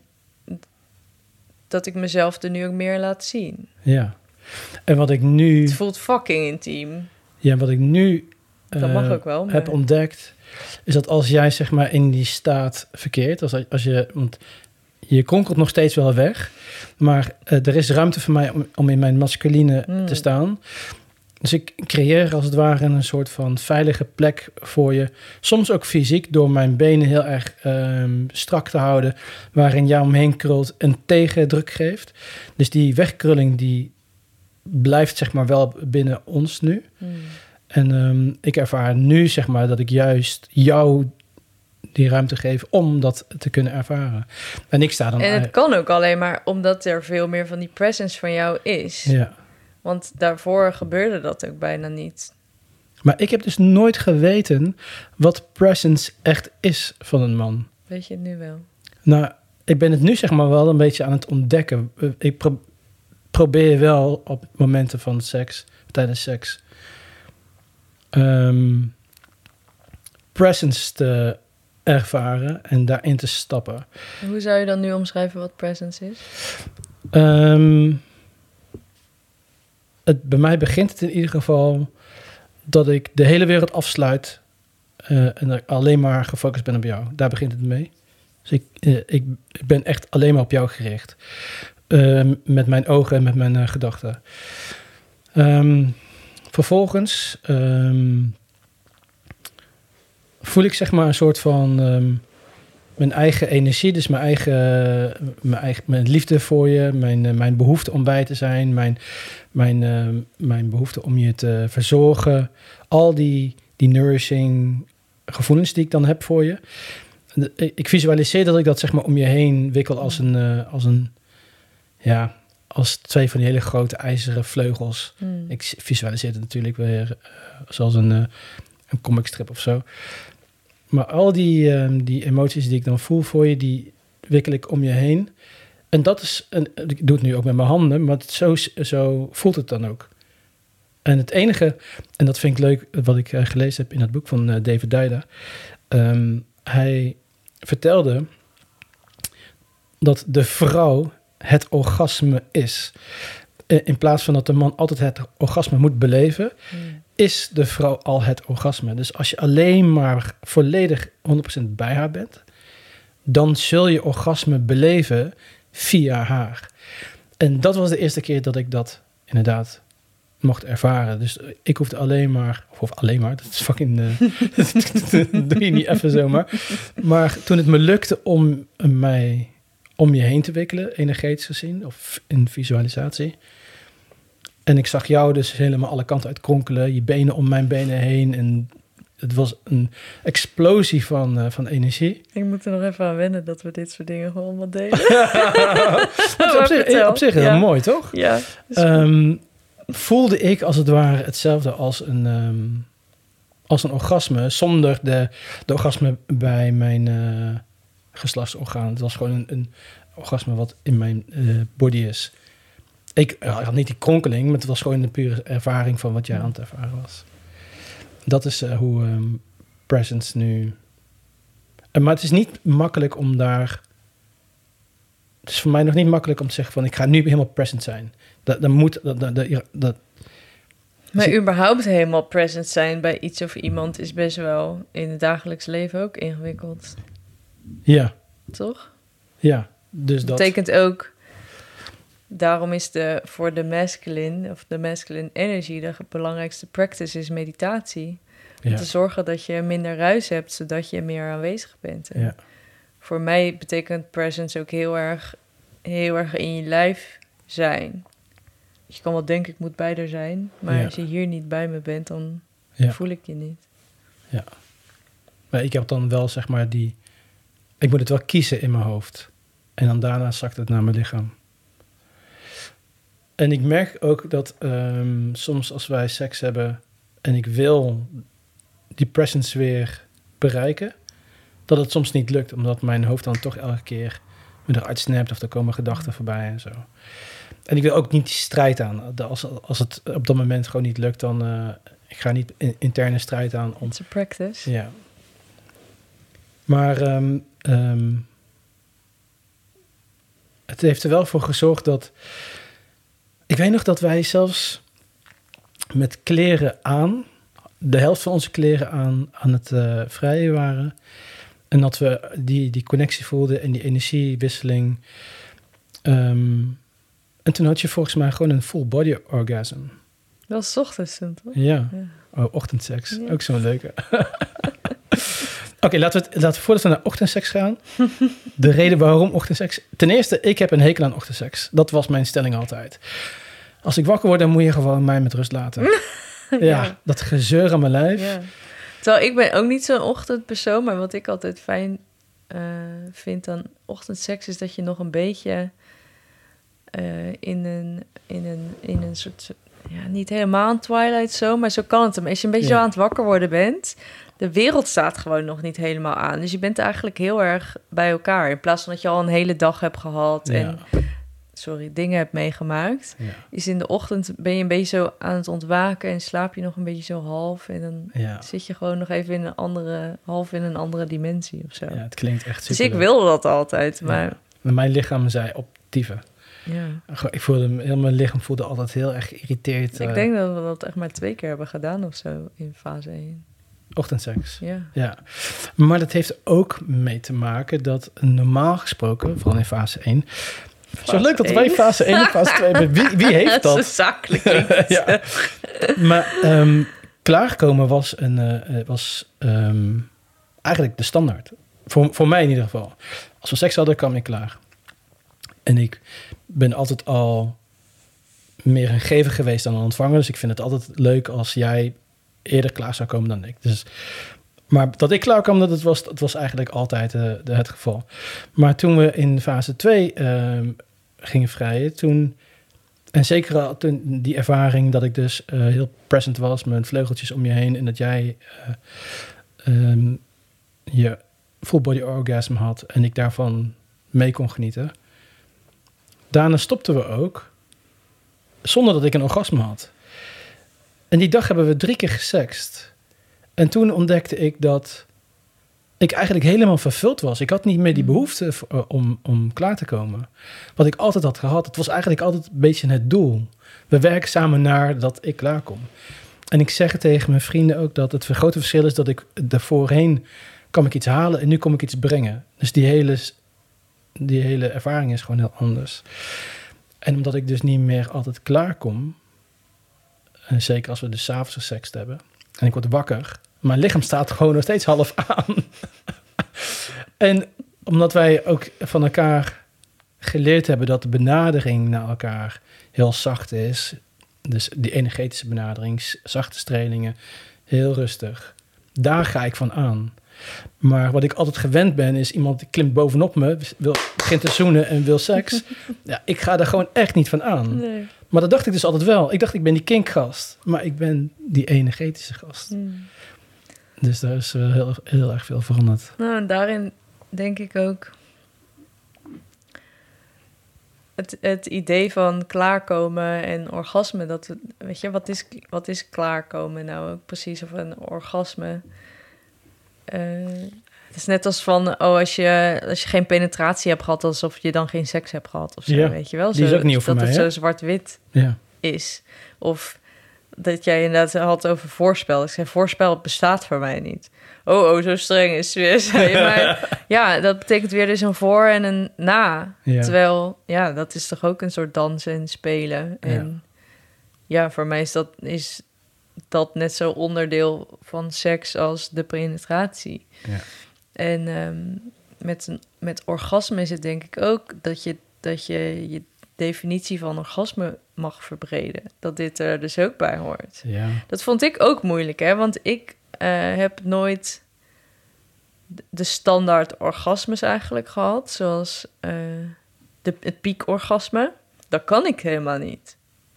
dat ik mezelf er nu ook meer laat zien.
Ja. En wat ik nu...
Het voelt fucking intiem.
Ja, wat ik nu
dat uh, mag ook wel, maar...
heb ontdekt, is dat als jij zeg maar in die staat verkeert, als, als je, want je kronkelt nog steeds wel weg, maar uh, er is ruimte voor mij om, om in mijn masculine mm. te staan. Dus ik creëer als het ware een soort van veilige plek voor je. Soms ook fysiek, door mijn benen heel erg um, strak te houden, waarin jij omheen krult en tegendruk geeft. Dus die wegkrulling die blijft zeg maar wel binnen ons nu. Mm. En um, ik ervaar nu zeg maar dat ik juist jou die ruimte geef om dat te kunnen ervaren. En ik sta dan...
En het kan ook alleen maar omdat er veel meer van die presence van jou is.
Ja.
Want daarvoor gebeurde dat ook bijna niet.
Maar ik heb dus nooit geweten wat presence echt is van een man.
Weet je het nu wel?
Nou, ik ben het nu zeg maar wel een beetje aan het ontdekken. Ik pro- probeer wel op momenten van seks, tijdens seks, um, presence te ervaren en daarin te stappen.
Hoe zou je dan nu omschrijven wat presence is?
Um, het, bij mij begint het in ieder geval dat ik de hele wereld afsluit uh, en dat ik alleen maar gefocust ben op jou. Daar begint het mee. Dus ik, uh, ik, ik ben echt alleen maar op jou gericht. Uh, met mijn ogen en met mijn uh, gedachten. Um, vervolgens um, voel ik zeg maar een soort van um, mijn eigen energie, dus mijn eigen, mijn eigen mijn liefde voor je, mijn, uh, mijn behoefte om bij te zijn, mijn, mijn, uh, mijn behoefte om je te verzorgen, al die, die nourishing gevoelens die ik dan heb voor je. ik visualiseer dat ik dat zeg maar om je heen wikkel als een, uh, als een, ja, als twee van die hele grote ijzeren vleugels. Mm. Ik visualiseer het natuurlijk weer uh, zoals een, uh, een comicstrip of zo. Maar al die, uh, die emoties die ik dan voel voor je, die wikkel ik om je heen. En dat is, een, ik doe het nu ook met mijn handen, maar het, zo, zo voelt het dan ook. En het enige, en dat vind ik leuk, wat ik uh, gelezen heb in het boek van uh, David Deida. Um, hij vertelde dat de vrouw het orgasme is. In plaats van dat de man altijd het orgasme moet beleven, mm. is de vrouw al het orgasme. Dus als je alleen maar volledig honderd procent bij haar bent, dan zul je orgasme beleven via haar. En dat was de eerste keer dat ik dat inderdaad mocht ervaren. Dus ik hoefde alleen maar, of alleen maar, dat is fucking, uh, dat doe je niet even zomaar. Maar toen het me lukte om mij om je heen te wikkelen, energetisch gezien, of in visualisatie. En ik zag jou dus helemaal alle kanten uit kronkelen, je benen om mijn benen heen. En het was een explosie van, uh, van energie.
Ik moet er nog even aan wennen dat we dit soort dingen gewoon allemaal delen.
op zich, op zich heel ja. mooi, toch?
Ja.
Um, voelde ik als het ware hetzelfde als een, um, als een orgasme, zonder de, de orgasme bij mijn uh, geslachtsorgaan. Het was gewoon een, een orgasme wat in mijn uh, body is. Ik uh, had niet die kronkeling, maar het was gewoon een pure ervaring van wat jij aan het ervaren was. Dat is uh, hoe um, presence nu... Uh, maar het is niet makkelijk om daar... Het is voor mij nog niet makkelijk om te zeggen van... ik ga nu helemaal present zijn. Dat, dat moet... Dat, dat, dat, dat,
maar ik, überhaupt helemaal present zijn bij iets of iemand... is best wel in het dagelijks leven ook ingewikkeld.
Ja.
Toch?
Ja, dus dat...
Dat betekent ook... Daarom is de voor de masculine of de masculine energy de belangrijkste practice is meditatie. Om ja. te zorgen dat je minder ruis hebt, zodat je meer aanwezig bent.
Ja.
Voor mij betekent presence ook heel erg, heel erg in je lijf zijn. Je kan wel denken, ik moet bij er zijn. Maar ja. als je hier niet bij me bent, dan ja. voel ik je niet.
Ja. Maar ik heb dan wel, zeg maar, die... Ik moet het wel kiezen in mijn hoofd. En dan daarna zakt het naar mijn lichaam. En ik merk ook dat um, soms als wij seks hebben en ik wil die presence weer bereiken, dat het soms niet lukt, omdat mijn hoofd dan toch elke keer me eruit snapt of er komen gedachten voorbij en zo. En ik wil ook niet die strijd aan. Als, als het op dat moment gewoon niet lukt, dan uh, ik ga niet in, interne strijd aan. Om,
It's a practice.
Ja. Maar um, um, het heeft er wel voor gezorgd dat... Ik weet nog dat wij zelfs met kleren aan, de helft van onze kleren aan, aan het uh, vrijen waren. En dat we die, die connectie voelden en die energiewisseling. Um, en toen had je volgens mij gewoon een full body orgasm.
Dat was 's ochtends toen, toch?
Ja, ja. Oh, ochtendseks. Ja. Ook zo'n leuke. Oké, okay, laten we het, laten we voordat we naar ochtendseks gaan. De reden waarom ochtendseks... Ten eerste, ik heb een hekel aan ochtendseks. Dat was mijn stelling altijd. Als ik wakker word, dan moet je gewoon mij met rust laten. ja. ja, dat gezeur aan mijn lijf. Ja.
Terwijl ik ben ook niet zo'n ochtendpersoon, maar wat ik altijd fijn uh, vind aan ochtendseks is dat je nog een beetje uh, in, een, in, een, in een soort... Ja, niet helemaal een twilight zo, maar zo kan het hem. Als je een beetje ja. zo aan het wakker worden bent, de wereld staat gewoon nog niet helemaal aan. Dus je bent eigenlijk heel erg bij elkaar. In plaats van dat je al een hele dag hebt gehad ja. en sorry, dingen hebt meegemaakt. Ja. Is in de ochtend ben je een beetje zo aan het ontwaken en slaap je nog een beetje zo half. En dan ja. zit je gewoon nog even in een andere, half in een andere dimensie of zo.
Ja, het klinkt echt super.
Dus ik wilde dat altijd, maar...
Ja. Mijn lichaam zei op dieven.
Ja.
Ik voelde, heel mijn lichaam voelde altijd heel erg geïrriteerd.
Ik denk dat we dat echt maar twee keer hebben gedaan of zo in fase één.
Ochtendseks.
Ja.
ja. Maar dat heeft ook mee te maken dat normaal gesproken, vooral in fase één... Fase zo leuk dat één. Wij fase één en fase twee hebben. Wie, wie heeft dat?
Dat is zakelijk.
ja. Maar um, klaarkomen was, een, uh, was um, eigenlijk de standaard. Voor, voor mij in ieder geval. Als we seks hadden, kwam ik klaar. En ik ben altijd al meer een gever geweest dan een ontvanger. Dus ik vind het altijd leuk als jij eerder klaar zou komen dan ik. Dus, Maar dat ik klaar kwam, dat het was, dat was eigenlijk altijd uh, de, het geval. Maar toen we in fase twee uh, gingen vrijen, toen... En zeker al toen die ervaring dat ik dus uh, heel present was... met vleugeltjes om je heen... en dat jij uh, um, je full body orgasm had... en ik daarvan mee kon genieten. Daarna stopten we ook... zonder dat ik een orgasme had. En die dag hebben we drie keer gesext. En toen ontdekte ik dat... ik eigenlijk helemaal vervuld was. Ik had niet meer die behoefte uh, om, om klaar te komen. Wat ik altijd had gehad. Het was eigenlijk altijd een beetje het doel. We werken samen naar dat ik klaar kom. En ik zeg het tegen mijn vrienden ook... dat het grote verschil is dat ik daarvoorheen... kwam ik iets halen en nu kom ik iets brengen. Dus die hele, die hele ervaring is gewoon heel anders. En omdat ik dus niet meer altijd klaar kom... en zeker als we dus 's avonds gesext hebben... en ik word wakker... mijn lichaam staat gewoon nog steeds half aan. En omdat wij ook van elkaar geleerd hebben... dat de benadering naar elkaar heel zacht is... dus die energetische benadering, zachte strelingen, heel rustig. Daar ga ik van aan. Maar wat ik altijd gewend ben, is iemand die klimt bovenop me... Wil, begint te zoenen en wil seks. Ja, ik ga daar gewoon echt niet van aan. Nee. Maar dat dacht ik dus altijd wel. Ik dacht, ik ben die kinkgast. Maar ik ben die energetische gast. Hmm. Dus daar is uh, heel, heel erg veel veranderd.
Nou, en daarin denk ik ook... Het, het idee van klaarkomen en orgasme... dat weet je, wat is, wat is klaarkomen nou ook precies? Of een orgasme... Uh, het is net als van, oh, als je, als je geen penetratie hebt gehad... alsof je dan geen seks hebt gehad of zo, ja, weet je wel? Zo,
die is ook nieuw voor
mij,
mij,
Dat het zo zwart-wit
ja.
is. Of dat jij inderdaad had over voorspel. Ik zei, voorspel bestaat voor mij niet. Oh, oh, zo streng is het weer, zei je. Maar ja, dat betekent weer dus een voor en een na. Ja. Terwijl, ja, dat is toch ook een soort dansen en spelen. En ja, ja voor mij is dat... is dat net zo onderdeel van seks als de penetratie. Ja. En um, met, met orgasme is het denk ik ook... dat je, dat je je definitie van orgasme mag verbreden. Dat dit er dus ook bij hoort.
Ja.
Dat vond ik ook moeilijk, hè? Want ik uh, heb nooit de standaard orgasmes eigenlijk gehad. Zoals uh, de, het piekorgasme. Dat kan ik helemaal niet.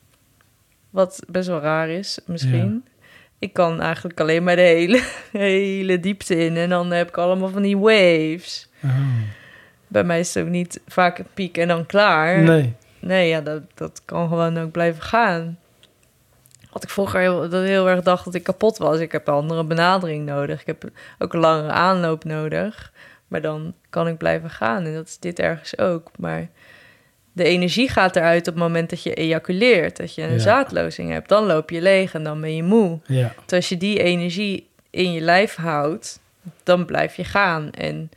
Wat best wel raar is, misschien. Ja. Ik kan eigenlijk alleen maar de hele, hele diepte in. En dan heb ik allemaal van die waves. Oh. Bij mij is het ook niet vaak een piek en dan klaar.
Nee.
Nee, ja, dat, dat kan gewoon ook blijven gaan. Wat ik vroeger heel, dat heel erg dacht dat ik kapot was. Ik heb een andere benadering nodig. Ik heb ook een langere aanloop nodig. Maar dan kan ik blijven gaan. En dat is dit ergens ook. Maar... de energie gaat eruit op het moment dat je ejaculeert. Dat je een ja. zaadlozing hebt. Dan loop je leeg en dan ben je moe.
Ja.
Dus als je die energie in je lijf houdt... dan blijf je gaan. En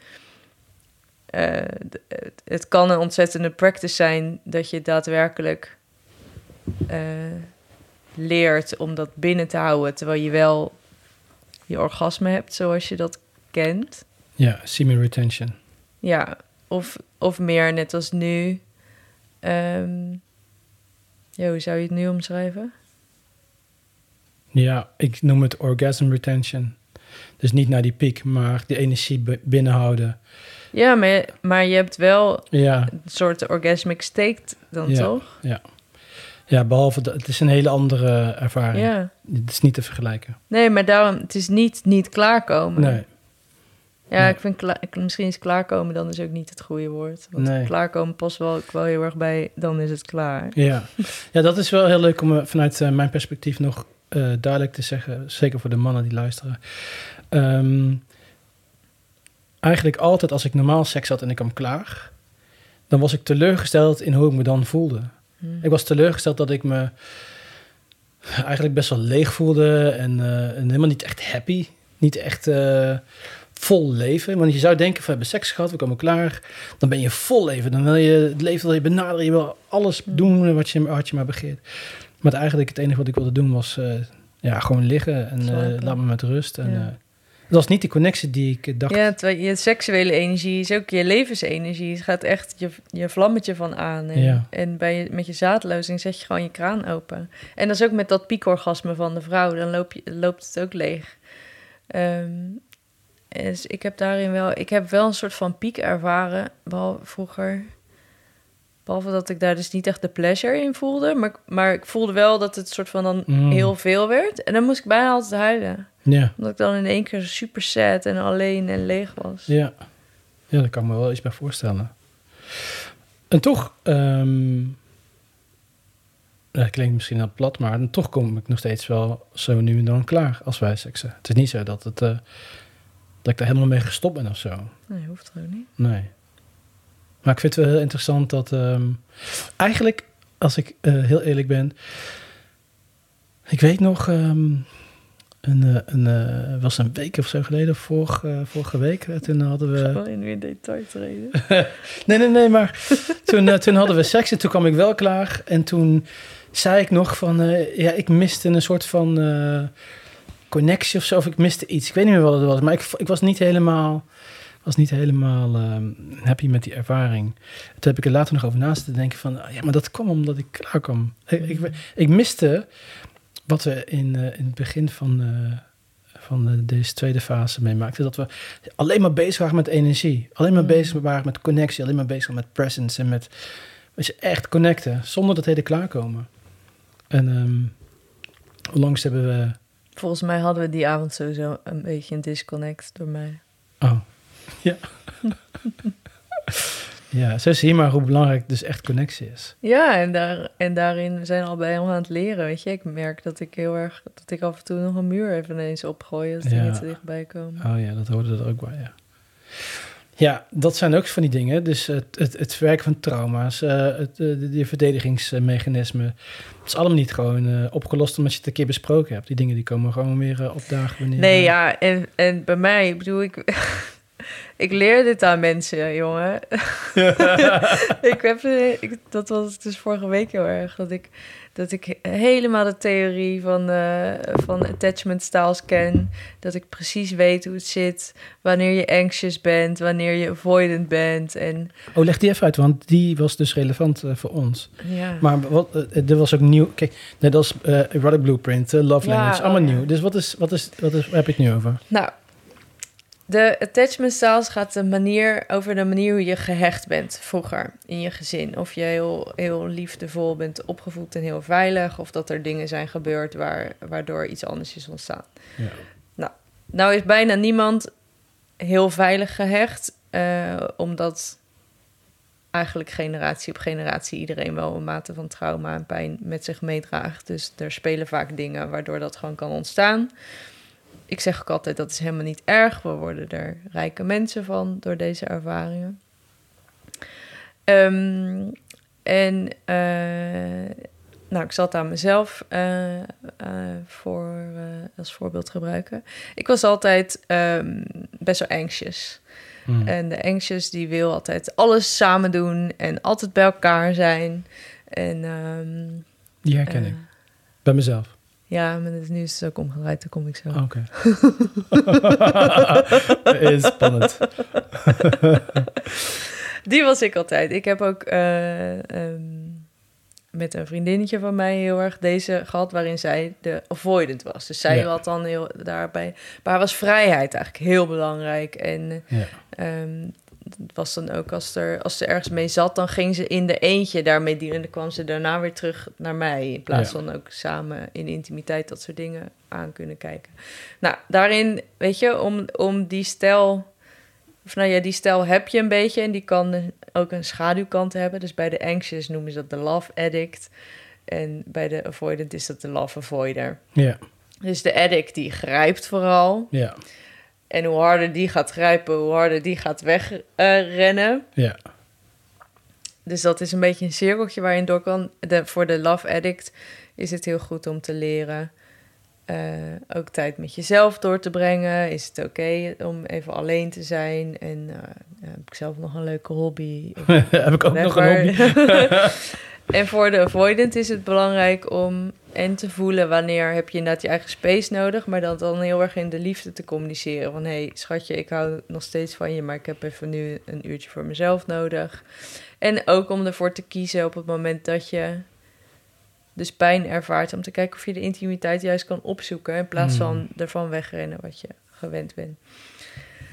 uh, het, het kan een ontzettende practice zijn... dat je daadwerkelijk uh, leert om dat binnen te houden... terwijl je wel je orgasme hebt zoals je dat kent.
Ja, semen retention.
Ja, of, of meer net als nu... Um, ja, hoe zou je het nu omschrijven?
Ja, ik noem het orgasm retention. Dus niet naar die piek, maar die energie b- binnenhouden.
Ja, maar, maar je hebt wel
ja.
een soort orgasmic state dan,
ja,
toch?
Ja, ja, behalve dat het is een hele andere ervaring.
Ja.
Het is niet te vergelijken.
Nee, maar daarom, het is niet niet klaarkomen.
Nee.
Ja,
nee.
ik vind kla- misschien is klaarkomen dan dus ook niet het goede woord. Want
nee.
klaarkomen past wel, ook wel heel erg bij, dan is het klaar.
Ja, ja dat is wel heel leuk om uh, vanuit uh, mijn perspectief nog uh, duidelijk te zeggen. Zeker voor de mannen die luisteren. Um, eigenlijk altijd als ik normaal seks had en ik kwam klaar... dan was ik teleurgesteld in hoe ik me dan voelde. Hmm. Ik was teleurgesteld dat ik me eigenlijk best wel leeg voelde... en, uh, en helemaal niet echt happy. Niet echt... Uh, vol leven. Want je zou denken, we hebben seks gehad, we komen klaar. Dan ben je vol leven. Dan wil je het leven wil je benaderen. Je wil alles doen wat je, wat je maar begeert. Maar het, eigenlijk het enige wat ik wilde doen was... Uh, ja, gewoon liggen en uh, laat me met rust. En, ja. uh, dat was niet de connectie die ik dacht.
Ja, terwijl je seksuele energie is ook je levensenergie. Het gaat echt je, je vlammetje van aan. En,
ja.
en bij je, met je zaadlozing zet je gewoon je kraan open. En dat is ook met dat piekorgasme van de vrouw. Dan loop je, loopt het ook leeg. Um, dus ik heb daarin wel... Ik heb wel een soort van piek ervaren, behalve vroeger... Behalve dat ik daar dus niet echt de pleasure in voelde. Maar, maar ik voelde wel dat het soort van dan mm. heel veel werd. En dan moest ik bijna altijd huilen.
Ja.
Omdat ik dan in één keer super sad en alleen en leeg was.
Ja, ja daar kan ik me wel iets bij voorstellen. En toch... Um, dat klinkt misschien al plat, maar dan toch kom ik nog steeds wel zo nu en dan klaar als wij seksen. Het is niet zo dat, het, uh, dat ik daar helemaal mee gestopt ben of zo.
Nee, hoeft er ook niet.
Nee. Maar ik vind het wel heel interessant dat... Um, eigenlijk, als ik uh, heel eerlijk ben... Ik weet nog... Um, een, uh, een, uh, was een week of zo geleden, vorige, uh, vorige week. Toen hadden we...
Gewoon in weer detail treden.
nee, nee, nee, maar... toen, uh, toen hadden we seks en toen kwam ik wel klaar. En toen zei ik nog van... Uh, ja, ik miste een soort van... Uh, connectie of zo. Of ik miste iets. Ik weet niet meer wat het was. Maar ik, ik was niet helemaal... was niet helemaal um, happy met die ervaring. Toen heb ik er later nog over naast te denken van... ja, maar dat kwam omdat ik klaar kwam. Ik, ik, ik miste wat we in, uh, in het begin van, uh, van uh, deze tweede fase meemaakten. Dat we alleen maar bezig waren met energie. Alleen maar mm. bezig waren met connectie. Alleen maar bezig waren met presence. En met weet je, echt connecten. Zonder dat hele klaarkomen. En um, onlangs hebben we...
Volgens mij hadden we die avond sowieso een beetje een disconnect door mij.
Oh, ja. Ja, zo zie je maar hoe belangrijk dus echt connectie is.
Ja, en, daar, en daarin zijn we allebei helemaal aan het leren, weet je. Ik merk dat ik heel erg, dat ik af en toe nog een muur even ineens opgooi als dingen ja. te dichtbij komen.
Oh ja, dat hoorde er ook bij, ja. Ja, dat zijn ook van die dingen. Dus het, het, het verwerken van trauma's, uh, het, de, de verdedigingsmechanismen. Het is allemaal niet gewoon uh, opgelost omdat je het een keer besproken hebt. Die dingen die komen gewoon weer uh, opdagen wanneer...
Nee, ja, en, en bij mij, ik bedoel, ik... Ik leer dit aan mensen, jongen. ik heb, ik, dat was dus vorige week heel erg. Dat ik, dat ik helemaal de theorie van, uh, van attachment styles ken. Dat ik precies weet hoe het zit. Wanneer je anxious bent, wanneer je avoidant bent. En...
Oh, leg die even uit, want die was dus relevant uh, voor ons.
Ja.
Maar wat, uh, er was ook nieuw... Kijk, net als uh, Erotic Blueprint, uh, Love Language, ja, allemaal oh, nieuw. Ja. Dus wat is, wat is, wat is, waar heb je het nu over?
Nou... De attachment styles gaat de manier, over de manier hoe je gehecht bent vroeger in je gezin. Of je heel, heel liefdevol bent opgevoed en heel veilig. Of dat er dingen zijn gebeurd waar, waardoor iets anders is ontstaan. Ja. Nou, nou is bijna niemand heel veilig gehecht. Uh, omdat eigenlijk generatie op generatie iedereen wel een mate van trauma en pijn met zich meedraagt. Dus er spelen vaak dingen waardoor dat gewoon kan ontstaan. Ik zeg ook altijd, dat is helemaal niet erg. We worden er rijke mensen van door deze ervaringen. Um, en uh, nou, ik zal het aan mezelf uh, uh, voor, uh, als voorbeeld gebruiken. Ik was altijd um, best wel anxious. Mm. En de anxious die wil altijd alles samen doen en altijd bij elkaar zijn. En, um,
die herken uh, ik. Bij mezelf.
Ja, maar nu is het ook omgedraaid, dan kom ik zo.
Oké. Okay. Is spannend.
Die was ik altijd. Ik heb ook uh, um, met een vriendinnetje van mij heel erg deze gehad, waarin zij de avoidant was. Dus zij ja. had dan heel daarbij... Maar haar was vrijheid eigenlijk heel belangrijk. En ja. um, het was dan ook als, er, als ze ergens mee zat, dan ging ze in de eentje daarmee dienen. En dan kwam ze daarna weer terug naar mij. In plaats ja. van ook samen in intimiteit dat soort dingen aan kunnen kijken. Nou, daarin, weet je, om, om die stijl... Of nou ja, die stijl heb je een beetje. En die kan ook een schaduwkant hebben. Dus bij de anxious noemen ze dat de love addict. En bij de avoidant is dat de love avoider.
Ja.
Dus de addict die grijpt vooral.
Ja.
En hoe harder die gaat grijpen, hoe harder die gaat wegrennen. Uh,
ja.
Dus dat is een beetje een cirkeltje waarin door kan. De, voor de love addict is het heel goed om te leren. Uh, ook tijd met jezelf door te brengen. Is het oké okay om even alleen te zijn? En uh, heb ik zelf nog een leuke hobby?
heb ik ook nog een hobby?
En voor de avoidant is het belangrijk om en te voelen wanneer heb je inderdaad je eigen space nodig, maar dan, dan heel erg in de liefde te communiceren. Van, hé, hey, schatje, ik hou nog steeds van je, maar ik heb even nu een uurtje voor mezelf nodig. En ook om ervoor te kiezen op het moment dat je dus pijn ervaart, om te kijken of je de intimiteit juist kan opzoeken in plaats van mm. ervan wegrennen wat je gewend bent.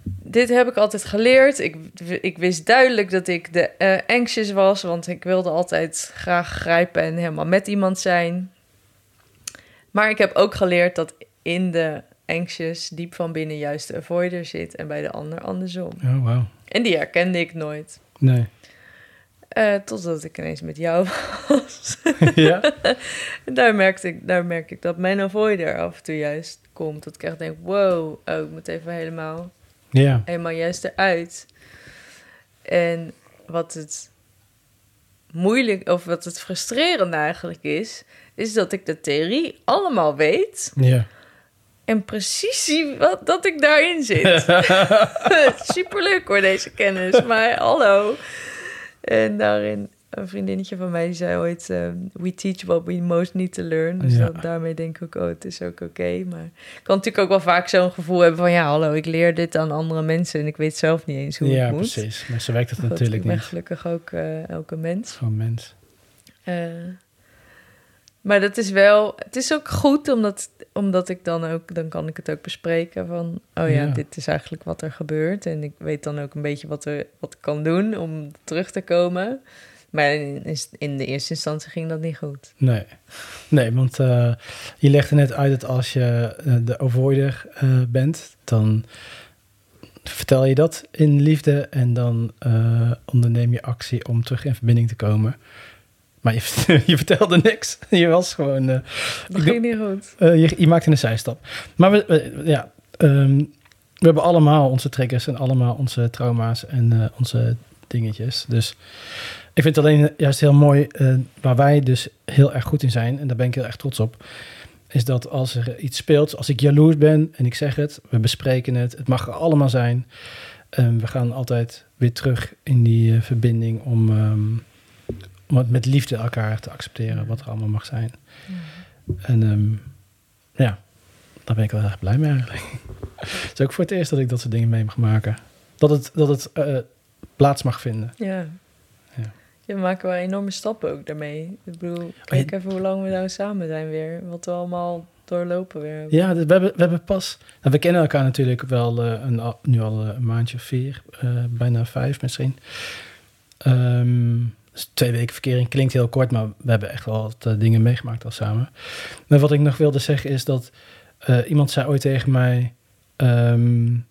dit heb ik altijd geleerd. Ik, ik wist duidelijk dat ik de uh, anxious was, want ik wilde altijd graag grijpen en helemaal met iemand zijn. Maar ik heb ook geleerd dat in de anxious diep van binnen juist de avoider zit en bij de ander andersom.
Oh, wow.
En die herkende ik nooit.
Nee.
Uh, totdat ik ineens met jou was.
Ja?
En daar, merkte ik, daar merk ik dat mijn avoider af en toe juist komt. Dat ik echt denk, wow, oh, ik moet even helemaal,
Ja.
helemaal juist eruit. En wat het moeilijk, of wat het frustrerende eigenlijk is, is dat ik de theorie allemaal weet.
Ja.
En precies zie wat, dat ik daarin zit. Superleuk hoor, deze kennis. Maar hallo. En daarin, een vriendinnetje van mij die zei ooit, uh, we teach what we most need to learn. Dus
Ja.
dat, daarmee denk ik ook, oh, het is ook oké. Okay. Maar ik kan natuurlijk ook wel vaak zo'n gevoel hebben van, ja, hallo, ik leer dit aan andere mensen en ik weet zelf niet eens hoe
Ja,
het moet.
precies. Maar zo werkt het
Goed,
natuurlijk
ik ben
niet.
gelukkig ook uh, elke mens.
Gewoon mens.
Uh, maar dat is wel, het is ook goed, omdat, omdat ik dan ook, dan kan ik het ook bespreken van, oh ja,
Ja.
dit is eigenlijk wat er gebeurt. En ik weet dan ook een beetje wat, er, wat ik kan doen om terug te komen. Maar in, in de eerste instantie ging dat niet goed.
Nee, nee want uh, je legde net uit dat als je uh, de avoider uh, bent, dan vertel je dat in liefde en dan uh, onderneem je actie om terug in verbinding te komen. Maar je, je vertelde niks. Je was gewoon... Uh,
dat ging niet goed.
Uh, je, je maakte een zijstap. Maar we, uh, ja, um, we hebben allemaal onze triggers en allemaal onze trauma's en uh, onze dingetjes. Dus ik vind het alleen juist heel mooi, uh, waar wij dus heel erg goed in zijn, en daar ben ik heel erg trots op, is dat als er iets speelt, als ik jaloers ben en ik zeg het, we bespreken het, het mag er allemaal zijn. Um, we gaan altijd weer terug in die uh, verbinding om... Um, om het met liefde elkaar te accepteren, wat er allemaal mag zijn.
Ja.
En um, ja, daar ben ik wel erg blij mee eigenlijk. Het is ook voor het eerst dat ik dat soort dingen mee mag maken. Dat het, dat het uh, plaats mag vinden.
Ja.
Ja.
Je maakt wel enorme stappen ook daarmee. Ik bedoel, kijk even hoe lang we nou samen zijn weer. Wat we allemaal doorlopen weer.
Ja, we hebben, we hebben pas... Nou, we kennen elkaar natuurlijk wel uh, een, nu al een maandje of vier. Uh, bijna vijf misschien. Um, Dus twee weken verkering klinkt heel kort, maar we hebben echt wel wat uh, dingen meegemaakt al samen. Maar wat ik nog wilde zeggen is dat uh, iemand zei ooit tegen mij, um,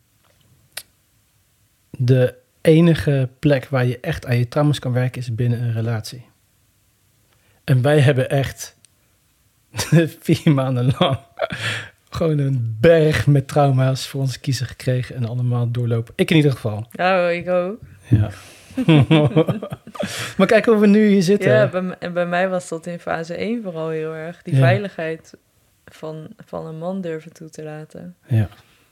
de enige plek waar je echt aan je trauma's kan werken is binnen een relatie. En wij hebben echt vier maanden lang gewoon een berg met trauma's voor ons kiezen gekregen en allemaal doorlopen. Ik in ieder geval.
Nou, ik ook.
Ja. Maar kijk hoe we nu hier zitten.
Ja, bij, en bij mij was dat in fase één vooral heel erg. Die
ja.
veiligheid van, van een man durven toe te laten.
Ja.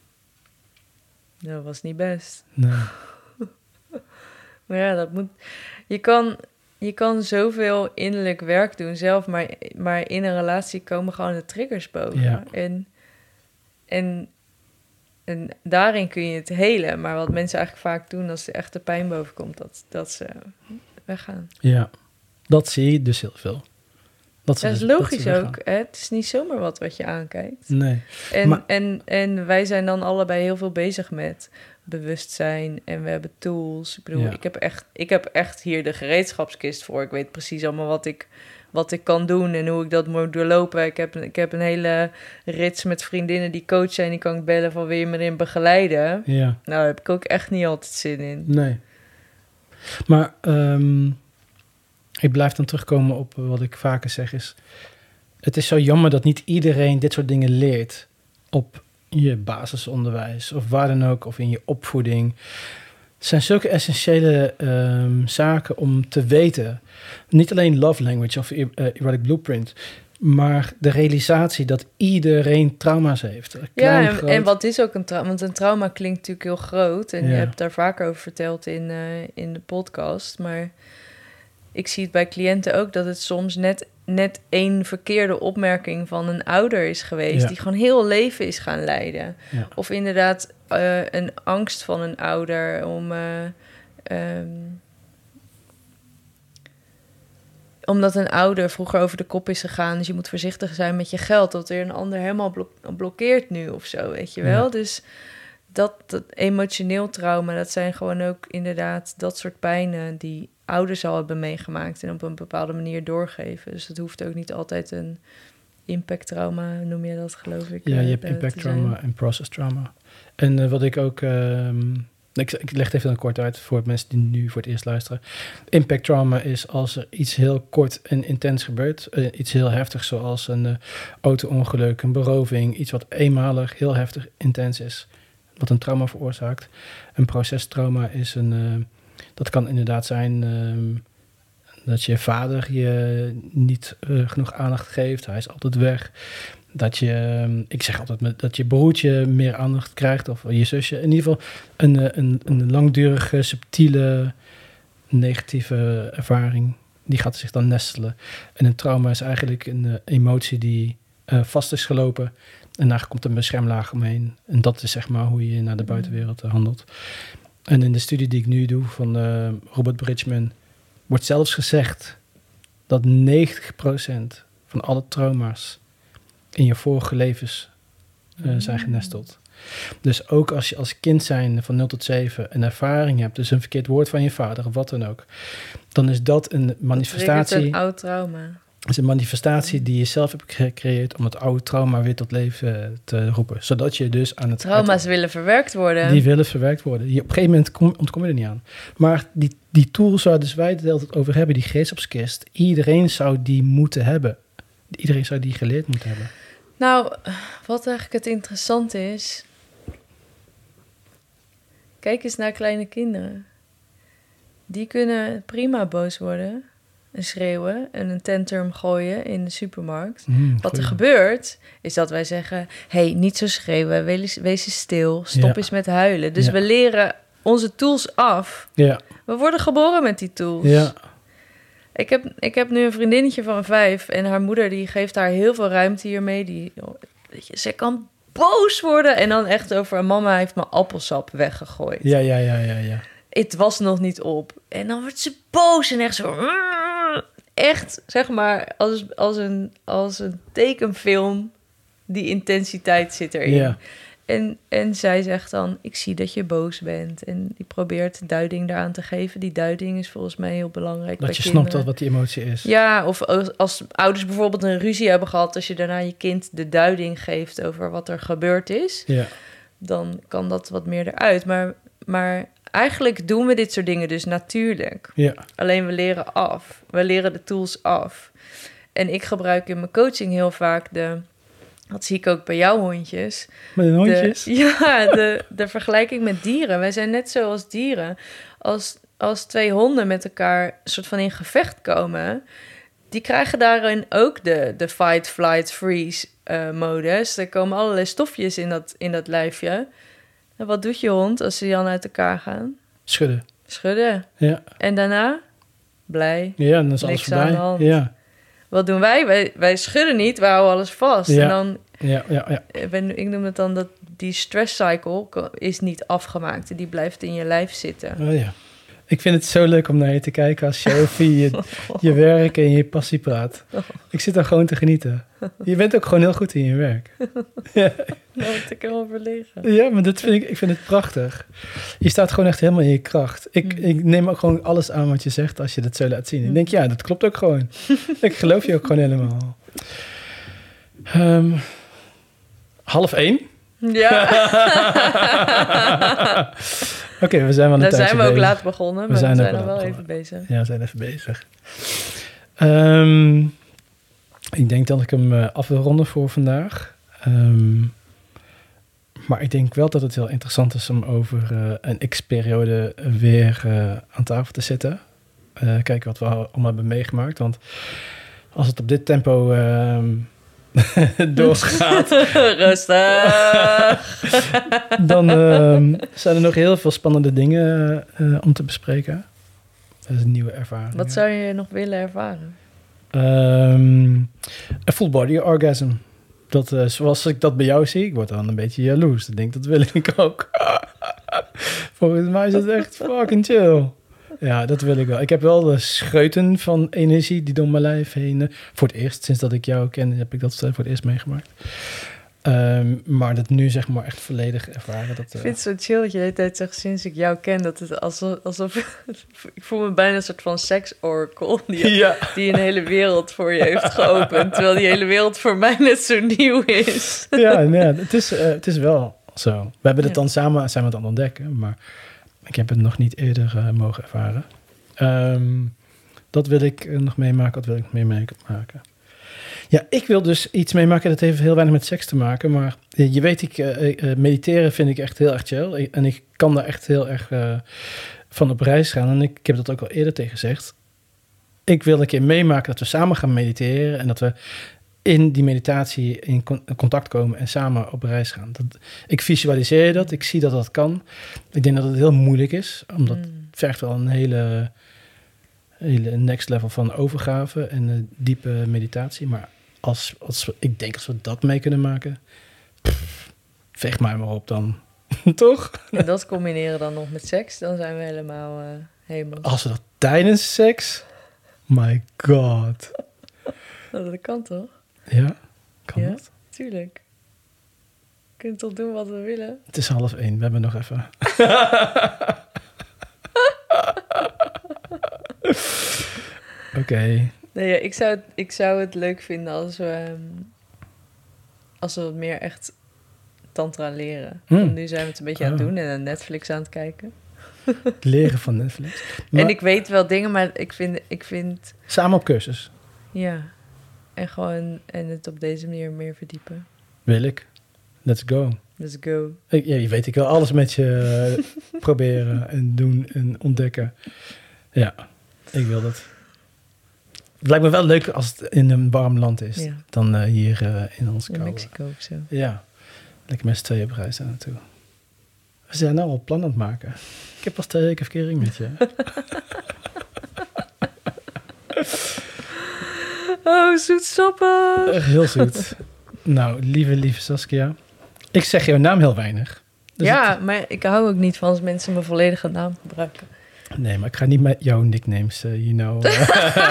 Dat was niet best.
Nee.
Maar ja, dat moet... Je kan, je kan zoveel innerlijk werk doen zelf, maar, maar in een relatie komen gewoon de triggers boven.
Ja.
En, en, en daarin kun je het helen. Maar wat mensen eigenlijk vaak doen als er echt de pijn boven komt, dat, dat ze weggaan.
Ja, dat zie je dus heel veel. Dat,
Dat is
dus,
logisch
dat
ook. Hè? Het is niet zomaar wat wat je aankijkt.
Nee.
En,
Maar,
en, en wij zijn dan allebei heel veel bezig met bewustzijn en we hebben tools. Ik bedoel,
Ja.
ik, heb echt, ik heb echt hier de gereedschapskist voor. Ik weet precies allemaal wat ik, wat ik kan doen en hoe ik dat moet doorlopen. Ik heb, ik heb een hele rits met vriendinnen die coach zijn. Die kan ik bellen van, wil je me erin begeleiden?
ja,
Nou, daar heb ik ook echt niet altijd zin in.
nee. Maar um, ik blijf dan terugkomen op wat ik vaker zeg is, het is zo jammer dat niet iedereen dit soort dingen leert op je basisonderwijs of waar dan ook, of in je opvoeding. Het zijn zulke essentiële um, zaken om te weten. Niet alleen love language of uh, erotic blueprint, maar de realisatie dat iedereen trauma's heeft. Klein,
ja, en,
groot.
en wat is ook een trauma? Want een trauma klinkt natuurlijk heel groot. En
Ja.
je hebt daar vaker over verteld in, uh, in de podcast. Maar ik zie het bij cliënten ook dat het soms net, net één verkeerde opmerking van een ouder is geweest.
Ja.
Die gewoon heel leven is gaan leiden.
Ja.
Of inderdaad uh, een angst van een ouder om... Uh, um, omdat een ouder vroeger over de kop is gegaan, dus je moet voorzichtig zijn met je geld, dat er een ander helemaal blok- blokkeert nu of zo, weet je wel.
Ja.
Dus dat, dat emotioneel trauma, dat zijn gewoon ook inderdaad dat soort pijnen die ouders al hebben meegemaakt en op een bepaalde manier doorgeven. Dus dat hoeft ook niet altijd een impact trauma, noem je dat, geloof ik.
Ja, je hebt
uh,
impact trauma en process trauma. En uh, wat ik ook... Um, ik, ik leg het even dan kort uit voor mensen die nu voor het eerst luisteren. Impact trauma is als er iets heel kort en intens gebeurt. Uh, iets heel heftigs zoals een uh, auto-ongeluk, een beroving. Iets wat eenmalig heel heftig intens is. Wat een trauma veroorzaakt. Een procestrauma is een... Uh, dat kan inderdaad zijn... Um, dat je vader je niet uh, genoeg aandacht geeft. Hij is altijd weg. Dat je, ik zeg altijd, dat je broertje meer aandacht krijgt. Of je zusje. In ieder geval een, een, een langdurige, subtiele, negatieve ervaring. Die gaat zich dan nestelen. En een trauma is eigenlijk een emotie die uh, vast is gelopen. En daar komt een beschermlaag omheen. En dat is zeg maar hoe je naar de buitenwereld uh, handelt. En in de studie die ik nu doe van uh, Robert Bridgman... wordt zelfs gezegd dat negentig procent van alle trauma's in je vorige levens uh, zijn genesteld. Dus ook als je als kind zijn van nul tot zeven een ervaring hebt, dus een verkeerd woord van je vader of wat dan ook, dan is dat een manifestatie.
Dat is een oud trauma.
Dat is een manifestatie die je zelf hebt gecreëerd om het oude trauma weer tot leven te roepen. Zodat je dus aan het...
Trauma's uit, willen verwerkt worden.
Die willen verwerkt worden. Je, op een gegeven moment kom, ontkom je er niet aan. Maar die, die tools waar dus wij het de hele tijd over hebben, die gereedschapskist, iedereen zou die moeten hebben. Iedereen zou die geleerd moeten hebben.
Nou, wat eigenlijk het interessante is... Kijk eens naar kleine kinderen. Die kunnen prima boos worden... en schreeuwen en een tantrum gooien in de supermarkt. Mm, Wat er gebeurt, is dat wij zeggen... hey, niet zo schreeuwen, wees, wees eens stil, stop ja. eens met huilen. Dus ja. we leren onze tools af. Ja. We worden geboren met die tools. Ja. Ik heb, ik heb nu een vriendinnetje van vijf... en haar moeder die geeft haar heel veel ruimte hiermee. Die, weet je, ze kan boos worden... en dan echt over... mama heeft mijn appelsap weggegooid.
Ja, ja, ja, ja, ja.
Het was nog niet op. En dan wordt ze boos en echt zo... Echt, zeg maar, als, als, een, als een tekenfilm... die intensiteit zit erin. Ja. En, en zij zegt dan, ik zie dat je boos bent. En die probeert duiding daaraan te geven. Die duiding is volgens mij heel belangrijk.
Dat je
kinderen.
snapt dat wat die emotie is.
Ja, of als, als ouders bijvoorbeeld een ruzie hebben gehad... als je daarna je kind de duiding geeft over wat er gebeurd is... Ja. dan kan dat wat meer eruit. Maar, maar eigenlijk doen we dit soort dingen dus natuurlijk. Ja. Alleen we leren af. We leren de tools af. En ik gebruik in mijn coaching heel vaak de... Dat zie ik ook bij jouw hondjes.
Met de hondjes?
De, ja, de, de vergelijking met dieren. Wij zijn net zoals dieren. Als, als twee honden met elkaar een soort van in gevecht komen... die krijgen daarin ook de, de fight, flight, freeze uh, modus. Er komen allerlei stofjes in dat, in dat lijfje. En wat doet je hond als ze dan uit elkaar gaan?
Schudden.
Schudden. Ja. En daarna? Blij.
Ja, dan is alles voorbij.
Aan de hand.
Ja.
Wat doen wij? wij? Wij schudden niet, we houden alles vast.
Ja.
En dan,
ja, ja, ja.
Ik noem het dan dat die stress cycle is niet afgemaakt. Die blijft in je lijf zitten.
Oh ja. Ik vind het zo leuk om naar je te kijken als je over je, je werk en je passie praat. Ik zit daar gewoon te genieten. Je bent ook gewoon heel goed in je werk.
Ja. Nou, moet ik helemaal verlegen.
Ja, maar dat vind ik, ik vind het prachtig. Je staat gewoon echt helemaal in je kracht. Ik, mm. ik neem ook gewoon alles aan wat je zegt als je dat zo laat zien. Ik denk, ja, dat klopt ook gewoon. Ik geloof je ook gewoon helemaal. Um, half één?
Ja.
Oké, okay, we zijn wel een
Daar
tijdje
zijn we ook
bezig.
laat begonnen, maar we zijn, we zijn nog wel begonnen. even bezig.
Ja, we zijn even bezig. Um, ik denk dat ik hem uh, af wil ronden voor vandaag. Um, maar ik denk wel dat het heel interessant is om over uh, een x-periode weer uh, aan tafel te zitten. Uh, kijken wat we allemaal hebben meegemaakt. Want als het op dit tempo uh, doorgaat...
Rustig!
dan uh, zijn er nog heel veel spannende dingen uh, om te bespreken. Dat is een nieuwe ervaring.
Wat zou je nog willen ervaren?
Um, een full body orgasm. Dat, uh, zoals ik dat bij jou zie, ik word dan een beetje jaloers. Ik denk, dat wil ik ook. Volgens mij is het echt fucking chill. Ja, dat wil ik wel. Ik heb wel de scheuten van energie die door mijn lijf heen... Uh, voor het eerst, sinds dat ik jou ken, heb ik dat voor het eerst meegemaakt. Um, maar dat nu zeg maar echt volledig ervaren. Dat, uh...
Ik vind het zo chill dat je de hele tijd zegt, sinds ik jou ken, dat het alsof... alsof ik voel me bijna een soort van seks-oracle die,
ja.
die een hele wereld voor je heeft geopend. Terwijl die hele wereld voor mij net zo nieuw is.
ja, nee, het, is, uh, het is wel zo. We hebben het ja. dan samen, zijn we het aan het ontdekken, maar ik heb het nog niet eerder uh, mogen ervaren. Um, dat wil ik uh, nog meemaken, dat wil ik meemaken. Ja, ik wil dus iets meemaken, dat heeft heel weinig met seks te maken, maar je weet, ik, uh, uh, mediteren vind ik echt heel erg chill. Ik, en ik kan daar echt heel erg uh, van op reis gaan. En ik, ik heb dat ook al eerder tegen gezegd. Ik wil een keer meemaken dat we samen gaan mediteren en dat we in die meditatie in con- contact komen en samen op reis gaan. Dat, ik visualiseer dat, ik zie dat dat kan. Ik denk dat het heel moeilijk is, omdat mm. het vergt wel een hele, hele next level van overgave en uh, diepe meditatie. Maar als, als we, ik denk als we dat mee kunnen maken, pff, veeg mij maar op dan. Toch?
En dat combineren dan nog met seks, dan zijn we helemaal uh, hemel.
Als we dat tijdens seks, my god.
Dat kan toch?
Ja, kan
ja,
dat?
Tuurlijk. We kunnen toch doen wat we willen?
Het is half één, we hebben nog even. Oké. Okay.
Nee, ja, ik, zou het, ik zou het leuk vinden als we, um, als we wat meer echt tantra leren. Hmm. Want nu zijn we het een beetje oh. aan het doen en aan Netflix aan het kijken.
Leren van Netflix. Maar...
En ik weet wel dingen, maar ik vind, ik vind...
Samen op cursus?
Ja. En gewoon en het op deze manier meer verdiepen.
Wil ik. Let's go.
Let's go.
Ik, ja, je weet, ik wil alles met je uh, proberen en doen en ontdekken. Ja, ik wil dat. Het lijkt me wel leuk als het in een warm land is. Ja. Dan uh, hier uh, in ons koude.
In Mexico of zo.
Ja, lekker met z'n tweeën op reis daar naartoe. We zijn nou al plan aan het maken. Ik heb pas twee weken verkering met je.
Oh, zoetsappig.
Heel zoet. Nou, lieve, lieve Saskia. Ik zeg jouw naam heel weinig.
Dus ja, het... maar ik hou ook niet van als mensen mijn volledige naam gebruiken.
Nee, maar ik ga niet met jouw nicknames uh, hier nou... Uh,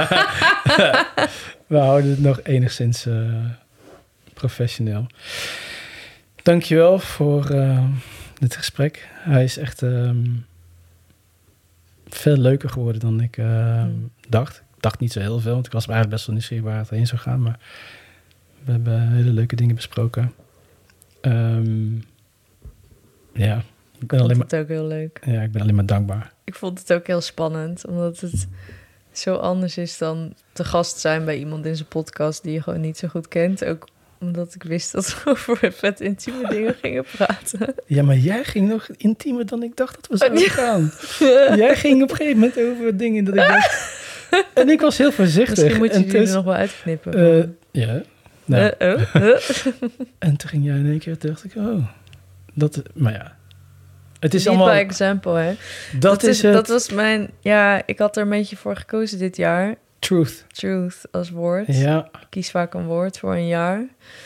we houden het nog enigszins uh, professioneel. Dankjewel voor uh, dit gesprek. Hij is echt um, veel leuker geworden dan ik uh, hmm. dacht. Ik dacht niet zo heel veel, want ik was eigenlijk best wel nieuwsgierig waar het heen zou gaan. Maar we hebben hele leuke dingen besproken. Um, ja, ik ben
ik
alleen
vond
maar,
het ook heel leuk.
Ja, ik ben alleen maar dankbaar.
Ik vond het ook heel spannend, omdat het zo anders is dan te gast zijn bij iemand in zijn podcast die je gewoon niet zo goed kent. Ook omdat ik wist dat we over vet intieme dingen gingen praten.
Ja, maar jij ging nog intiemer dan ik dacht dat we zouden oh, gaan. Jij ging op een gegeven moment over dingen dat ik dacht... En ik was heel voorzichtig.
Misschien moet je
en
die
tuss-
er nog wel uitknippen.
Uh, ja. Nou.
Uh, uh, uh.
En toen ging jij in één keer, dacht ik, oh, dat, maar ja. Het is
Lead
allemaal...
by example, hè.
Dat,
dat
is
is
het.
Dat was mijn... Ja, ik had er een beetje voor gekozen dit jaar.
Truth.
Truth als woord.
Ja.
Ik kies vaak een woord voor een jaar.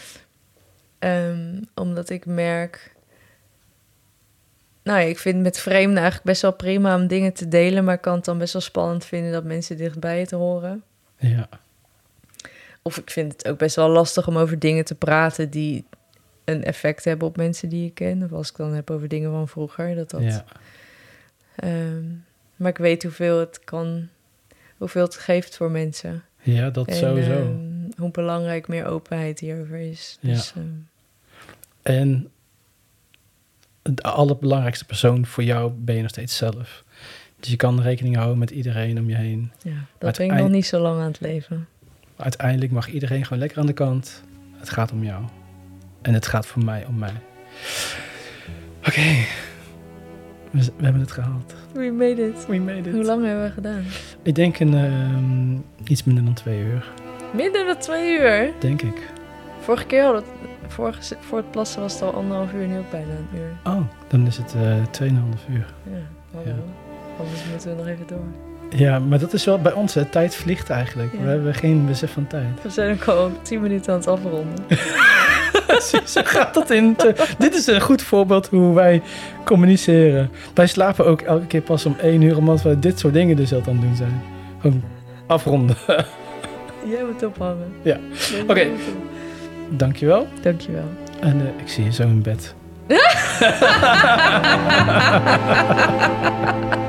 Um, omdat ik merk... Nou ja, ik vind met vreemden eigenlijk best wel prima om dingen te delen... maar ik kan het dan best wel spannend vinden dat mensen dichtbij het horen.
Ja.
Of ik vind het ook best wel lastig om over dingen te praten... die een effect hebben op mensen die ik ken. Of als ik dan heb over dingen van vroeger. Dat dat,
ja.
um, maar ik weet hoeveel het kan... hoeveel het geeft voor mensen.
Ja, dat en, sowieso.
Um, hoe belangrijk meer openheid hierover is.
Ja.
Dus, um,
en de allerbelangrijkste persoon voor jou ben je nog steeds zelf. Dus je kan rekening houden met iedereen om je heen.
Ja, dat ben ik nog niet zo lang aan het leven.
Uiteindelijk mag iedereen gewoon lekker aan de kant. Het gaat om jou. En het gaat voor mij om mij. Oké. Okay. We, we hebben het gehaald.
We made it.
We made it.
Hoe lang hebben we gedaan?
Ik denk een, um, iets minder dan twee uur.
Minder dan twee uur?
Denk ik.
Vorige keer hadden we... Vorige, voor het plassen was het al anderhalf uur, nu ook bijna een uur.
Oh, dan is het uh, tweeënhalf uur.
Ja, oh, ja. Anders moeten we nog even door.
Ja, maar dat is wel bij ons, hè. Tijd vliegt eigenlijk. Ja. We hebben geen besef van tijd.
We zijn ook al tien minuten aan het afronden.
Zo gaat dat in. Dit is een goed voorbeeld hoe wij communiceren. Wij slapen ook elke keer pas om één uur, omdat we dit soort dingen dus al aan het doen zijn. Gewoon afronden.
Jij moet ophangen.
Ja, oké. Okay. Dankjewel.
Dankjewel.
En uh, ik zie je zo in bed.